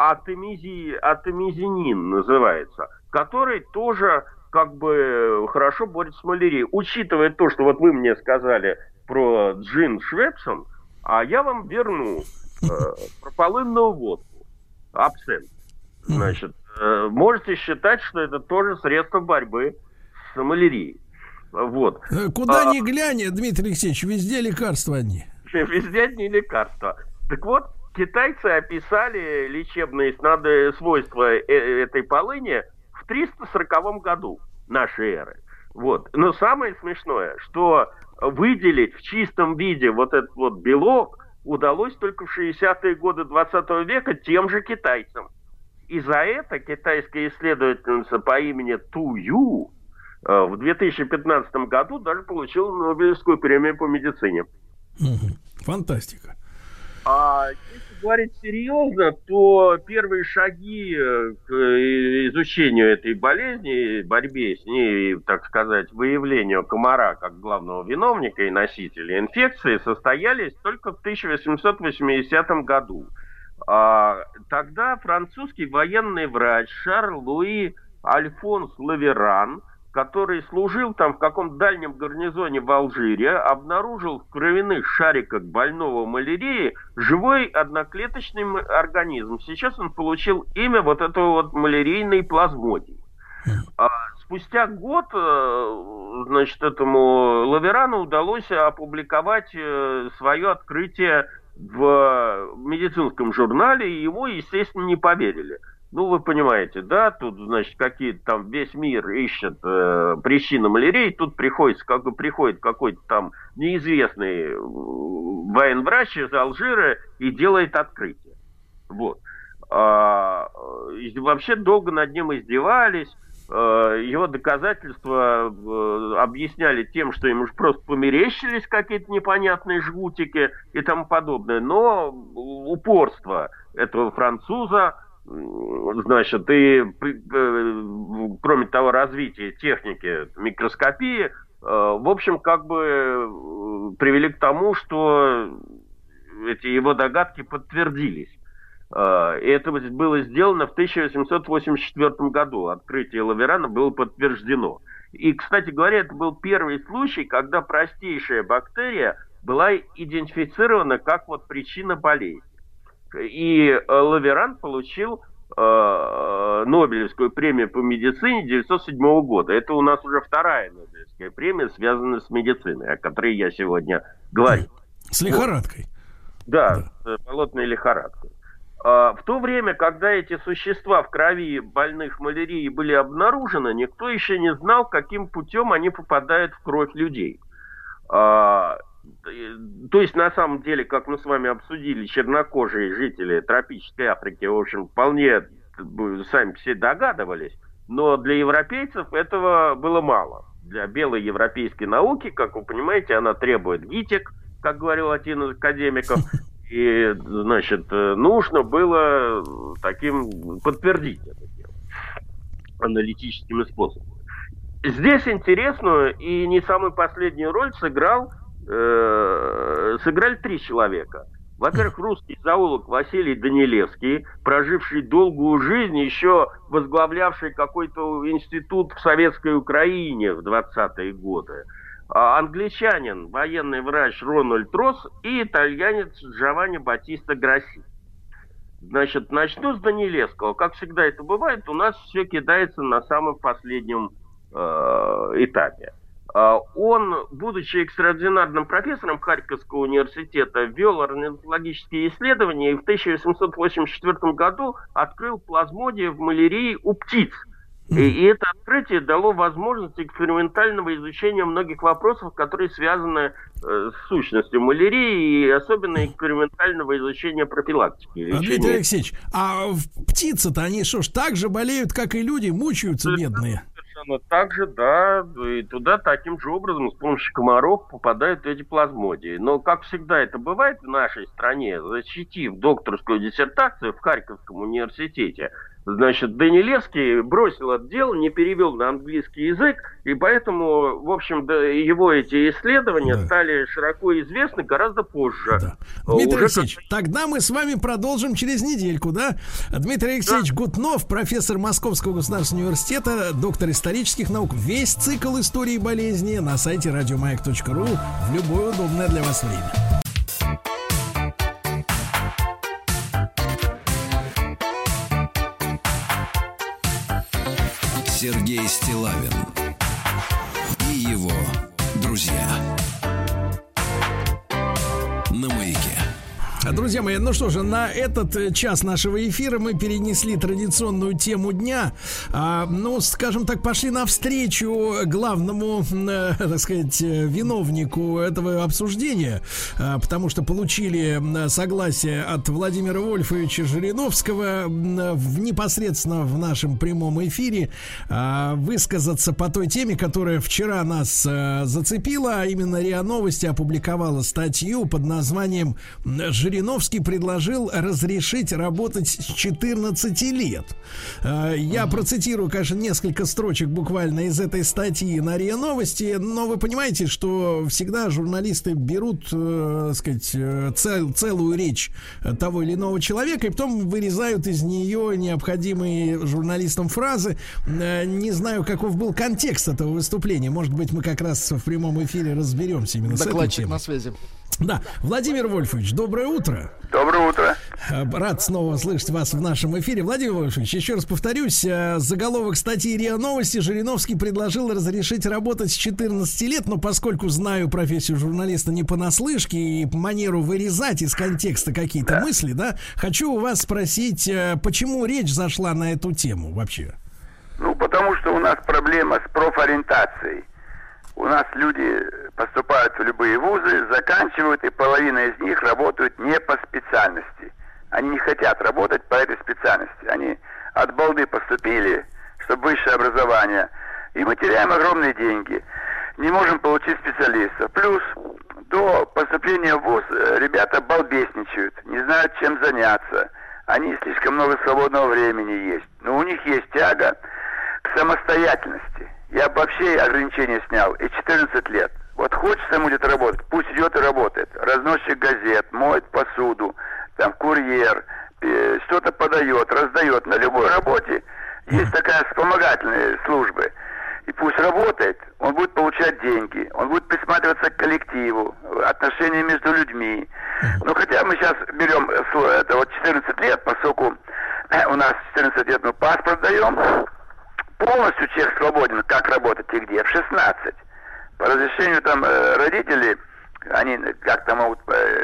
атомизинин называется, который тоже как бы хорошо борется с малярией. Учитывая то, что вот вы мне сказали про джин Швепсон, а я вам верну про полынную водку, абсент. Значит, можете считать, что это тоже средство борьбы с малярией. Вот. Куда ни глянь, Дмитрий Алексеевич, везде лекарства одни. Везде одни лекарства. Так вот, китайцы описали лечебные свойства этой полыни в 340 году нашей эры. Вот. Но самое смешное, что выделить в чистом виде вот этот вот белок удалось только в 60-е годы 20 века тем же китайцам. И за это китайская исследовательница по имени Ту Ю в 2015 году даже получила Нобелевскую премию по медицине. Фантастика. А если говорить серьезно, то первые шаги к изучению этой болезни, борьбе с ней, так сказать, выявлению комара как главного виновника и носителя инфекции состоялись только в 1880 году. Тогда французский военный врач Шарль-Луи Альфонс Лаверан, который служил там в каком-то дальнем гарнизоне в Алжире, обнаружил в кровяных шариках больного малярией живой одноклеточный организм. Сейчас он получил имя вот этого вот малярийной плазмодии. Спустя год, значит, этому Лаверану удалось опубликовать свое открытие в медицинском журнале, и ему, естественно, не поверили. Ну, вы понимаете, да, тут, значит, какие-то там весь мир ищет причины малярии, тут приходит какой-то там неизвестный военврач из Алжира и делает открытие. Вот. И вообще долго над ним издевались, его доказательства объясняли тем, что им уж просто померещились какие-то непонятные жгутики и тому подобное, но упорство этого француза, значит, и кроме того, развитие техники микроскопии, в общем, как бы привели к тому, что эти его догадки подтвердились. И это было сделано в 1884 году. Открытие Лаверана было подтверждено. И, кстати говоря, это был первый случай, когда простейшая бактерия была идентифицирована как вот причина болезни. И Лаверан получил Нобелевскую премию по медицине 1907 года. Это у нас уже вторая Нобелевская премия, связанная с медициной, о которой я сегодня говорю. С лихорадкой. Да, с болотной лихорадкой. В то время, когда эти существа в крови больных малярией были обнаружены, никто еще не знал, каким путем они попадают в кровь людей. То есть, на самом деле, как мы с вами обсудили, чернокожие жители тропической Африки, в общем, вполне сами все догадывались, но для европейцев этого было мало. Для белой европейской науки, как вы понимаете, она требует ГИТИК, как говорил один из академиков, и, значит, нужно было таким подтвердить это дело аналитическими способами. Здесь интересную и не самую последнюю роль сыграли 3 человека. Во-первых, русский зоолог Василий Данилевский, проживший долгую жизнь, еще возглавлявший какой-то институт в советской Украине в 20-е годы. Англичанин, военный врач Рональд Росс и итальянец Джованни Батиста Гросси. Значит, начну с Данилевского. Как всегда это бывает, у нас все кидается на самом последнем этапе. Он, будучи экстраординарным профессором Харьковского университета, вел орнитологические исследования и в 1884 году открыл плазмодию в малярии у птиц. И это открытие дало возможность экспериментального изучения многих вопросов, которые связаны с сущностью малярии, и особенно экспериментального изучения профилактики. Дмитрий Алексеевич, а птицы-то они что ж так же болеют, как и люди, мучаются бедные? Совершенно так же, да, и туда таким же образом с помощью комаров попадают эти плазмодии. Но, как всегда это бывает в нашей стране, защитив докторскую диссертацию в Харьковском университете, значит, Данилевский бросил это дело, не перевел на английский язык, и поэтому, в общем, его эти исследования стали широко известны гораздо позже. Да. Дмитрий Алексеевич, тогда мы с вами продолжим через недельку, да? Дмитрий Алексеевич Гутнов, профессор Московского государственного университета, доктор исторических наук. Весь цикл истории болезни на сайте радиомаяк.ру в любое удобное для вас время. Сергей Стиллавин и его друзья на Маяке. Друзья мои, ну что же, на этот час нашего эфира мы перенесли традиционную тему дня. Ну, скажем так, пошли навстречу главному, так сказать, виновнику этого обсуждения, потому что получили согласие от Владимира Вольфовича Жириновского непосредственно в нашем прямом эфире высказаться по той теме, которая вчера нас зацепила, а именно РИА Новости опубликовала статью под названием «Жириновский предложил разрешить работать с 14 лет». Я процитирую, конечно, несколько строчек буквально из этой статьи на РИА Новости, но вы понимаете, что всегда журналисты берут, сказать, целую речь того или иного человека и потом вырезают из нее необходимые журналистам фразы. Не знаю, каков был контекст этого выступления. Может быть, мы как раз в прямом эфире разберемся именно с этой темой. На связи. Да, Владимир Вольфович, доброе утро. Доброе утро. Рад снова слышать вас в нашем эфире. Владимир Вольфович, еще раз повторюсь, заголовок статьи РИА Новости: Жириновский предложил разрешить работать с 14 лет, но поскольку знаю профессию журналиста не понаслышке и манеру вырезать из контекста какие-то мысли, да, хочу у вас спросить, почему речь зашла на эту тему вообще? Ну, потому что у нас проблема с профориентацией. У нас люди поступают в любые вузы, заканчивают, и половина из них работают не по специальности. Они не хотят работать по этой специальности. Они от балды поступили, чтобы высшее образование. И мы теряем огромные деньги. Не можем получить специалистов. Плюс до поступления в вуз ребята балбесничают, не знают, чем заняться. Они слишком много свободного времени есть. Но у них есть тяга к самостоятельности. Я вообще ограничения снял, и 14 лет. Вот хочется ему где-то работать, пусть идет и работает. Разносчик газет, моет посуду, там курьер, что-то подает, раздает. На любой работе есть такая вспомогательная служба. И пусть работает, он будет получать деньги, он будет присматриваться к коллективу, отношения между людьми. Но хотя мы сейчас берем это вот 14 лет, поскольку у нас 14 лет мы паспорт даем, полностью человек свободен, как работать и где, в 16. По разрешению там родителей, они как-то могут,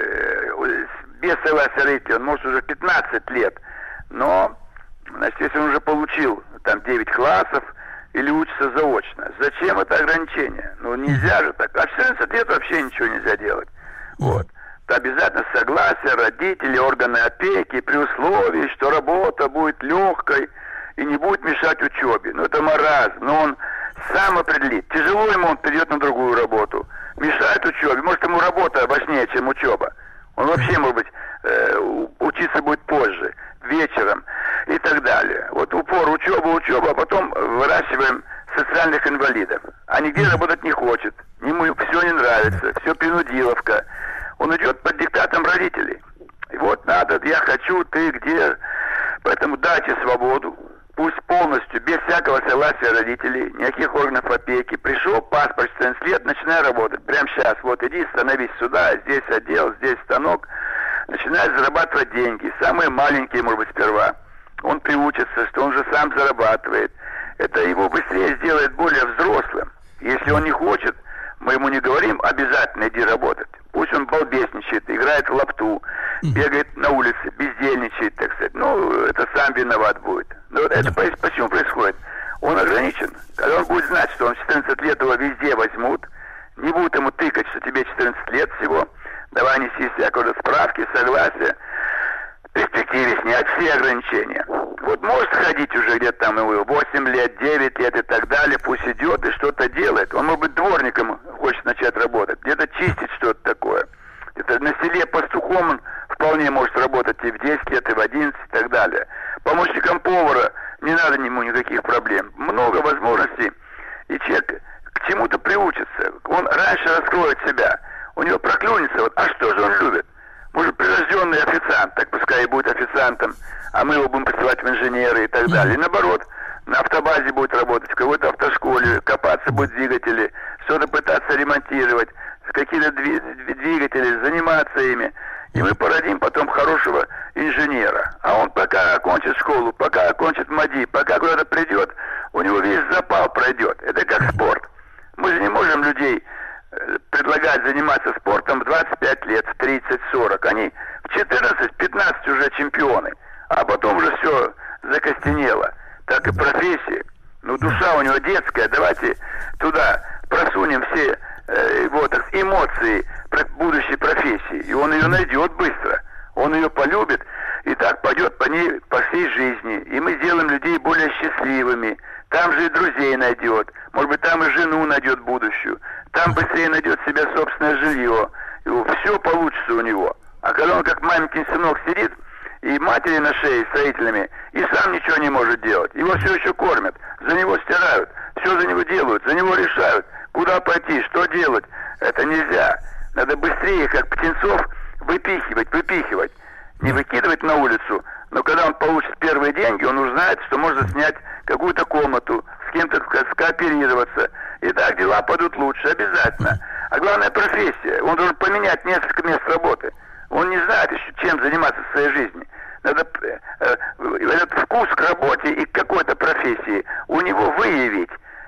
без согласия родителей, он может уже 15 лет. Но, значит, если он уже получил там 9 классов или учится заочно, зачем это ограничение? Ну, нельзя же так. А в 14 лет вообще ничего нельзя делать. Вот. Это обязательно согласие родителей, органы опеки, при условии, что работа будет легкой и не будет мешать учебе. Ну, это маразм. Но он сам определит. Тяжело ему, он перейдет на другую работу. Мешает учебе. Может, ему работа важнее, чем учеба. Он вообще, может быть, учиться будет позже, вечером и так далее. Вот упор учеба, а потом выращиваем социальных инвалидов. А нигде работать не хочет. Ему все не нравится, все принудиловка. Он идет под диктатом родителей. И вот надо, я хочу, ты где. Поэтому дайте свободу. Пусть полностью, без всякого согласия родителей, никаких органов опеки. Пришел, паспорт 14 лет, начинай работать. Прямо сейчас. Вот иди, становись сюда, здесь отдел, здесь станок. Начинает зарабатывать деньги. Самые маленькие, может быть, сперва. Он приучится, что он же сам зарабатывает. Это его быстрее сделает более взрослым. Если он не хочет, мы ему не говорим, обязательно иди работать. Пусть он балбесничает, играет в лапту, бегает на улице, бездельничает, так сказать. Ну, это сам виноват будет. Но это почему происходит? Он ограничен. Когда он будет знать, что он 14 лет его везде возьмут, не будут ему тыкать, что тебе 14 лет всего, давай неси всякие справки, согласия. В перспективе снять все ограничения. Вот может ходить уже где-то там 8 лет, 9 лет и так далее, пусть идет и что-то делает. Он, может быть, дворником хочет начать работать, где-то чистить что-то такое. Где-то на селе пастухом он вполне может работать и в 10 лет, и в 11 и так далее. Помощником повара не надо ему никаких проблем. Много возможностей, и человек к чему-то приучится. Он раньше раскроет себя, у него проклюнется. Вот, а что же он любит? Может, прирожденный официант, так пускай и будет официантом, а мы его будем посылать в инженеры и так далее. И наоборот, на автобазе будет работать, в какой-то автошколе, копаться будет двигатели, что-то пытаться ремонтировать, какие-то двигатели, заниматься ими. И мы породим потом хорошего инженера. А он пока окончит школу, пока окончит МАДИ, пока куда-то придет, у него весь запал пройдет. Это как спорт. Мы же не можем людей предлагать заниматься спортом в 25 лет, в 30-40. Они в 14-15 уже чемпионы, а потом уже все закостенело. Так и профессия. Ну, душа у него детская, давайте туда просунем все его эмоции будущей профессии, и он ее найдет быстро, он ее полюбит, и так пойдет по ней по всей жизни, и мы сделаем людей более счастливыми, там же и друзей найдет, может быть, там и жену найдет будущую, там быстрее найдет себе собственное жилье, и все получится у него. А когда он как маменькин сынок сидит, и матери на шее с родителями, и сам ничего не может делать. Его все еще кормят, за него стирают, все за него делают, за него решают, куда пойти, что делать. Это нельзя. Надо быстрее, как птенцов, выпихивать. Не выкидывать на улицу, но когда он получит первые деньги, он узнает, что можно снять какую-то комнату, с кем-то скооперироваться. И так дела пойдут лучше, обязательно. А главное, профессия. Он должен поменять несколько мест работы. Он не знает еще, чем заниматься в своей жизни. Надо этот вкус к работе и к какой-то профессии у него выявить.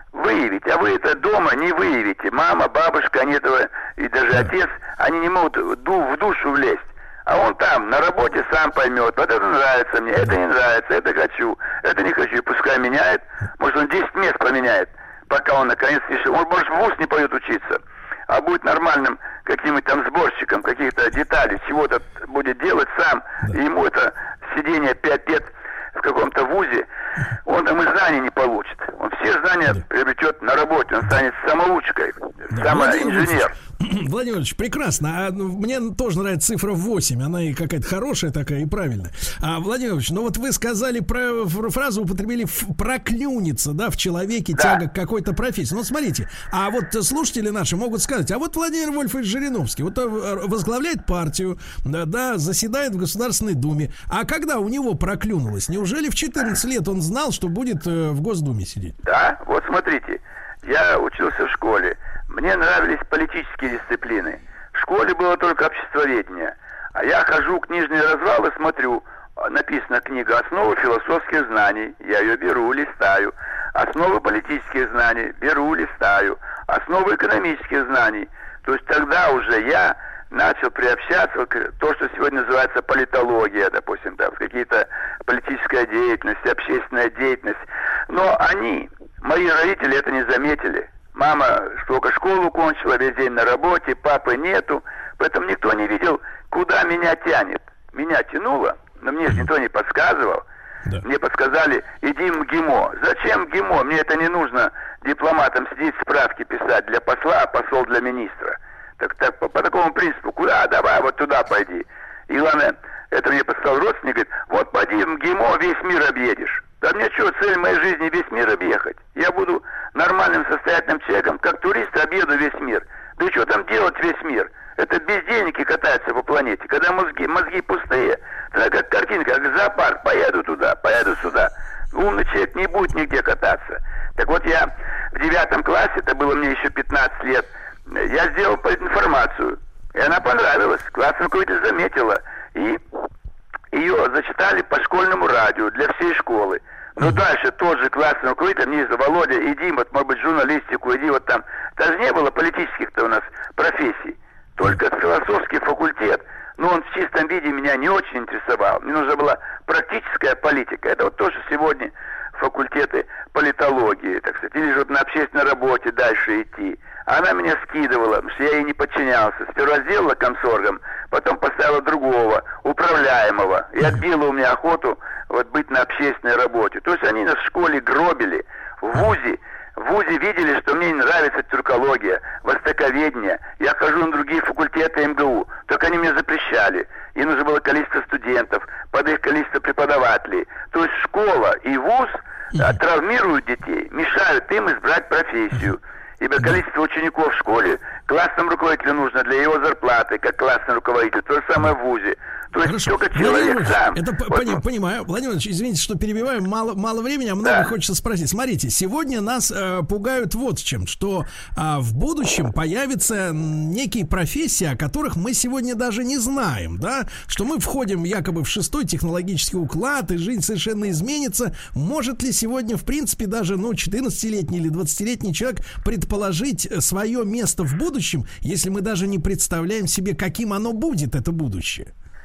А вы это дома не выявите. Мама, бабушка, они этого, и даже отец, они не могут в душу влезть. А он там, на работе, сам поймет. Вот это нравится мне, это не нравится, это хочу, это не хочу. И пускай меняет. Может, он 10 мест поменяет, пока он наконец решил. Он, может, в вуз не пойдет учиться, а будет нормальным каким-нибудь там сборщиком каких-то деталей, чего-то будет делать сам. И ему это сидение 5 лет в каком-то вузе, он там и знаний не получит. Он все знания приобретет на работе, он станет самоучкой, самоинженер. Владимир Ильич, прекрасно. Мне тоже нравится цифра 8. Она и какая-то хорошая такая, и правильная. Владимир Ильич, ну вот вы сказали фразу, употребили проклюнется, да, в человеке тяга к какой-то профессии. Ну, смотрите, а вот слушатели наши могут сказать, а вот Владимир Вольфович Жириновский вот возглавляет партию, да, заседает в Государственной Думе. А когда у него проклюнулось? Неужели в 14 лет он знал, что будет в Госдуме сидеть? Да, вот смотрите, я учился в школе. Мне нравились политические дисциплины. В школе было только обществоведение. А я хожу в книжные развалы, смотрю, написана книга «Основы философских знаний». Я ее беру, листаю. «Основы политических знаний». Беру, листаю. «Основы экономических знаний». То есть тогда уже я начал приобщаться к тому, что сегодня называется политология, допустим, да, какие-то политическая деятельность, общественная деятельность. Но они, мои родители, это не заметили. Мама только школу кончила, весь день на работе, папы нету, поэтому никто не видел, куда меня тянет. Меня тянуло, но мне же никто не подсказывал. Да. Мне подсказали, иди в МГИМО. Зачем МГИМО? Мне это не нужно дипломатам сидеть, справки писать для посла, а посол для министра. Так по такому принципу, куда? Давай, вот туда пойди. И главное, это мне подсказал родственник, говорит, вот пойди в МГИМО, весь мир объедешь. Да мне что, цель моей жизни весь мир объехать? Я буду нормальным состоятельным человеком, как турист объеду весь мир. Да и что там делать весь мир? Это бездельники катаются по планете. Когда мозги пустые, тогда как картинка, как зоопарк. Поеду туда, поеду сюда. Умный человек не будет нигде кататься. Так вот я в 9 классе, это было мне еще 15 лет, я сделал политинформацию. И она понравилась. Классный руководитель заметила. И ее зачитали по школьному радио для всей школы. Но дальше тот же классный руководитель мне сказал: Володя, иди, вот, может быть, журналистику, иди вот там. Даже не было политических-то у нас профессий. Только философский факультет. Но он в чистом виде меня не очень интересовал. Мне нужна была практическая политика. Это вот тоже сегодня факультеты политологии, так сказать. Или же вот на общественной работе дальше идти. Она меня скидывала, потому что я ей не подчинялся. Сперва сделала комсоргом, потом поставила другого, управляемого. И отбила у меня охоту вот быть на общественной работе. То есть они нас в школе гробили. В ВУЗе видели, что мне не нравится тюркология, востоковедение. Я хожу на другие факультеты МГУ. Только они мне запрещали. И нужно было количество студентов, под их количество преподавателей. То есть школа и ВУЗ травмируют детей, мешают им избрать профессию. Ибо количество учеников в школе классному руководителю нужно для его зарплаты, как классный руководитель. То же самое в ВУЗе. То есть хорошо. только человек сам. Это понимаю. Владимир Ильич, извините, что перебиваю. Мало времени, а много хочется спросить. Смотрите, сегодня нас пугают вот чем, что в будущем появятся некие профессии, о которых мы сегодня даже не знаем, да? Что мы входим якобы в 6-й технологический уклад, и жизнь совершенно изменится. Может ли сегодня, в принципе, даже 14-летний или 20-летний человек предположить свое место в будущем, если мы даже не представляем себе, каким оно будет, это будущее?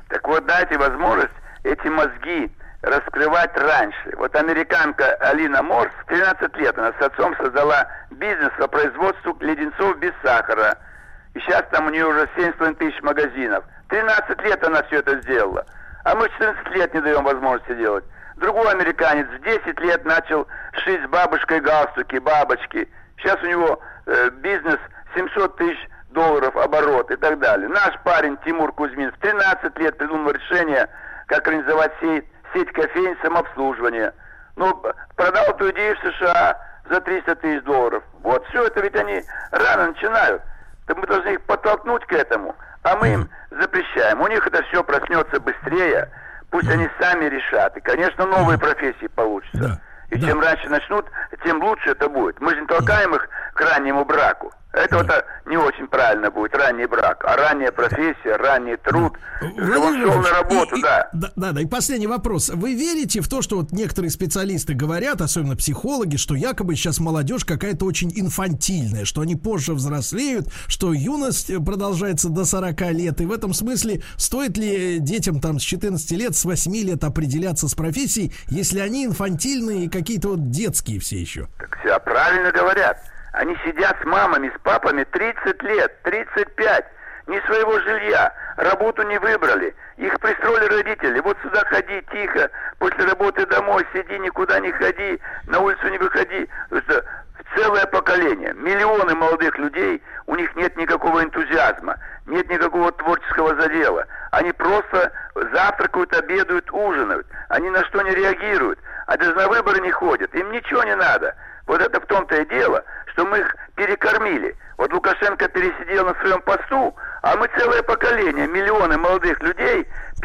Так вот, дайте возможность эти мозги раскрывать раньше. Вот американка Алина Морс в 13 лет, она с отцом создала бизнес по производству леденцов без сахара. И сейчас там у нее уже 7,5 тысяч магазинов. 13 лет она все это сделала. А мы 14 лет не даем возможности делать. Другой американец в 10 лет начал шить с бабушкой галстуки, бабочки. Сейчас у него бизнес 700 тысяч долларов оборот и так далее. Наш парень Тимур Кузьмин в 13 лет придумал решение, как организовать сеть кофеин самообслуживания. Ну, продал эту идею в США за 300 тысяч долларов. Вот все это ведь они рано начинают. Так мы должны их подтолкнуть к этому, а мы им запрещаем. У них это все проснется быстрее. Пусть они сами решат. И, конечно, новые профессии получатся. И чем раньше начнут, тем лучше это будет. Мы же не толкаем их к раннему браку. Это не очень правильно будет, ранний брак. А ранняя профессия, ранний труд, он шел на работу, Да, и последний вопрос. Вы верите в то, что вот некоторые специалисты говорят, особенно психологи, что якобы сейчас молодежь какая-то очень инфантильная, что они позже взрослеют, что юность продолжается до 40 лет, и в этом смысле стоит ли детям там с 14 лет, с 8 лет определяться с профессией, если они инфантильные и какие-то вот детские все еще? Так все правильно говорят. Они сидят с мамами, с папами 30 лет, 35, ни своего жилья, работу не выбрали, их пристроили родители. Вот сюда ходи тихо, после работы домой сиди, никуда не ходи, на улицу не выходи. Целое поколение, миллионы молодых людей, у них нет никакого энтузиазма, нет никакого творческого задела. Они просто завтракают, обедают, ужинают, они на что не реагируют, а даже на выборы не ходят, им ничего не надо. Вот это в том-то и дело, что мы их перекормили. Вот Лукашенко пересидел на своем посту, а мы целое поколение, миллионы молодых людей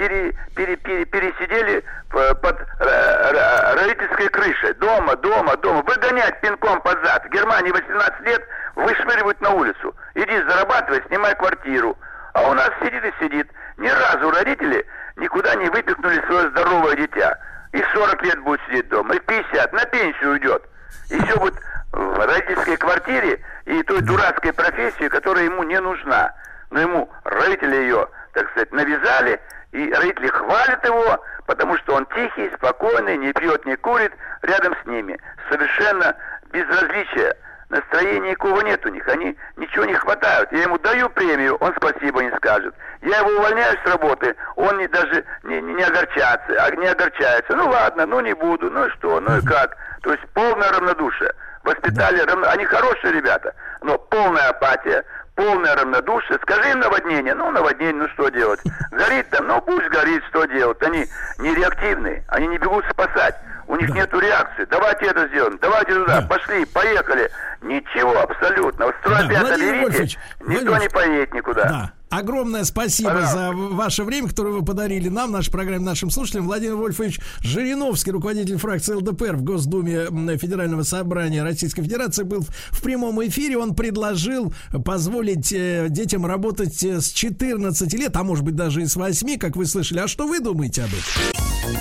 пересидели под родительской крышей. Дома. Выгонять пинком под зад. В Германии 18 лет вышвыривают на улицу. Иди зарабатывай, снимай квартиру. А у нас сидит. Ни разу родители никуда не выпихнули свое здоровое дитя. И 40 лет будет сидеть дома, и 50, на пенсию уйдет. И все будет в родительской квартире и той дурацкой профессии, которая ему не нужна. Но ему родители ее, так сказать, навязали, и родители хвалят его, потому что он тихий, спокойный, не пьет, не курит, рядом с ними. Совершенно безразличие. Настроения никакого нет у них, они ничего не хватают. Я ему даю премию, он спасибо не скажет. Я его увольняю с работы, он даже не огорчается. Ну ладно, не буду, ну и что, ну и как. То есть полное равнодушие. Воспитали, они хорошие ребята, но полная апатия, полное равнодушие. Скажи им наводнение, что делать? Горит там, пусть горит, что делать? Они не реактивные, они не бегут спасать. У них нету реакции. Давайте это сделаем, давайте туда, пошли, поехали. Ничего абсолютно. Вот стройопять объявите, никто не поедет никуда. Да. Огромное спасибо за ваше время, которое вы подарили нам, нашей программе, нашим слушателям. Владимир Вольфович Жириновский, руководитель фракции ЛДПР в Госдуме Федерального собрания Российской Федерации, был в прямом эфире. Он предложил позволить детям работать с 14 лет, а может быть даже и с 8, как вы слышали. А что вы думаете об этом?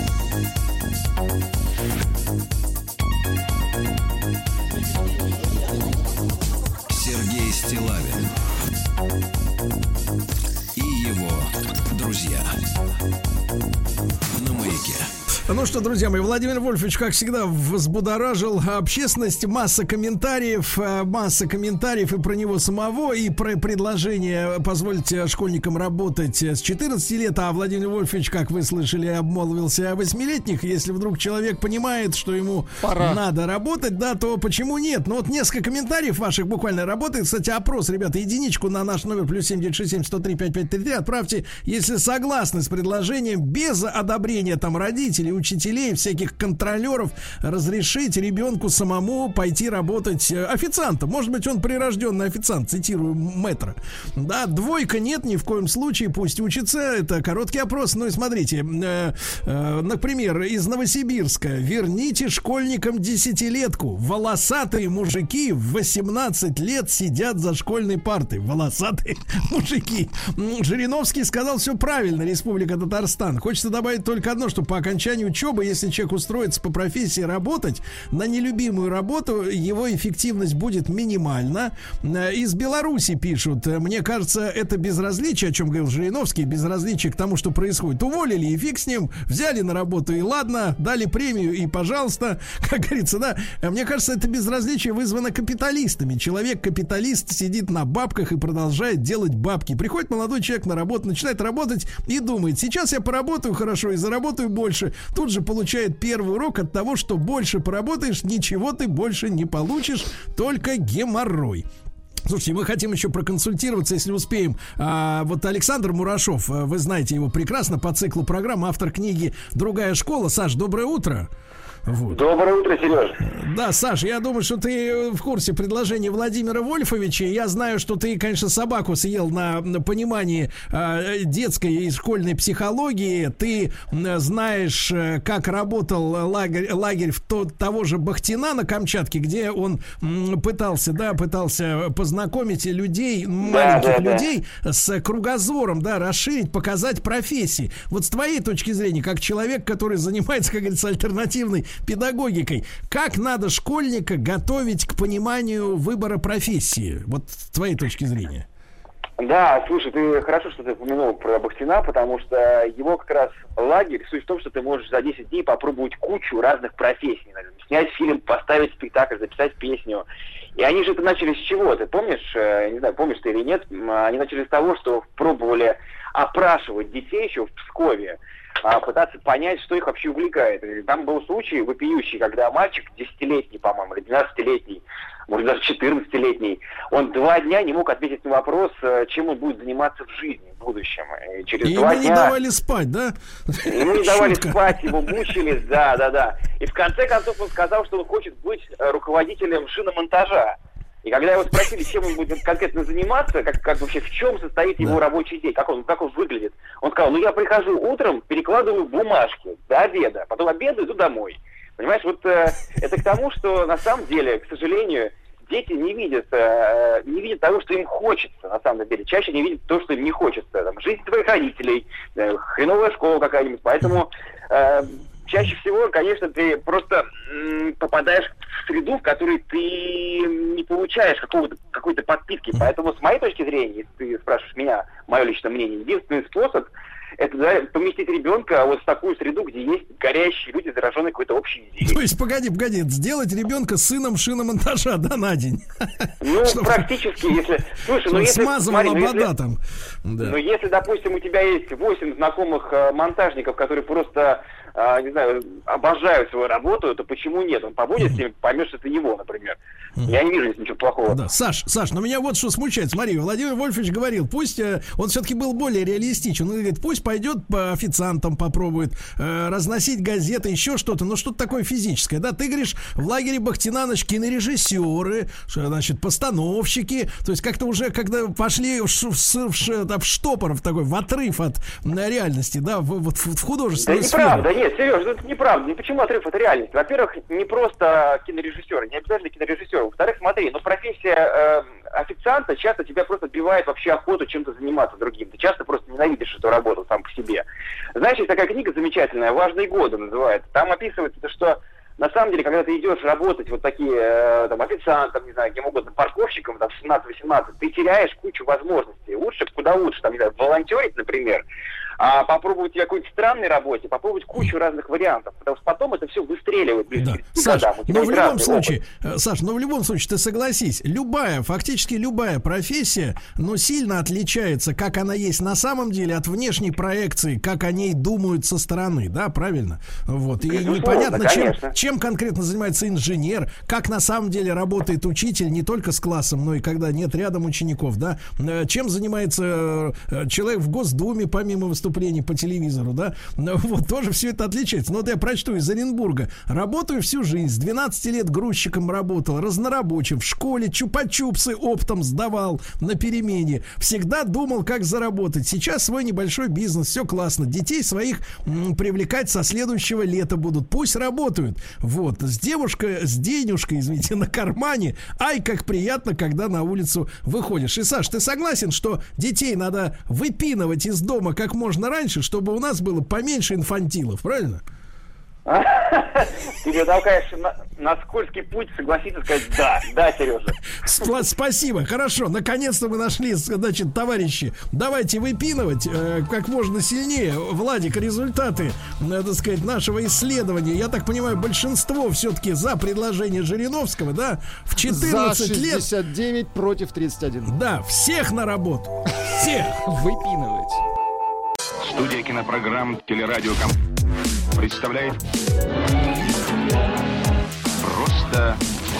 Сергей Стиллавин и его друзья на Маяке. Ну что, друзья мои, Владимир Вольфович, как всегда, взбудоражил общественность. Масса комментариев и про него самого, и про предложение позволить школьникам работать с 14 лет. А Владимир Вольфович, как вы слышали, обмолвился о 8-летних. Если вдруг человек понимает, что ему надо работать, да, то почему нет? Ну вот несколько комментариев ваших буквально работает. Кстати, опрос, ребята, единичку на наш номер +7 967 103 5533 отправьте, если согласны с предложением, без одобрения там родителей, учителей, всяких контролеров, разрешить ребенку самому пойти работать официантом. Может быть, он прирожденный официант, цитирую мэтра. Да, 2 нет, ни в коем случае, пусть учится. Это короткий опрос. Ну и смотрите, например, из Новосибирска: верните школьникам 10-летку. Волосатые мужики в 18 лет сидят за школьной партой. Волосатые мужики. Жириновский сказал все правильно. Республика Татарстан. Хочется добавить только одно, что по окончанию окончания учебы, если человек устроится по профессии работать на нелюбимую работу, его эффективность будет минимальна. Из Беларуси пишут: мне кажется, это безразличие, о чем говорил Жириновский, безразличие к тому, что происходит. Уволили и фиг с ним, взяли на работу и ладно, дали премию и пожалуйста, как говорится, да. Мне кажется, это безразличие вызвано капиталистами. Человек-капиталист сидит на бабках и продолжает делать бабки. Приходит молодой человек на работу, начинает работать и думает: сейчас я поработаю хорошо и заработаю больше. Тут же получает первый урок от того, что больше поработаешь, ничего ты больше не получишь, только геморрой. Слушайте, мы хотим еще проконсультироваться, если успеем. Вот Александр Мурашов, вы знаете его прекрасно по циклу программ, автор книги «Другая школа». Саш, доброе утро. Вот. Доброе утро, Сереж. Да, Саш, я думаю, что ты в курсе предложения Владимира Вольфовича. Я знаю, что ты, конечно, собаку съел на понимании детской и школьной психологии. Ты знаешь, как работал лагерь того же Бахтина на Камчатке, где он пытался познакомить людей, маленьких людей с кругозором, да, расширить, показать профессии. Вот с твоей точки зрения, как человек, который занимается, как говорится, альтернативной педагогикой, как надо школьника готовить к пониманию выбора профессии? Вот с твоей точки зрения. Да, слушай, ты хорошо, что ты упомянул про Бахтина, потому что его как раз лагерь, суть в том, что ты можешь за 10 дней попробовать кучу разных профессий. Снять фильм, поставить спектакль, записать песню. И они же это начали с чего? Ты помнишь, не знаю, помнишь ты или нет, они начали с того, что пробовали опрашивать детей еще в Пскове, пытаться понять, что их вообще увлекает. Там был случай вопиющий, когда мальчик 10-летний, по-моему, или 12-летний, может даже 14-летний, он 2 дня не мог ответить на вопрос, чем он будет заниматься в жизни, в будущем. И через 2 дня... не давали спать, да? Ему не давали спать, его мучили, да. И в конце концов он сказал, что он хочет быть руководителем шиномонтажа. И когда его спросили, чем он будет конкретно заниматься, как вообще, в чем состоит его рабочий день, как он выглядит, он сказал: я прихожу утром, перекладываю бумажки до обеда, потом обедаю, иду домой. Понимаешь, вот это к тому, что на самом деле, к сожалению, дети не видят того, что им хочется, на самом деле. Чаще не видят то, что им не хочется. Там, жизнь твоих родителей, хреновая школа какая-нибудь. Поэтому чаще всего, конечно, ты просто попадаешь в среду, в которой ты не получаешь какой-то подпитки. Поэтому, с моей точки зрения, если ты спрашиваешь меня, мое личное мнение, единственный способ — это поместить ребенка вот в такую среду, где есть горящие люди, зараженные какой-то общей идеей. То есть, погоди, сделать ребенка сыном шиномонтажа, да, на день? Ну, практически, если... Слушай, если... Смазывала вода там. Ну, если, допустим, у тебя есть 8 знакомых монтажников, которые просто, не знаю, обожают свою работу, то почему нет? Он побудет с ними, поймет, что это его, например. Я не вижу здесь ничего плохого. Да, Саш, но меня вот что смущает. Смотри, Владимир Вольфович говорил, пусть он все-таки был более реалистичен. Он говорит, пусть пойдет по официантам, попробует разносить газеты, еще что-то, но что-то такое физическое. Да, ты говоришь, в лагере Бахтина, значит, кинорежиссеры, значит, постановщики. То есть как-то уже, когда пошли в штопор, в такой, в отрыв от реальности, да, в художественную сферу. Да неправда, нет, Сереж, это неправда. Почему отрыв от реальности? Во-первых, не просто кинорежиссеры, не обязательно кинорежиссеры. Во-вторых, смотри, профессия официанта часто тебя просто отбивает вообще охоту чем-то заниматься другим. Ты часто просто ненавидишь эту работу сам по себе. Знаешь, есть такая книга замечательная, «Важные годы» называется. Там описывается, что на самом деле, когда ты идешь работать вот такие там официантом, не знаю, кем угодно, парковщиком, там, 17-18, ты теряешь кучу возможностей. Куда лучше, там, не знаю, волонтерить, например, а попробовать в какой-то странной работе, попробовать кучу разных вариантов, потому что потом это все выстреливает. Да. Саш, но в любом случае, ты согласись, фактически любая профессия, но сильно отличается, как она есть на самом деле, от внешней проекции, как о ней думают со стороны, да, правильно? Вот. И непонятно, чем конкретно занимается инженер, как на самом деле работает учитель не только с классом, но и когда нет рядом учеников, да, чем занимается человек в Госдуме, помимо выступлений по телевизору, да, вот, тоже все это отличается. Но вот я прочту из Оренбурга. Работаю всю жизнь, с 12 лет грузчиком работал, разнорабочим, в школе чупа-чупсы оптом сдавал на перемене. Всегда думал, как заработать. Сейчас свой небольшой бизнес, все классно. Детей своих привлекать со следующего лета будут. Пусть работают. Вот, с денежкой, извините, на кармане. Ай, как приятно, когда на улицу выходишь. И, Саш, ты согласен, что детей надо выпинывать из дома как можно раньше, чтобы у нас было поменьше инфантилов, правильно? Ты мне дал, конечно, на скользкий путь согласиться сказать да, Сережа. Спасибо, хорошо. Наконец-то мы нашли, значит, товарищи. Давайте выпинывать как можно сильнее, Владик, результаты, так сказать, нашего исследования. Я так понимаю, большинство все-таки за предложение Жириновского, да, в 14 лет. За 69 против 31. Да, всех на работу. Всех. Выпинывать. Студия кинопрограмм «Телерадиоком» представляет просто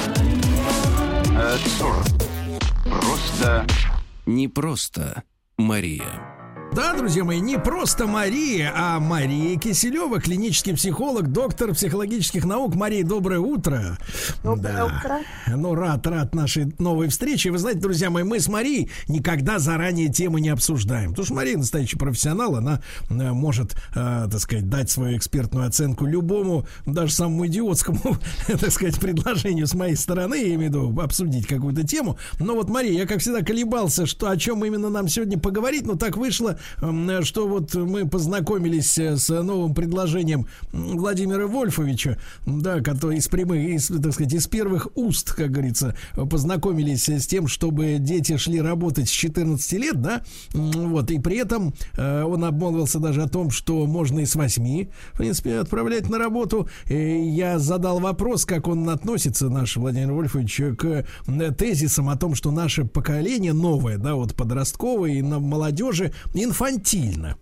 не просто Мария. Да, друзья мои, не просто Мария, а Мария Киселева, клинический психолог, доктор психологических наук. Мария, доброе утро. Доброе утро. Ну, рад нашей новой встрече. Вы знаете, друзья мои, мы с Марией никогда заранее темы не обсуждаем. Потому что Мария настоящий профессионал, она может, так сказать, дать свою экспертную оценку любому, даже самому идиотскому, так сказать, предложению с моей стороны, я имею в виду обсудить какую-то тему. Но вот, Мария, я, как всегда, колебался, о чем именно нам сегодня поговорить, но так вышло, что вот мы познакомились с новым предложением Владимира Вольфовича, да, который так сказать, из первых уст, как говорится, познакомились с тем, чтобы дети шли работать с 14 лет, да, вот, и при этом он обмолвился даже о том, что можно и с 8, в принципе, отправлять на работу. И я задал вопрос, как он относится, наш Владимир Вольфович, к тезисам о том, что наше поколение новое, да, вот подростковое и на молодежи инфантильно,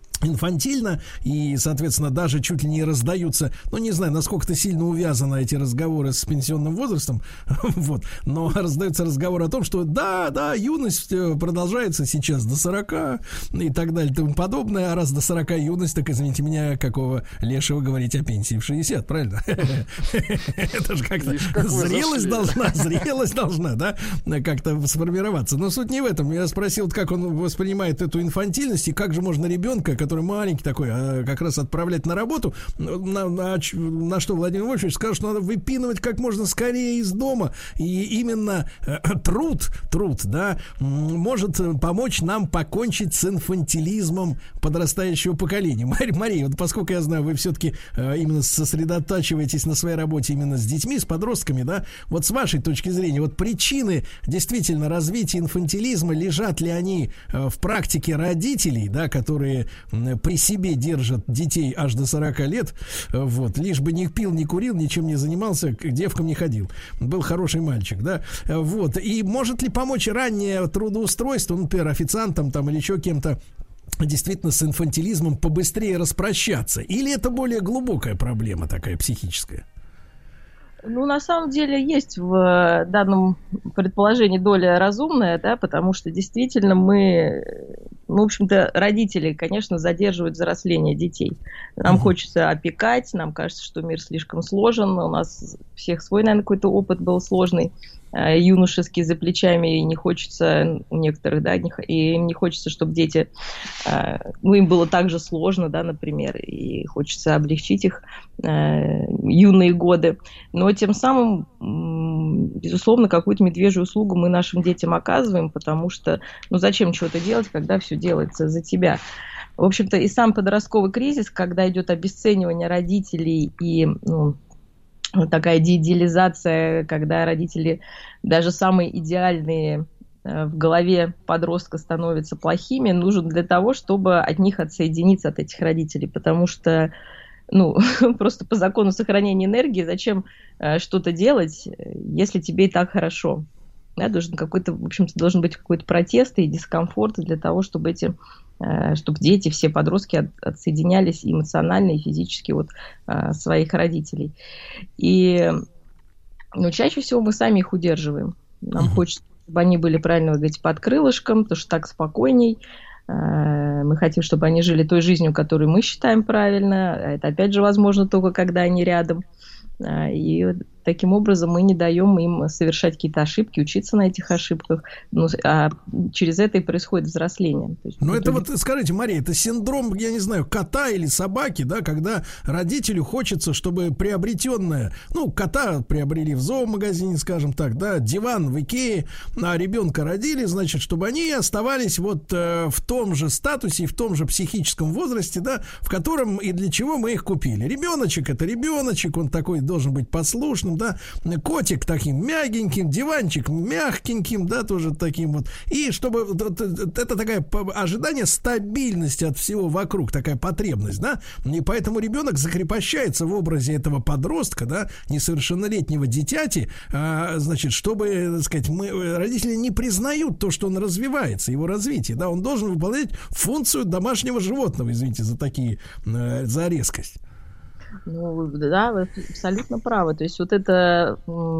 и, соответственно, даже чуть ли не раздаются, ну, не знаю, насколько-то сильно увязаны эти разговоры с пенсионным возрастом, вот, но раздаются разговоры о том, что да, юность продолжается сейчас до 40 и так далее и тому подобное, а раз до 40 юность, так, извините меня, какого лешего говорить о пенсии в 60, правильно? Это же как-то зрелость должна, да, как-то сформироваться, но суть не в этом. Я спросил, как он воспринимает эту инфантильность и как же можно ребенка, который маленький такой, как раз отправлять на работу, на что Владимир Вольфович сказал, что надо выпинывать как можно скорее из дома, и именно труд, да, может помочь нам покончить с инфантилизмом подрастающего поколения. Мария, вот поскольку я знаю, вы все-таки именно сосредотачиваетесь на своей работе именно с детьми, с подростками, да, вот с вашей точки зрения, вот причины действительно развития инфантилизма, лежат ли они в практике родителей, да, которые при себе держат детей аж до 40 лет, вот, лишь бы не пил, не курил, ничем не занимался, к девкам не ходил. Был хороший мальчик, да, вот. И может ли помочь раннее трудоустройство, например, официантом там или еще кем-то, действительно с инфантилизмом побыстрее распрощаться? Или это более глубокая проблема такая психическая? Ну, на самом деле, есть в данном предположении доля разумная, да, потому что действительно мы, ну, в общем-то, родители, конечно, задерживают взросление детей. Нам хочется опекать, нам кажется, что мир слишком сложен, у нас всех свой, наверное, какой-то опыт был сложный, юношеский за плечами, и не хочется у некоторых, да, и им не хочется, чтобы дети, ну, им было так же сложно, да, например, и хочется облегчить их юные годы, но тем самым, безусловно, какую-то медвежью услугу мы нашим детям оказываем, потому что, ну, зачем чего-то делать, когда все делается за тебя? В общем-то, и сам подростковый кризис, когда идет обесценивание родителей и, ну, такая деидеализация, когда родители, даже самые идеальные в голове подростка, становятся плохими, нужен для того, чтобы от них отсоединиться, от этих родителей, потому что, ну, просто по закону сохранения энергии зачем что-то делать, если тебе и так хорошо? Да, должен быть какой-то протест и дискомфорт для того, чтобы чтобы дети, все подростки отсоединялись эмоционально и физически от своих родителей. И, ну, чаще всего мы сами их удерживаем. Нам хочется, чтобы они были, правильно вы говорите, под крылышком, потому что так спокойней. Мы хотим, чтобы они жили той жизнью, которую мы считаем правильно. Это, опять же, возможно только когда они рядом. И Таким образом, мы не даем им совершать какие-то ошибки, учиться на этих ошибках, а через это и происходит взросление. Ну, это вот, скажите, Мария, это синдром, я не знаю, кота или собаки, да, когда родителю хочется, чтобы приобретенное, ну, кота приобрели в зоомагазине, скажем так, да, диван в Икее, а ребенка родили, значит, чтобы они оставались вот в том же статусе и в том же психическом возрасте, да, в котором и для чего мы их купили. Ребеночек — это ребеночек, он такой должен быть послушным, да, котик таким мягеньким, диванчик мягеньким, да, тоже таким вот. И чтобы это такое ожидание стабильности от всего вокруг, такая потребность, да, и поэтому ребенок закрепощается в образе этого подростка, да, несовершеннолетнего дитяти, значит, чтобы, так сказать, родители не признают то, что он развивается, его развитие, да, он должен выполнять функцию домашнего животного, извините за такие, за резкость. Ну, да, вы абсолютно правы. То есть вот это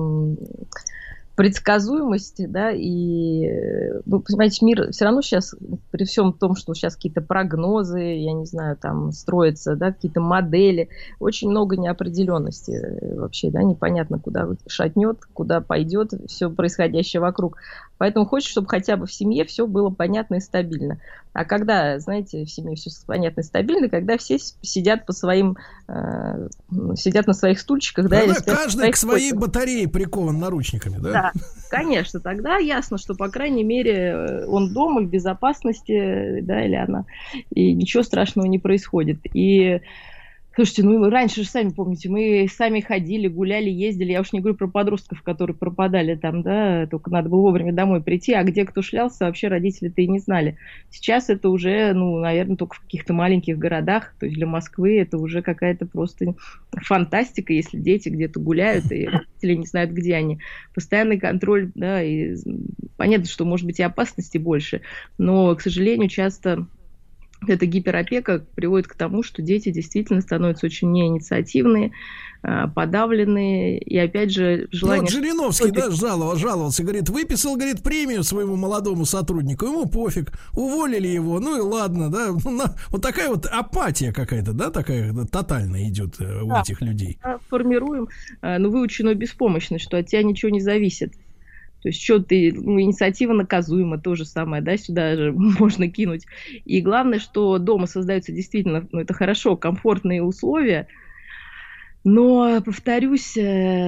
предсказуемость, да, и, вы понимаете, мир все равно сейчас, при всем том, что сейчас какие-то прогнозы, я не знаю, там строятся, да, какие-то модели, очень много неопределенности вообще, да, непонятно, куда шатнет, куда пойдет все происходящее вокруг. Поэтому хочется, чтобы хотя бы в семье все было понятно и стабильно. А когда, знаете, в семье все понятно и стабильно, когда все сидят по своим, сидят на своих стульчиках, да, или каждый к своей батарее прикован наручниками, да? Да, конечно, тогда ясно, что, по крайней мере, он дома, в безопасности, да, или она, и ничего страшного не происходит. И слушайте, ну раньше же, сами помните, мы сами ходили, гуляли, ездили. Я уж не говорю про подростков, которые пропадали там, да, только надо было вовремя домой прийти, а где кто шлялся, вообще родители-то и не знали. Сейчас это уже, ну, наверное, только в каких-то маленьких городах, то есть для Москвы это уже какая-то просто фантастика, если дети где-то гуляют, и родители не знают, где они. Постоянный контроль, да, и понятно, что, может быть, и опасности больше, но, к сожалению, часто эта гиперопека приводит к тому, что дети действительно становятся очень неинициативные, подавленные, и опять же желание... Ну, вот Жириновский, да, жаловался, говорит, выписал, говорит, премию своему молодому сотруднику, ему пофиг, уволили его, ну и ладно, да, вот такая вот апатия какая-то, да, такая тотальная идет у этих людей. Формируем, выученную беспомощность, что от тебя ничего не зависит. То есть что ты, инициатива наказуема, то же самое, да, сюда же можно кинуть. И главное, что дома создаются действительно, это хорошо, комфортные условия, но, повторюсь,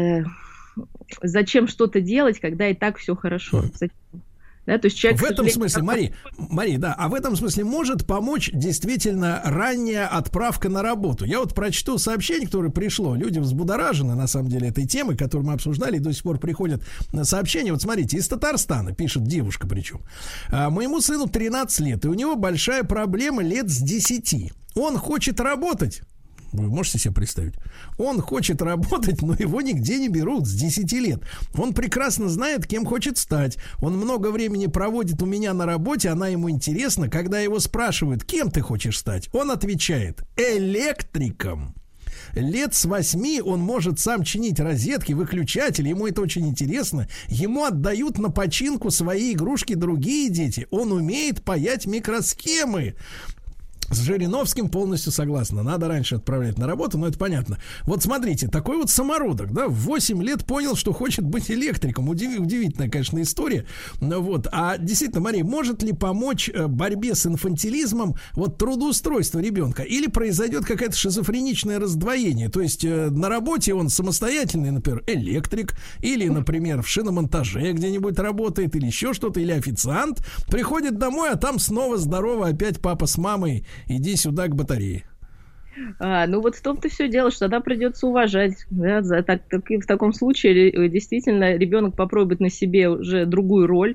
зачем что-то делать, когда и так все хорошо? Да, то есть человек, в этом смысле, Мария, да, а в этом смысле может помочь действительно ранняя отправка на работу. Я вот прочту сообщение, которое пришло. Люди взбудоражены, на самом деле, этой темой, которую мы обсуждали, и до сих пор приходят сообщения. Вот смотрите, из Татарстана пишет девушка причем. Моему сыну 13 лет, и у него большая проблема лет с 10. Он хочет работать. Вы можете себе представить? Он хочет работать, но его нигде не берут с 10 лет. Он прекрасно знает, кем хочет стать. Он много времени проводит у меня на работе, она ему интересна. Когда его спрашивают, кем ты хочешь стать, он отвечает: электриком. Лет с 8 он может сам чинить розетки, выключатели, ему это очень интересно. Ему отдают на починку свои игрушки другие дети. Он умеет паять микросхемы. С Жириновским полностью согласна. Надо раньше отправлять на работу, но это понятно. Вот смотрите, такой вот самородок, да, в 8 лет понял, что хочет быть электриком. Удивительная, конечно, история. Вот. А действительно, Мария, может ли помочь борьбе с инфантилизмом вот трудоустройство ребенка? Или произойдет какое-то шизофреничное раздвоение? То есть на работе он самостоятельный, например, электрик, или, например, в шиномонтаже где-нибудь работает, или еще что-то, или официант, приходит домой, а там снова здорово опять папа с мамой. Иди сюда к батарее. Вот в том-то все дело, что тогда придется уважать. Да, в таком случае действительно ребенок попробует на себе уже другую роль,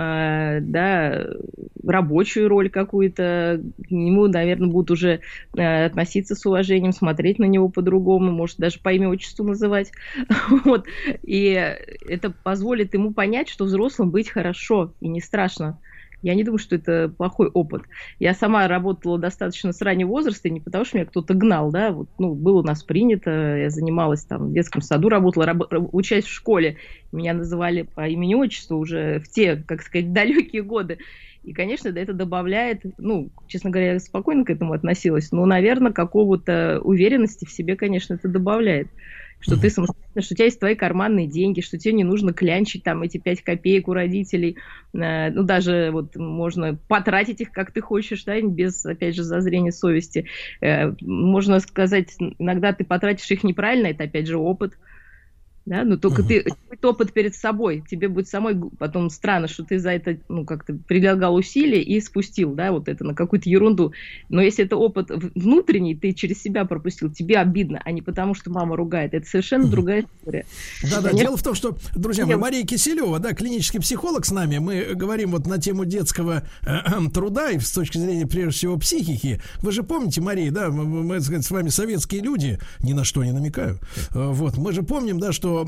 да, рабочую роль какую-то. К нему, наверное, будут уже относиться с уважением, смотреть на него по-другому, может, даже по имени-отчеству называть. Вот. И это позволит ему понять, что взрослым быть хорошо и не страшно. Я не думаю, что это плохой опыт. Я сама работала достаточно с раннего возраста, не потому что меня кто-то гнал, да, вот, было у нас принято, я занималась там в детском саду, работала, учась в школе, меня называли по имени-отчеству уже в те, как сказать, далекие годы. И, конечно, это добавляет, честно говоря, я спокойно к этому относилась, но, наверное, какого-то уверенности в себе, конечно, это добавляет. что ты самостоятельно, что у тебя есть твои карманные деньги, что тебе не нужно клянчить там эти 5 копеек у родителей, ну, даже вот можно потратить их, как ты хочешь, да, без, опять же, зазрения совести. Можно сказать, иногда ты потратишь их неправильно, это, опять же, опыт. Да, но только ты опыт перед собой, тебе будет самой потом странно, что ты за это, ну, как-то прилагал усилия и спустил, да, вот это на какую-то ерунду. Но если это опыт внутренний, ты через себя пропустил, тебе обидно, а не потому, что мама ругает. Это совершенно другая история. Да, дело в том, что, друзья мои, Мария Киселева, да, клинический психолог с нами, мы говорим вот на тему детского труда и с точки зрения, прежде всего, психики. Вы же помните, Мария, да, мы, так сказать, с вами советские люди, ни на что не намекаю. Вот, мы же помним, да, что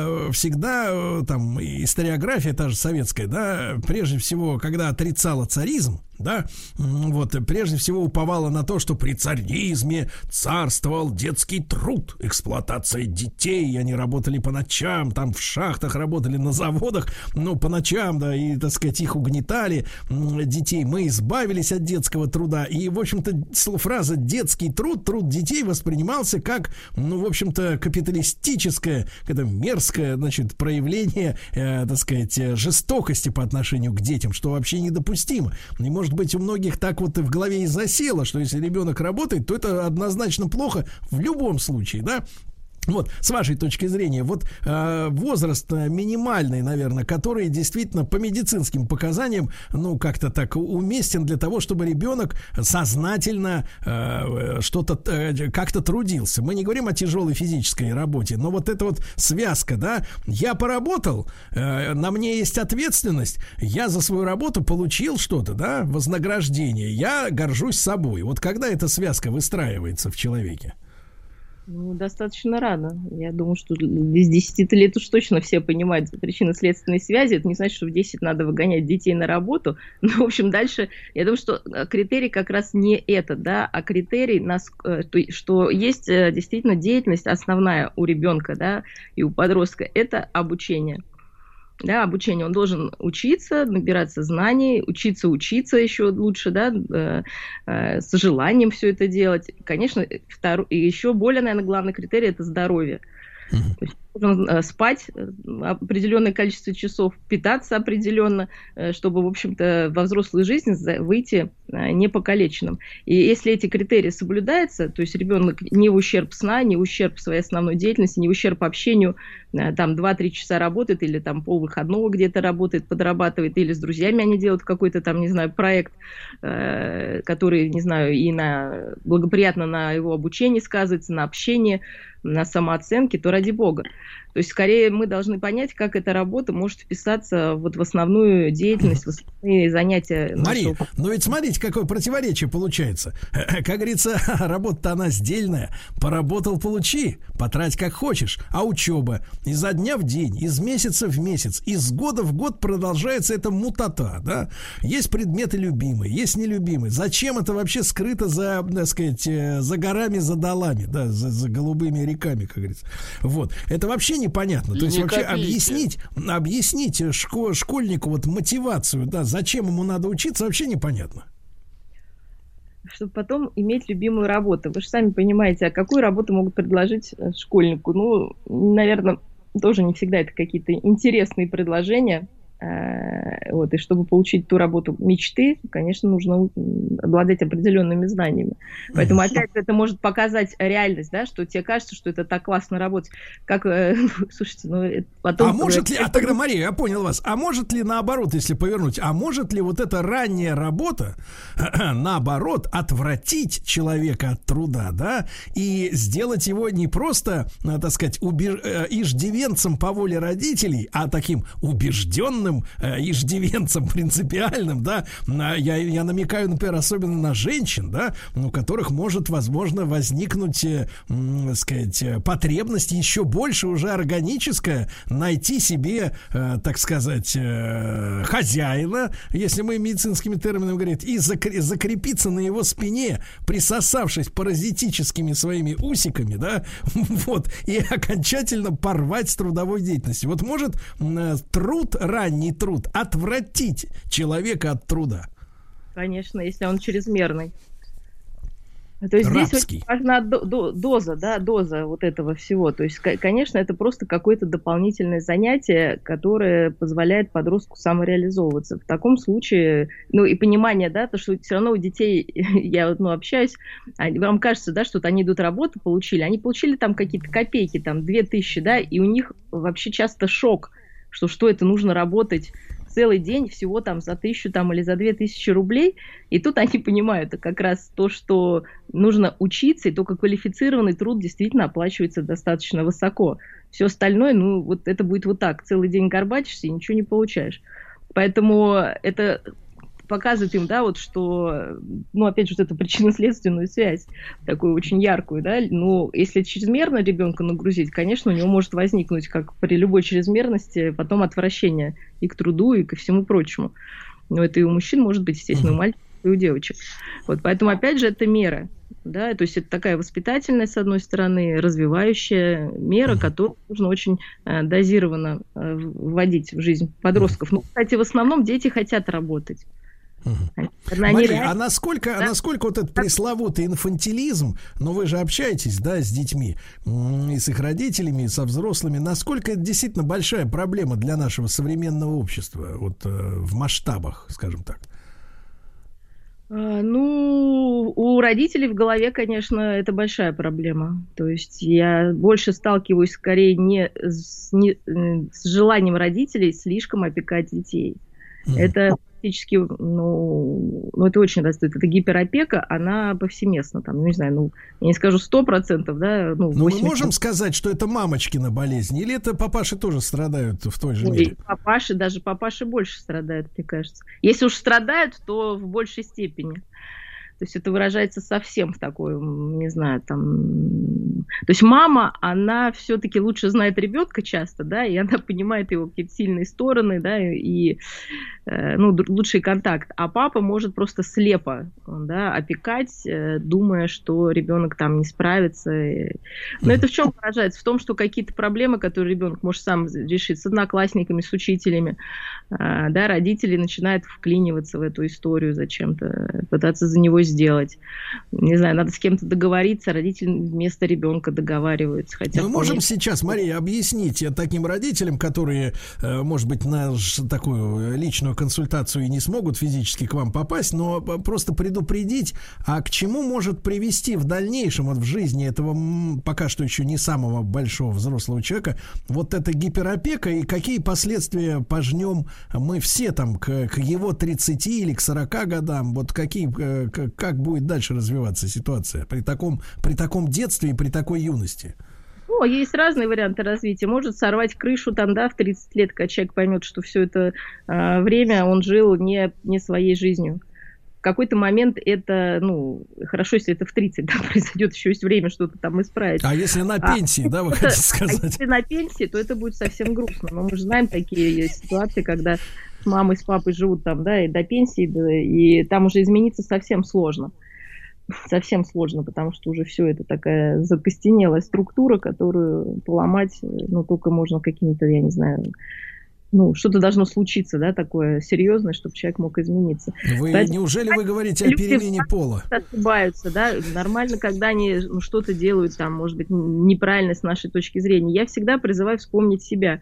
всегда там историография та же советская, да, прежде всего, когда отрицала царизм, да, вот, прежде всего уповала на то, что при царизме царствовал детский труд, эксплуатация детей, они работали по ночам, там в шахтах работали, на заводах, ну, по ночам, да, и, так сказать, их угнетали, детей. Мы избавились от детского труда, и, в общем-то, фраза «детский труд», труд детей воспринимался как, ну, в общем-то, капиталистическое, это мерзкое, значит, проявление, так сказать, жестокости по отношению к детям, что вообще недопустимо. И, может быть, у многих так вот и в голове и засело, что если ребенок работает, то это однозначно плохо в любом случае, да? Вот, с вашей точки зрения, вот возраст минимальный, наверное, который действительно по медицинским показаниям, ну, как-то так уместен для того, чтобы ребенок сознательно что-то, как-то трудился. Мы не говорим о тяжелой физической работе, но вот эта вот связка, да, я поработал, на мне есть ответственность, я за свою работу получил что-то, да, вознаграждение, я горжусь собой. Вот когда эта связка выстраивается в человеке? Ну, достаточно рано. Я думаю, что с 10 лет уж точно все понимают причинно-следственные связи. Это не значит, что в 10 надо выгонять детей на работу. Но, в общем, дальше, я думаю, что критерий как раз не этот, да, а критерий, что есть действительно деятельность основная у ребенка, да, и у подростка, это обучение. Да, обучение. Он должен учиться, набираться знаний, учиться еще лучше, да, с желанием все это делать. Конечно, и еще более, наверное, главный критерий – это здоровье. То есть нужно спать определенное количество часов, питаться определенно, чтобы, в общем-то, во взрослую жизнь выйти непокалеченным. И если эти критерии соблюдаются, то есть ребенок не в ущерб сна, не в ущерб своей основной деятельности, не в ущерб общению, там 2-3 часа работает или там полвыходного где-то работает, подрабатывает, или с друзьями они делают какой-то там, не знаю, проект, который, не знаю, и благоприятно на его обучении сказывается, на общении, на самооценке, то ради бога. То есть, скорее, мы должны понять, как эта работа может вписаться вот в основную деятельность, в основные занятия. Мария, ну ведь смотрите, какое противоречие получается. Как говорится, работа-то она сдельная. Поработал — получи, потрать как хочешь. А учеба изо дня в день, из месяца в месяц, из года в год продолжается эта мутата, да? Есть предметы любимые, есть нелюбимые. Зачем это вообще скрыто за, так сказать, за горами, за долами, да, за голубыми реками, как говорится. Вот. Это вообще непонятно. То есть вообще объяснить школьнику вот мотивацию, да, зачем ему надо учиться, вообще непонятно. Чтобы потом иметь любимую работу. Вы же сами понимаете, а какую работу могут предложить школьнику? Ну, наверное, тоже не всегда это какие-то интересные предложения. Вот, и чтобы получить ту работу мечты, конечно, нужно обладать определенными знаниями. Поэтому опять это может показать реальность, да, что тебе кажется, что это так классно работать. Как, слушайте, ну потом... А может ли, тогда, Мария, я понял вас, а может ли наоборот, если повернуть, а может ли вот эта ранняя работа, наоборот, отвратить человека от труда, да, и сделать его не просто, так сказать, иждивенцем по воле родителей, а таким убежденным иждивенцем принципиальным, да, я намекаю, например, особенно на женщин, да, у которых может, возможно, возникнуть, сказать, потребность еще больше уже органическая найти себе, так сказать, хозяина, если мы медицинскими терминами говорим, и закрепиться на его спине, присосавшись паразитическими своими усиками, да, вот, и окончательно порвать с трудовой деятельностью. Вот может труд ранний, труд отвратить человека от труда? Конечно, если он чрезмерный. То есть рабский. здесь очень важна доза вот этого всего. То есть, конечно, это просто какое-то дополнительное занятие, которое позволяет подростку самореализовываться. В таком случае, и понимание, да, то, что все равно у детей, я общаюсь, вам кажется, да, что они идут работу получили, они получили там какие-то копейки, там 2000, да, и у них вообще часто шок, что это нужно работать целый день всего там за 1000 или за 2000 рублей, и тут они понимают как раз то, что нужно учиться, и только квалифицированный труд действительно оплачивается достаточно высоко. Все остальное, это будет вот так, целый день горбатишься и ничего не получаешь. Поэтому это показывает им, да, что, опять же, эту причинно-следственную связь, такую очень яркую, да, если чрезмерно ребенка нагрузить, конечно, у него может возникнуть, как при любой чрезмерности, потом отвращение и к труду, и ко всему прочему. Но это и у мужчин может быть, естественно, у мальчиков, и у девочек. Поэтому, опять же, это мера, да, то есть это такая воспитательная, с одной стороны, развивающая мера, которую нужно очень дозированно вводить в жизнь подростков. Кстати, в основном дети хотят работать. Мария, а насколько вот этот пресловутый инфантилизм, вы же общаетесь, да, с детьми, и с их родителями, и со взрослыми, насколько это действительно большая проблема для нашего современного общества, в масштабах, скажем так? У родителей в голове, конечно, это большая проблема. То есть я больше сталкиваюсь скорее не с желанием родителей слишком опекать детей. Это практически, это очень растет. Это гиперопека, она повсеместна. Там, не знаю, я не скажу 100%, да. Мы можем сказать, что это мамочкина болезнь, или это папаши тоже страдают в той же мере? Даже папаши больше страдают, мне кажется. Если уж страдают, то в большей степени. То есть это выражается совсем в такой, не знаю, там... То есть мама, она все-таки лучше знает ребенка часто, да, и она понимает его какие-то сильные стороны, да, и лучший контакт. А папа может просто слепо, да, опекать, думая, что ребенок там не справится. Но это в чем выражается? В том, что какие-то проблемы, которые ребенок может сам решить с одноклассниками, с учителями, да, родители начинают вклиниваться в эту историю зачем-то, пытаться за него сделать. Не знаю, надо с кем-то договориться, родители вместо ребенка договариваются. Хотя мы можем сейчас, Мария, объяснить таким родителям, которые, может быть, на такую личную консультацию и не смогут физически к вам попасть, но просто предупредить, а к чему может привести в дальнейшем в жизни этого пока что еще не самого большого взрослого человека вот эта гиперопека, и какие последствия пожнем мы все там к его 30 или к 40 годам, как будет дальше развиваться ситуация при таком детстве и при такой юности? Есть разные варианты развития. Может сорвать крышу в 30 лет, когда человек поймет, что все это время он жил не своей жизнью. В какой-то момент это, хорошо, если это в 30, да, произойдет, еще есть время что-то там исправить. А если на пенсии, да, вы хотите сказать? А если на пенсии, то это будет совсем грустно. Но мы же знаем такие ситуации, когда с мамой, с папой живут там, да, и до пенсии, и там уже измениться совсем сложно. Совсем сложно, потому что уже все это такая закостенелая структура, которую поломать, только можно какими-то, я не знаю, что-то должно случиться, да, такое серьезное, чтобы человек мог измениться. Неужели вы говорите о перемене пола? Ошибаются, да, нормально, когда они что-то делают, там, может быть, неправильно с нашей точки зрения. Я всегда призываю вспомнить себя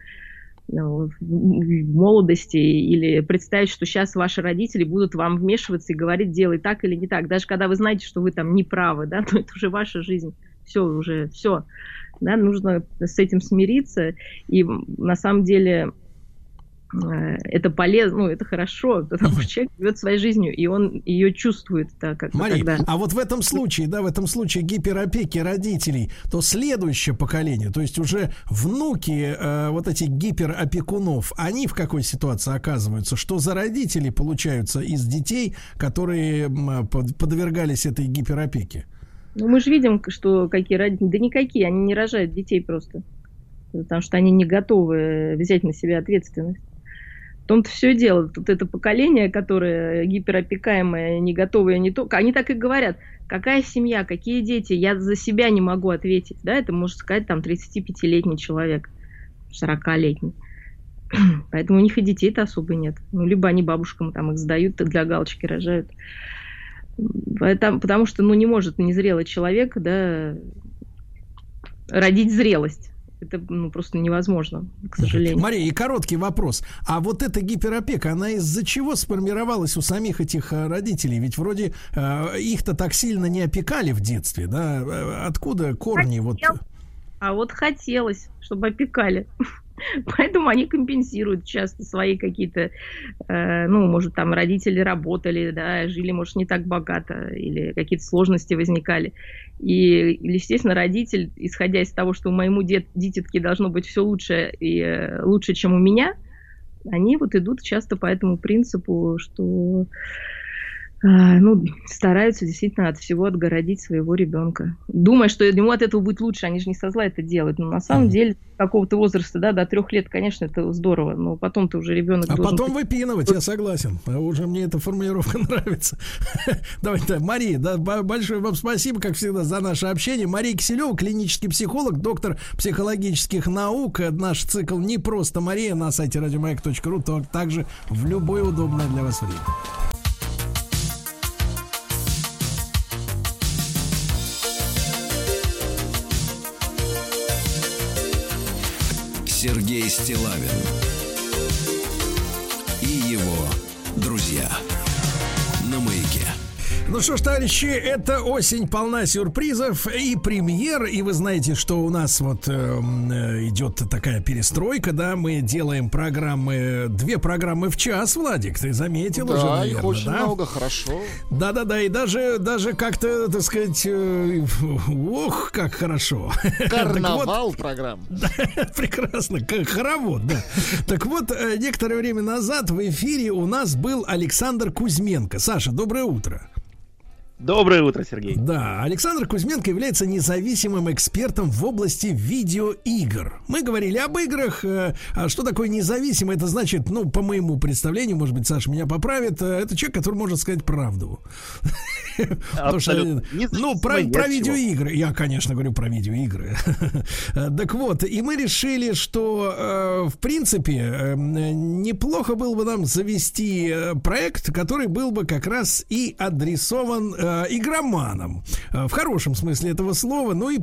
в молодости или представить, что сейчас ваши родители будут вам вмешиваться и говорить, делай так или не так. Даже когда вы знаете, что вы там не правы, да, то это уже ваша жизнь. Все. Да, нужно с этим смириться. И на самом деле это полезно, это хорошо, потому что человек живет своей жизнью, и он ее чувствует. Да, Мария, а вот в этом случае гиперопеки родителей, то следующее поколение, то есть уже внуки вот этих гиперопекунов, они в какой ситуации оказываются? Что за родители получаются из детей, которые подвергались этой гиперопеке? Мы же видим, что какие родители, да никакие, они не рожают детей просто, потому что они не готовы взять на себя ответственность. В том-то все дело. Тут это поколение, которое гиперопекаемое, не готовое, не то. Они так и говорят, какая семья, какие дети, я за себя не могу ответить. Да, это может сказать там 35-летний человек, 40-летний. Поэтому у них и детей-то особо нет. Либо они бабушкам там их сдают, для галочки рожают. Потому что, не может незрелый человек, да, родить зрелость. Это просто невозможно, к сожалению. Мария, и короткий вопрос. А вот эта гиперопека, она из-за чего сформировалась у самих этих родителей? Ведь вроде их-то так сильно не опекали в детстве, да? Откуда корни? А вот хотелось, чтобы опекали. Поэтому они компенсируют часто свои какие-то, может, там родители работали, да, жили, может, не так богато, или какие-то сложности возникали. И, естественно, родитель, исходя из того, что моему дитятке должно быть все лучше и лучше, чем у меня, они вот идут часто по этому принципу, что стараются действительно от всего отгородить своего ребенка. Думая, что ему от этого будет лучше, они же не со зла это делают. Но на самом деле, с какого-то возраста, да, до 3 лет, конечно, это здорово, но потом-то уже ребенок должен... потом выпинывать, я согласен. Уже мне эта формулировка нравится. Давайте, Мария, да, большое вам спасибо, как всегда, за наше общение. Мария Киселева, клинический психолог, доктор психологических наук. Наш цикл «Не просто Мария» на сайте radiomayak.ru, также в любое удобное для вас время. Сергей Стиллавин и его друзья на Маяке. Ну что ж, товарищи, эта осень полна сюрпризов и премьер. И вы знаете, что у нас вот идет такая перестройка, да, мы делаем программы, 2 программы в час, Владик, ты заметил уже, наверное, их очень да? много, хорошо. Да-да-да, и даже как-то, так сказать, ох, как хорошо. Карнавал программ. Прекрасно, хоровод, да. Так вот, некоторое время назад в эфире у нас был Александр Кузьменко. Саша, доброе утро. Доброе утро, Сергей. Да, Александр Кузьменко является независимым экспертом в области видеоигр. Мы говорили об играх. А что такое независимый? Это значит, по моему представлению, может быть, Саша меня поправит, это человек, который может сказать правду. Абсолютно. Про видеоигры. Я, конечно, говорю про видеоигры. Так вот, и мы решили, что, в принципе, неплохо было бы нам завести проект, который был бы как раз и адресован игроманам, в хорошем смысле этого слова, и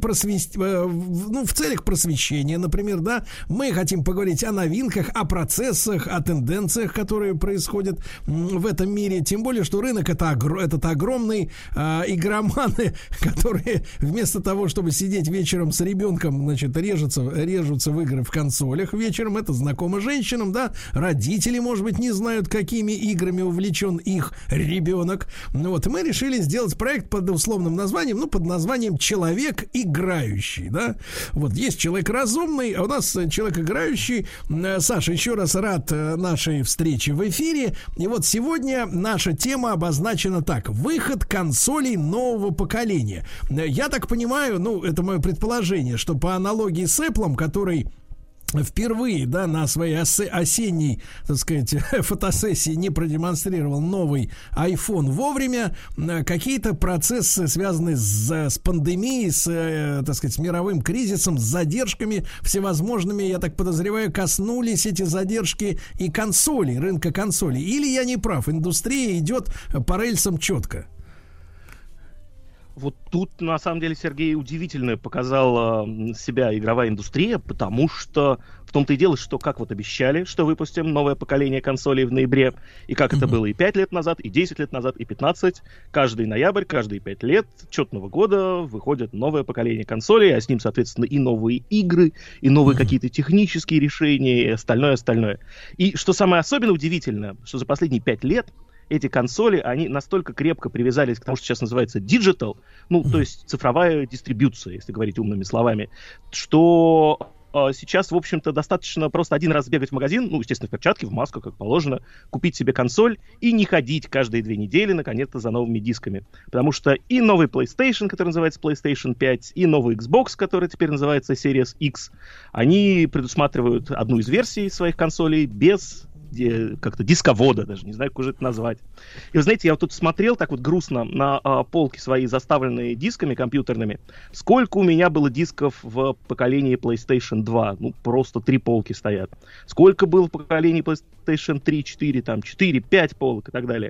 в целях просвещения, например, да, мы хотим поговорить о новинках, о процессах, о тенденциях, которые происходят в этом мире, тем более, что рынок этот огромный, игроманы, которые вместо того, чтобы сидеть вечером с ребенком, значит, режутся в игры в консолях вечером, это знакомо женщинам, да, родители, может быть, не знают, какими играми увлечен их ребенок, и мы решили сделать проект под условным названием, под названием «Человек играющий», да. Вот есть человек разумный, а у нас человек играющий. Саша, еще раз рад нашей встрече в эфире. И вот сегодня наша тема обозначена так: выход консолей нового поколения. Я так понимаю, это мое предположение, что по аналогии с Apple, который впервые, да, на своей осенней, так сказать, фотосессии не продемонстрировал новый iPhone вовремя, какие-то процессы, связанные с пандемией, так сказать, с мировым кризисом, с задержками всевозможными, я так подозреваю, коснулись эти задержки и консолей, рынка консолей. Или я не прав, индустрия идет по рельсам четко? Вот тут, на самом деле, Сергей удивительно показала себя игровая индустрия, потому что в том-то и дело, что как вот обещали, что выпустим новое поколение консолей в ноябре, и как это было и 5 лет назад, и 10 лет назад, и 15, каждый ноябрь, каждые 5 лет четного года выходит новое поколение консолей, а с ним, соответственно, и новые игры, и новые какие-то технические решения, и остальное. И что самое особенно удивительное, что за последние 5 лет эти консоли, они настолько крепко привязались к тому, что сейчас называется digital, то есть цифровая дистрибьюция, если говорить умными словами, что сейчас, в общем-то, достаточно просто один раз сбегать в магазин, естественно, в перчатке, в маску, как положено, купить себе консоль и не ходить каждые 2 недели, наконец-то, за новыми дисками. Потому что и новый PlayStation, который называется PlayStation 5, и новый Xbox, который теперь называется Series X, они предусматривают одну из версий своих консолей без как-то дисковода, даже не знаю, как уже это назвать. И вы знаете, я вот тут смотрел так вот грустно на полки свои, заставленные дисками компьютерными. Сколько у меня было дисков в поколении PlayStation 2? Просто 3 полки стоят. Сколько было в поколении PlayStation 3, 4, 4, 5 полок и так далее.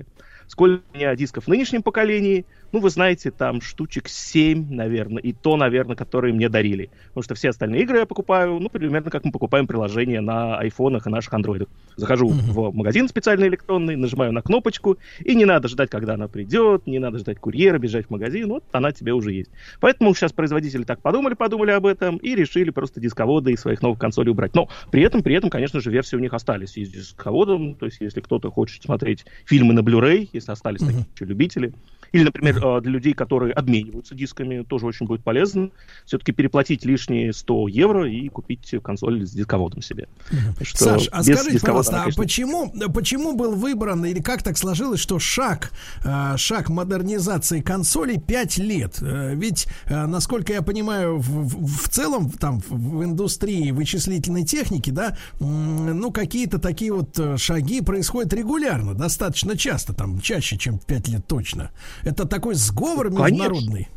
Сколько у меня дисков в нынешнем поколении? Ну, вы знаете, там штучек 7, наверное, и то, наверное, которые мне дарили. Потому что все остальные игры я покупаю, ну, примерно как мы покупаем приложения на айфонах и наших андроидах. Захожу в магазин специальный электронный, нажимаю на кнопочку, и не надо ждать, когда она придет, не надо ждать курьера, бежать в магазин, вот она тебе уже есть. Поэтому сейчас производители так подумали об этом и решили просто дисководы из своих новых консолей убрать. Но при этом, конечно же, версии у них остались и с дисководом, то есть если кто-то хочет смотреть фильмы на Blu-ray, если остались такие еще любители, или, например, для людей, которые обмениваются дисками, тоже очень будет полезно все-таки переплатить лишние 100 евро и купить консоль с дисководом себе. Саш, а скажите, пожалуйста, а почему был выбран, или как так сложилось, что шаг модернизации консолей 5 лет? Ведь, насколько я понимаю, в целом там в индустрии вычислительной техники, да, ну, какие-то такие вот шаги происходят регулярно, достаточно часто, там, чаще, чем 5 лет точно. Это такой сговор международный?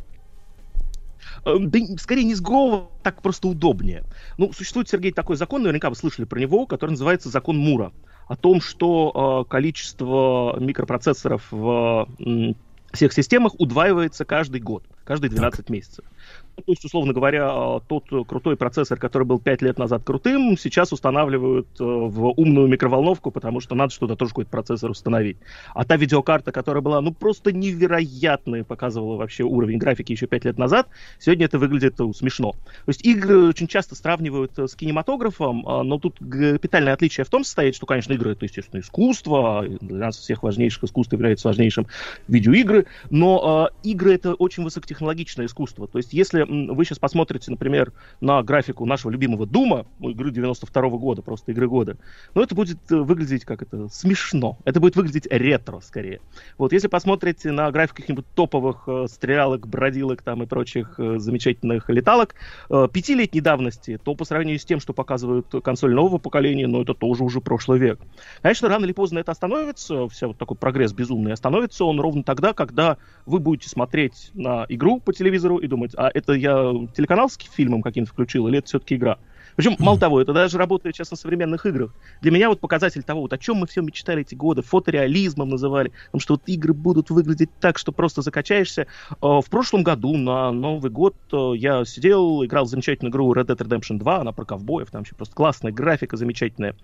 Да, скорее не сговор, так просто удобнее. Ну, существует, Сергей, такой закон, наверняка вы слышали про него, который называется закон Мура. О том, что количество микропроцессоров в всех системах удваивается каждый год, каждые 12 месяцев. То есть, условно говоря, тот крутой процессор, который был 5 лет назад крутым, сейчас устанавливают в умную микроволновку, потому что надо что-то тоже какой-то процессор установить. А та видеокарта, которая была, ну, просто невероятной, показывала вообще уровень графики еще 5 лет назад, сегодня это выглядит смешно. То есть игры очень часто сравнивают с кинематографом, но тут капитальное отличие в том состоит, что, конечно, игры — это, естественно, искусство, для нас всех важнейших искусств является важнейшим видеоигры, но игры — это очень высокотехнологичное искусство. То есть если вы сейчас посмотрите, например, на графику нашего любимого Дума, игры 92-го года, просто игры года, ну, это будет выглядеть как это смешно. Это будет выглядеть ретро, скорее. Вот, если посмотрите на графику каких-нибудь топовых стрелялок, бродилок там и прочих замечательных леталок 5-летней давности, то по сравнению с тем, что показывают консоль нового поколения, ну, это тоже уже прошлый век. Конечно, рано или поздно это остановится, вся вот такой прогресс безумный, остановится он ровно тогда, когда вы будете смотреть на игру по телевизору и думать, а это я телеканал с фильмом каким-то включил, или это все-таки игра? Причем, мало того, это даже работает сейчас на современных играх. Для меня вот показатель того, вот о чем мы все мечтали эти годы, фотореализмом называли, потому что вот игры будут выглядеть так, что просто закачаешься. В прошлом году на Новый год я сидел, играл в замечательную игру Red Dead Redemption 2, она про ковбоев, там вообще просто классная графика, замечательная.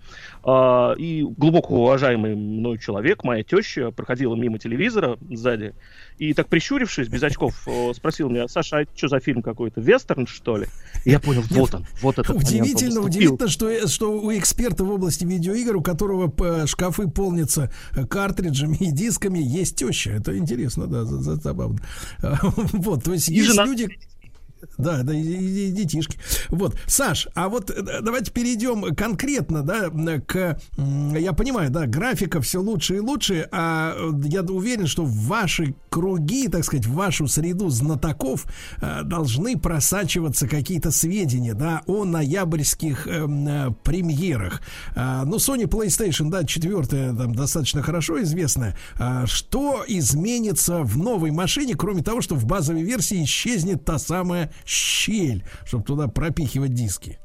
И глубоко уважаемый мной человек, моя теща, проходила мимо телевизора сзади, и так прищурившись, без очков, спросил меня: Саша, а что за фильм какой-то, вестерн, что ли? И я понял, вот он, вот этот момент. Удивительно, что у эксперта в области видеоигр, у которого шкафы полнятся картриджами и дисками, есть теща. Это интересно, да, забавно. Вот, то есть есть люди... Да, и детишки. Вот, Саш, а вот давайте перейдем конкретно, да, я понимаю, да, графика все лучше и лучше, а я уверен, что в ваши круги, так сказать, в вашу среду знатоков должны просачиваться какие-то сведения, да, о ноябрьских премьерах. Ну, Sony PlayStation, да, 4-я, там, достаточно хорошо известная. Что изменится в новой машине, кроме того, что в базовой версии исчезнет та самая щель, чтобы туда пропихивать диски?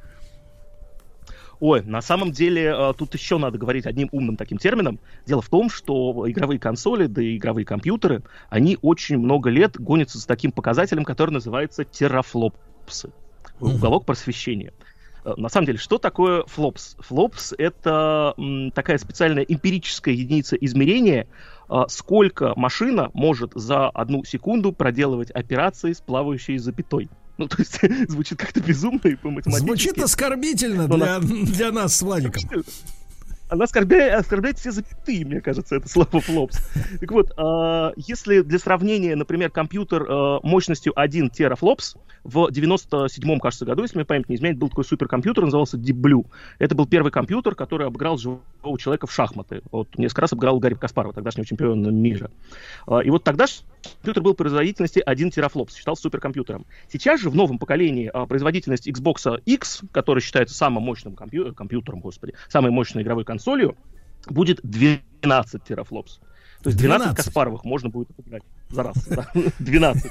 Ой, на самом деле, тут еще надо говорить одним умным таким термином. Дело в том, что игровые консоли, да и игровые компьютеры, они очень много лет гонятся с таким показателем, который называется терафлопсы. Уголок просвещения. На самом деле, что такое флопс? Флопс — это такая специальная эмпирическая единица измерения, сколько машина может за 1 секунду проделывать операции с плавающей запятой. Ну, то есть, звучит как-то безумно и по-математически. Звучит оскорбительно для нас с Владиком. Она оскорбляет все запятые, мне кажется, это слово флопс. Так вот, если для сравнения, например, компьютер мощностью 1 терафлопс в 97-м, кажется, году, если мне память не изменяет, был такой суперкомпьютер, назывался Deep Blue. Это был первый компьютер, который обыграл живого человека в шахматы. Вот несколько раз обыграл Гарри Каспарова, тогдашнего чемпиона мира. И вот тогда компьютер был производительности 1 терафлопс, считался суперкомпьютером. Сейчас же в новом поколении производительность Xbox X, который считается самым мощным компьютером, самой мощной игровой консолью, будет 12 терафлопс. То есть 12 Каспаровых можно будет играть за раз. Да? 12.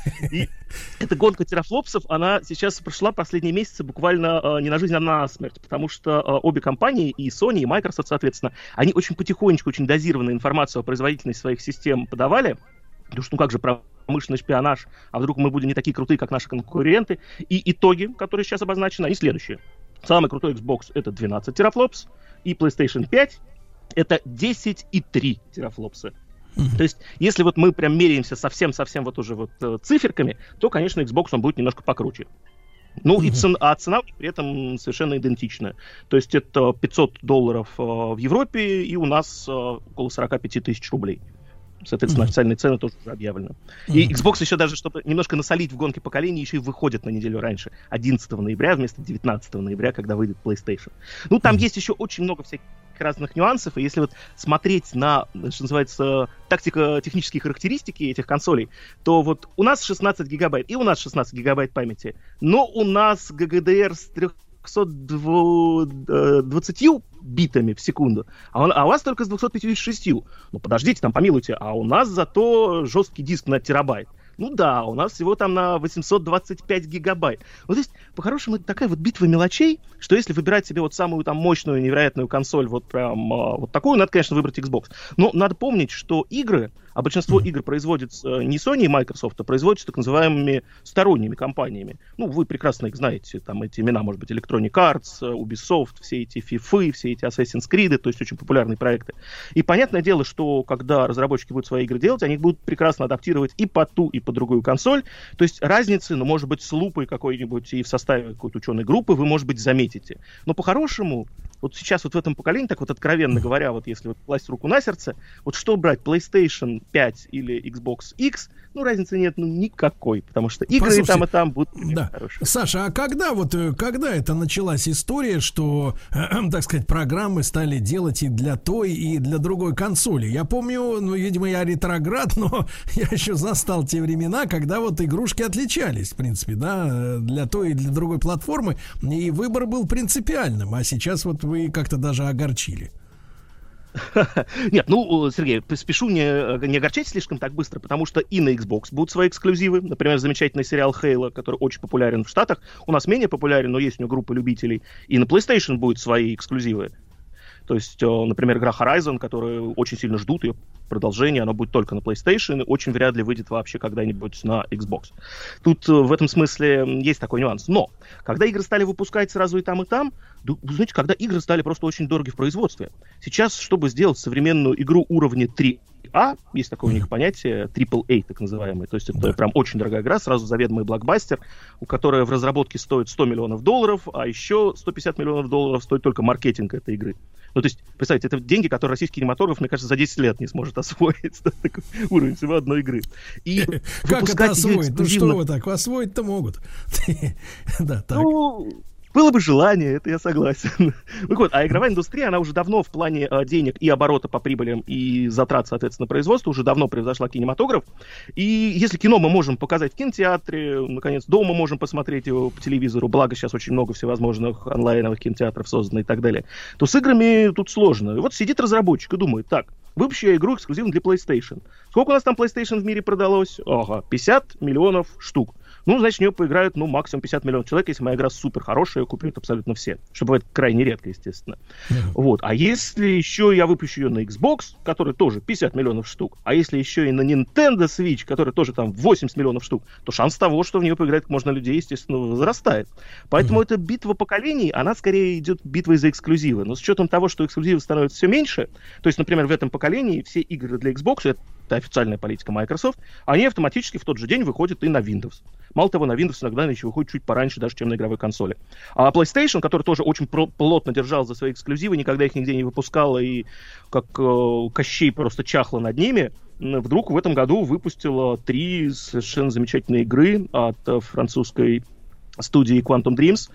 И эта гонка терафлопсов, она сейчас прошла последние месяцы буквально не на жизнь, а на смерть, потому что обе компании, и Sony, и Microsoft, соответственно, они очень потихонечку, очень дозированно информацию о производительности своих систем подавали, потому что, ну как же, промышленный шпионаж, а вдруг мы будем не такие крутые, как наши конкуренты. И итоги, которые сейчас обозначены, они следующие. Самый крутой Xbox — это 12 терафлопс, и PlayStation 5 — это 10,3 терафлопса. То есть, если вот мы прям меряемся совсем-совсем вот уже вот циферками, то, конечно, Xbox он будет немножко покруче. Ну, и цена при этом совершенно идентичная. То есть, это $500 в Европе, и у нас около 45 тысяч рублей. Соответственно, официальные цены тоже уже объявлены. И Xbox еще даже, чтобы немножко насолить в гонке поколений, еще и выходит на неделю раньше, 11 ноября вместо 19 ноября, когда выйдет PlayStation. Ну, там есть еще очень много всяких разных нюансов, и если вот смотреть на, что называется, тактико-технические характеристики этих консолей, то вот у нас 16 гигабайт, и у нас 16 гигабайт памяти, но у нас GDDR с 320 битами в секунду, а у вас только с 256. Ну, подождите, там, помилуйте, а у нас зато жесткий диск на терабайт. Ну да, у нас всего там на 825 гигабайт. Вот, то есть, по-хорошему, это такая вот битва мелочей, что если выбирать себе вот самую там мощную, невероятную консоль, вот прям вот такую, надо, конечно, выбрать Xbox. Но надо помнить, что игры, а большинство игр производится не Sony и Microsoft, а производятся так называемыми сторонними компаниями. Ну, вы прекрасно их знаете, там эти имена, может быть, Electronic Arts, Ubisoft, все эти FIFA, все эти Assassin's Creed, то есть очень популярные проекты. И понятное дело, что когда разработчики будут свои игры делать, они их будут прекрасно адаптировать и под ту, и под другую консоль. То есть разницы, ну, может быть, с лупой какой-нибудь и в составе какой-то ученой группы вы, может быть, заметите. Но по-хорошему, вот сейчас вот в этом поколении, так вот откровенно говоря, вот если вот класть руку на сердце, вот что брать, PlayStation 5 или Xbox X, ну, разницы нет, ну, никакой, потому что игры и там будут хорошие. Саша, а когда это началась история, что, так сказать, программы стали делать и для той, и для другой консоли? Я помню, ну, видимо, я ретроград, но я еще застал те времена, когда вот игрушки отличались, в принципе, да, для той и для другой платформы, и выбор был принципиальным, а сейчас вот вы как-то даже огорчили. Нет, ну, Сергей, спешу не огорчать слишком так быстро, потому что и на Xbox будут свои эксклюзивы. Например, замечательный сериал Halo, который очень популярен в Штатах. У нас менее популярен, но есть у него группа любителей. И на PlayStation будут свои эксклюзивы. То есть, например, игра Horizon, которую очень сильно ждут, ее продолжение, оно будет только на PlayStation, и очень вряд ли выйдет вообще когда-нибудь на Xbox. Тут в этом смысле есть такой нюанс. Но, когда игры стали выпускать сразу и там, вы знаете, когда игры стали просто очень дороги в производстве. Сейчас, чтобы сделать современную игру уровня 3А, есть такое у них понятие, AAA, так называемое, то есть это прям очень дорогая игра, сразу заведомый блокбастер, у которой в разработке стоит $100 миллионов, а еще $150 миллионов стоит только маркетинг этой игры. Ну, то есть, представьте, это деньги, которые российский кинематограф, мне кажется, за 10 лет не сможет освоить. Такой уровень всего одной игры. И как это освоить? Ну, что вы так? Освоить-то могут. Да, так. Было бы желание, это я согласен. Вот, а игровая индустрия, она уже давно в плане денег и оборота по прибылям и затрат, соответственно, производства уже давно превзошла кинематограф. И если кино мы можем показать в кинотеатре, наконец, дома можем посмотреть его по телевизору, благо сейчас очень много всевозможных онлайновых кинотеатров создано и так далее, то с играми тут сложно. И вот сидит разработчик и думает, так, выпущу я игру эксклюзивно для PlayStation. Сколько у нас там PlayStation в мире продалось? Ага, 50 миллионов штук. Ну, значит, в нее поиграют, ну, максимум 50 миллионов человек. Если моя игра супер хорошая, ее купят абсолютно все. Что бывает крайне редко, естественно. Вот. А если еще я выпущу ее на Xbox, который тоже 50 миллионов штук, а если еще и на Nintendo Switch, который тоже там 80 миллионов штук, то шанс того, что в нее поиграть как можно людей, естественно, возрастает. Поэтому эта битва поколений, она скорее идет битвой за эксклюзивы. Но с учетом того, что эксклюзивы становятся все меньше, то есть, например, в этом поколении все игры для Xbox, это официальная политика Microsoft, они автоматически в тот же день выходят и на Windows. Мало того, на Windows иногда еще выходит чуть пораньше, даже чем на игровой консоли. А PlayStation, который тоже очень плотно держал за свои эксклюзивы, никогда их нигде не выпускала и как Кощей просто чахла над ними, вдруг в этом году выпустила 3 совершенно замечательные игры от французской студии Quantum Dreams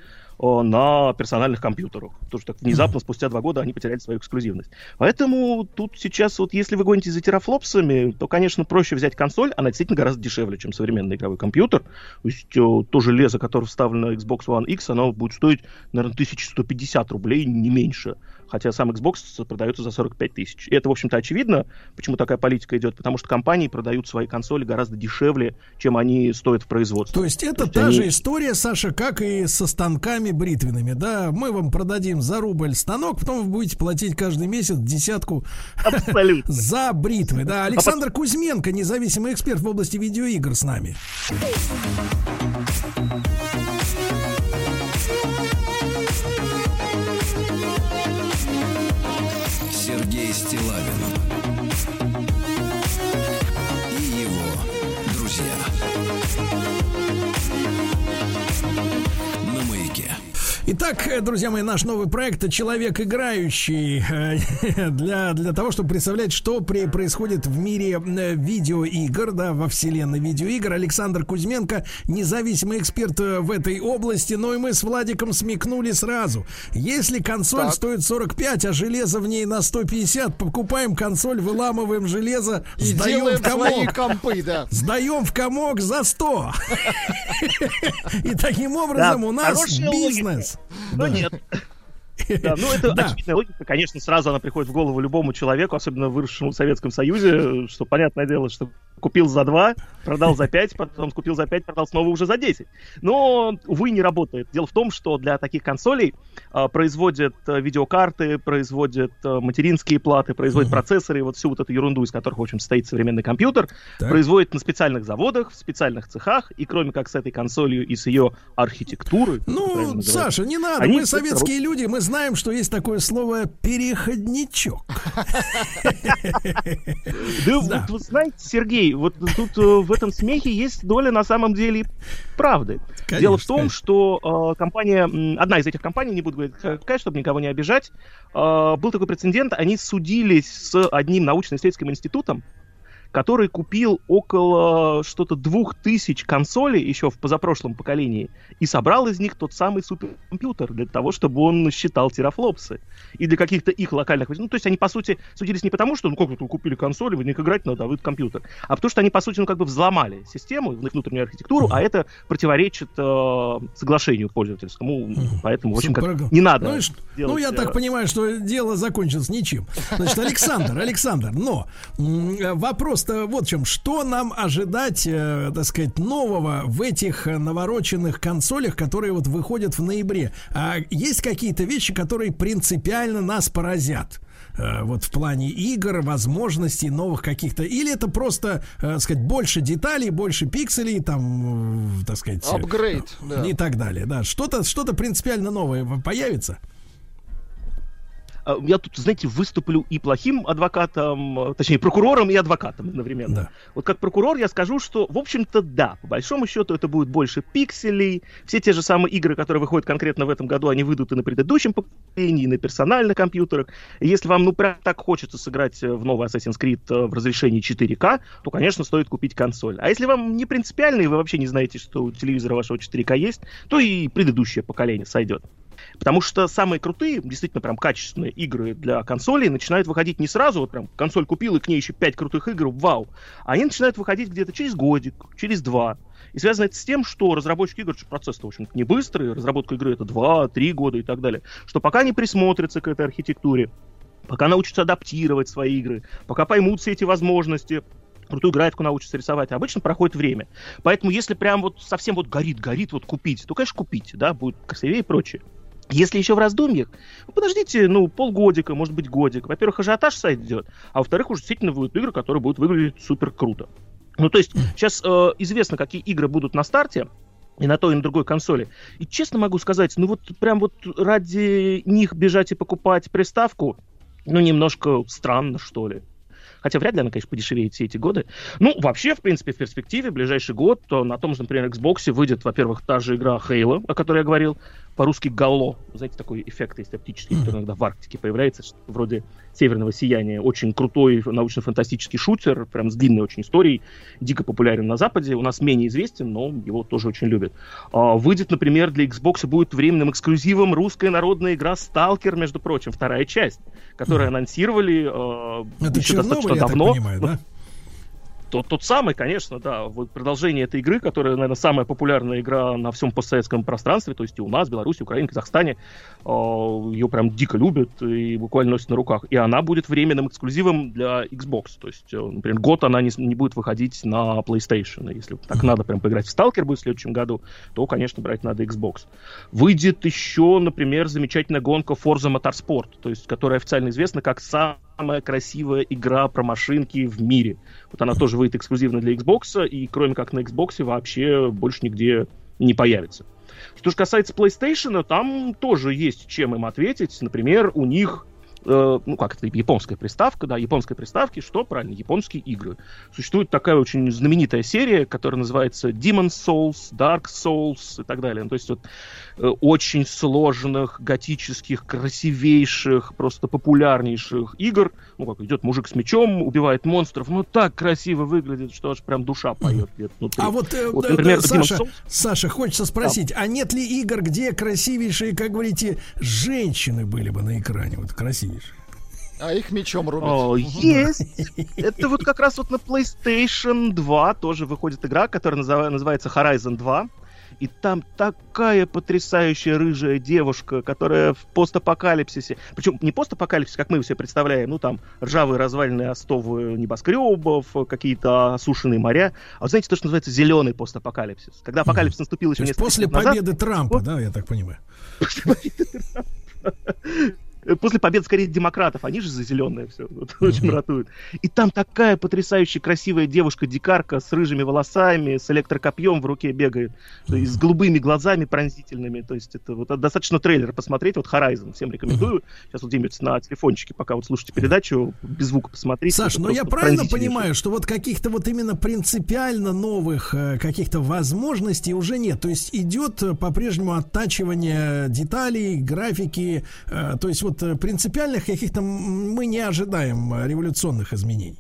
на персональных компьютерах. Потому что так внезапно, спустя 2 года, они потеряли свою эксклюзивность. Поэтому тут сейчас, вот если вы гонитесь за терафлопсами, то, конечно, проще взять консоль, она действительно гораздо дешевле, чем современный игровой компьютер. То есть то железо, которое вставлено на Xbox One X, оно будет стоить, наверное, 1150 рублей, не меньше. хотя сам Xbox продается за 45 тысяч. И это, в общем-то, очевидно, почему такая политика идет, потому что компании продают свои консоли гораздо дешевле, чем они стоят в производстве. То есть это та же история, Саша, как и со станками бритвенными, да? Мы вам продадим за рубль станок, потом вы будете платить каждый месяц десятку за бритвы. Да, Александр Кузьменко, независимый эксперт в области видеоигр, с нами. Сергей Стиллавин и его друзья на Маяке. Итак, друзья мои, наш новый проект «Человек играющий» для того, чтобы представлять, что происходит в мире видеоигр, да, во вселенной видеоигр. Александр Кузьменко, независимый эксперт в этой области, но и мы с Владиком смекнули сразу. Если консоль стоит 45, а железо в ней на 150, покупаем консоль, выламываем железо, сдаем в комок. Компы, да. Сдаем в комок за 100. И таким образом у нас бизнес. Но нет. Да, ну это очевидная логика, конечно, сразу она приходит в голову любому человеку, особенно выросшему в Советском Союзе, что, понятное дело, что купил за 2, продал за 5, потом купил за 5, продал снова уже за 10. Но, увы, не работает. Дело в том, что для таких консолей производят видеокарты, производят материнские платы, производят процессоры, и вот всю вот эту ерунду, из которых, в общем, состоит современный компьютер, производят на специальных заводах, в специальных цехах, и кроме как с этой консолью и с ее архитектурой... Ну, Саша, не надо, мы советские люди, мы знаем, что есть такое слово «переходничок». Да, вы знаете, Сергей, вот тут в этом смехе есть доля на самом деле правды. Дело в том, что компания, одна из этих компаний, не буду говорить какая, чтобы никого не обижать, был такой прецедент, они судились с одним научно-исследовательским институтом, который купил около что-то 2000 консолей еще в позапрошлом поколении и собрал из них тот самый суперкомпьютер для того, чтобы он считал терафлопсы. И для каких-то их локальных... Ну, то есть они, по сути, судились не потому, что, ну, как вы купили консоли, в них играть надо, а вы компьютер, а потому что они, по сути, ну, как бы взломали систему, внутреннюю архитектуру, а это противоречит соглашению пользовательскому, поэтому, в общем, как не надо Ну, я так понимаю, что дело закончилось ничем. Значит, Александр, но вопрос вот в чем. Что нам ожидать, так сказать, нового в этих навороченных консолях, которые вот выходят в ноябре? А есть какие-то вещи, которые принципиально нас поразят? Вот в плане игр, возможностей новых каких-то? Или это просто, так сказать, больше деталей, больше пикселей, там, так сказать... Апгрейд, да. И так далее, да. Что-то принципиально новое появится? Я тут, знаете, выступлю и плохим адвокатом, точнее, прокурором и адвокатом одновременно. Да. Вот как прокурор я скажу, что, в общем-то, да, по большому счету это будет больше пикселей. Все те же самые игры, которые выходят конкретно в этом году, они выйдут и на предыдущем поколении, и на персональных компьютерах. И если вам, ну, прям так хочется сыграть в новый Assassin's Creed в разрешении 4К, то, конечно, стоит купить консоль. А если вам не принципиально, и вы вообще не знаете, что у телевизора вашего 4К есть, то и предыдущее поколение сойдет. Потому что самые крутые, действительно прям качественные игры для консолей начинают выходить не сразу, вот прям консоль купил, и к ней еще 5 крутых игр, вау. Они начинают выходить где-то через годик, через 2. И связано это с тем, что разработчики игр, процесс-то, в общем-то, не быстрый, разработка игры это 2-3 года и так далее, что пока не присмотрятся к этой архитектуре, пока научатся адаптировать свои игры, пока поймут все эти возможности, крутую графику научатся рисовать, обычно проходит время. Поэтому если прям вот совсем вот горит вот купить, то, конечно, купите, да, будет красивее и прочее. Если еще в раздумьях, ну, подождите, ну, полгодика, может быть, годик. Во-первых, ажиотаж сойдет, а во-вторых, уже действительно будут игры, которые будут выглядеть супер круто. Ну, то есть, сейчас известно, какие игры будут на старте, и на той, и на другой консоли. И честно могу сказать, ну, вот прям вот ради них бежать и покупать приставку, ну, немножко странно, что ли. Хотя вряд ли она, конечно, подешевеет все эти годы. Ну, вообще, в принципе, в перспективе, в ближайший год, то на том же, например, Xbox выйдет, во-первых, та же игра Halo, о которой я говорил, по-русски Гало. Знаете, такой эффект есть оптический, который иногда в Арктике появляется, что вроде Северного сияния. Очень крутой научно-фантастический шутер, прям с длинной очень историей, дико популярен на Западе. У нас менее известен, но его тоже очень любят. Выйдет, например, для Xbox будет временным эксклюзивом русская народная игра Stalker, между прочим, вторая часть, которую анонсировали это еще достаточно давно. Понимаю, да? Тот самый, конечно, да. Вот продолжение этой игры, которая, наверное, самая популярная игра на всем постсоветском пространстве, то есть и у нас, в Беларуси, Украине, Казахстане. Ее прям дико любят и буквально носят на руках. И она будет временным эксклюзивом для Xbox. То есть, например, год она не будет выходить на PlayStation. Если так надо прям поиграть в Stalker будет в следующем году, то, конечно, брать надо Xbox. Выйдет еще, например, замечательная гонка Forza Motorsport, то есть, которая официально известна как самая красивая игра про машинки в мире. Вот она тоже выйдет эксклюзивно для Xbox, и кроме как на Xbox вообще больше нигде не появится. Что же касается PlayStation, там тоже есть чем им ответить. Например, у них японская приставка, да, японской приставки, что правильно, японские игры. Существует такая очень знаменитая серия, которая называется Demon's Souls, Dark Souls и так далее. То есть вот очень сложных, готических, красивейших, просто популярнейших игр. Как идет мужик с мечом, убивает монстров, так красиво выглядит, что аж прям душа поет где-то внутри. А например, Саша, хочется спросить, а нет ли игр, где красивейшие, как говорите, женщины были бы на экране, вот красивейшие? А их мечом рубят. Есть. Это вот как раз вот на PlayStation 2 тоже выходит игра, которая называется Horizon 2. И там такая потрясающая рыжая девушка, которая в постапокалипсисе, причем не постапокалипсис, как мы его себе представляем, там ржавые развалины остовы небоскребов, какие-то осушенные моря, а вот знаете, то, что называется зеленый постапокалипсис. Когда апокалипсис наступил еще несколько лет назад. После победы Трампа, да, я так понимаю. После побед, скорее, демократов. Они же за зеленое все. Очень ратуют. И там такая потрясающая красивая девушка-дикарка с рыжими волосами, с электрокопьем в руке бегает, и с голубыми глазами пронзительными. То есть это вот достаточно трейлер посмотреть. Вот Horizon всем рекомендую. Сейчас вот где-нибудь на телефончике, пока вот слушайте передачу, без звука посмотрите. Саш, но я правильно понимаю, что вот каких-то вот именно принципиально новых каких-то возможностей уже нет. То есть идет по-прежнему оттачивание деталей, графики, то есть вот принципиальных каких-то мы не ожидаем революционных изменений.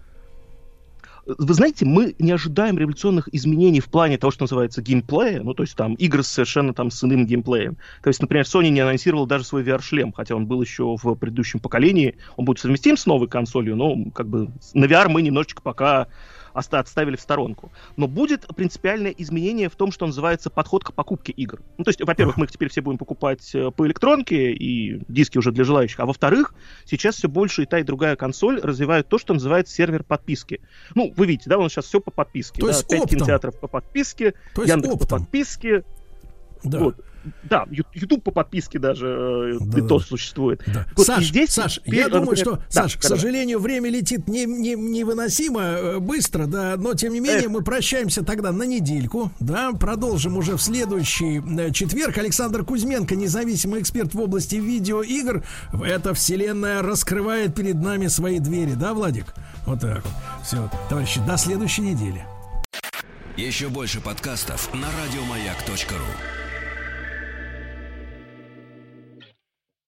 Вы знаете, мы не ожидаем революционных изменений в плане того, что называется геймплея, то есть там игры совершенно там с иным геймплеем. То есть, например, Sony не анонсировал даже свой VR-шлем, хотя он был еще в предыдущем поколении, он будет совместим с новой консолью, но как бы на VR мы немножечко пока отставили в сторонку. Но будет принципиальное изменение в том, что называется подход к покупке игр. То есть, во-первых, мы их теперь все будем покупать по электронке, и диски уже для желающих. А во-вторых, сейчас все больше и та, и другая консоль развивают то, что называется сервер подписки. Вы видите, да, у нас сейчас все по подписке. То есть 5 кинотеатров по подписке, Яндекс по подписке. Да. Вот. Да, YouTube по подписке даже тоже существует. Да. Вот Саш, я думаю, что, Саш, к сожалению, время летит невыносимо быстро, да, но тем не менее мы прощаемся тогда на недельку, да, продолжим уже в следующий четверг. Александр Кузьменко, независимый эксперт в области видеоигр. Эта вселенная раскрывает перед нами свои двери, да, Владик? Вот так вот. Все, товарищи, до следующей недели. Еще больше подкастов на радиомаяк.ру.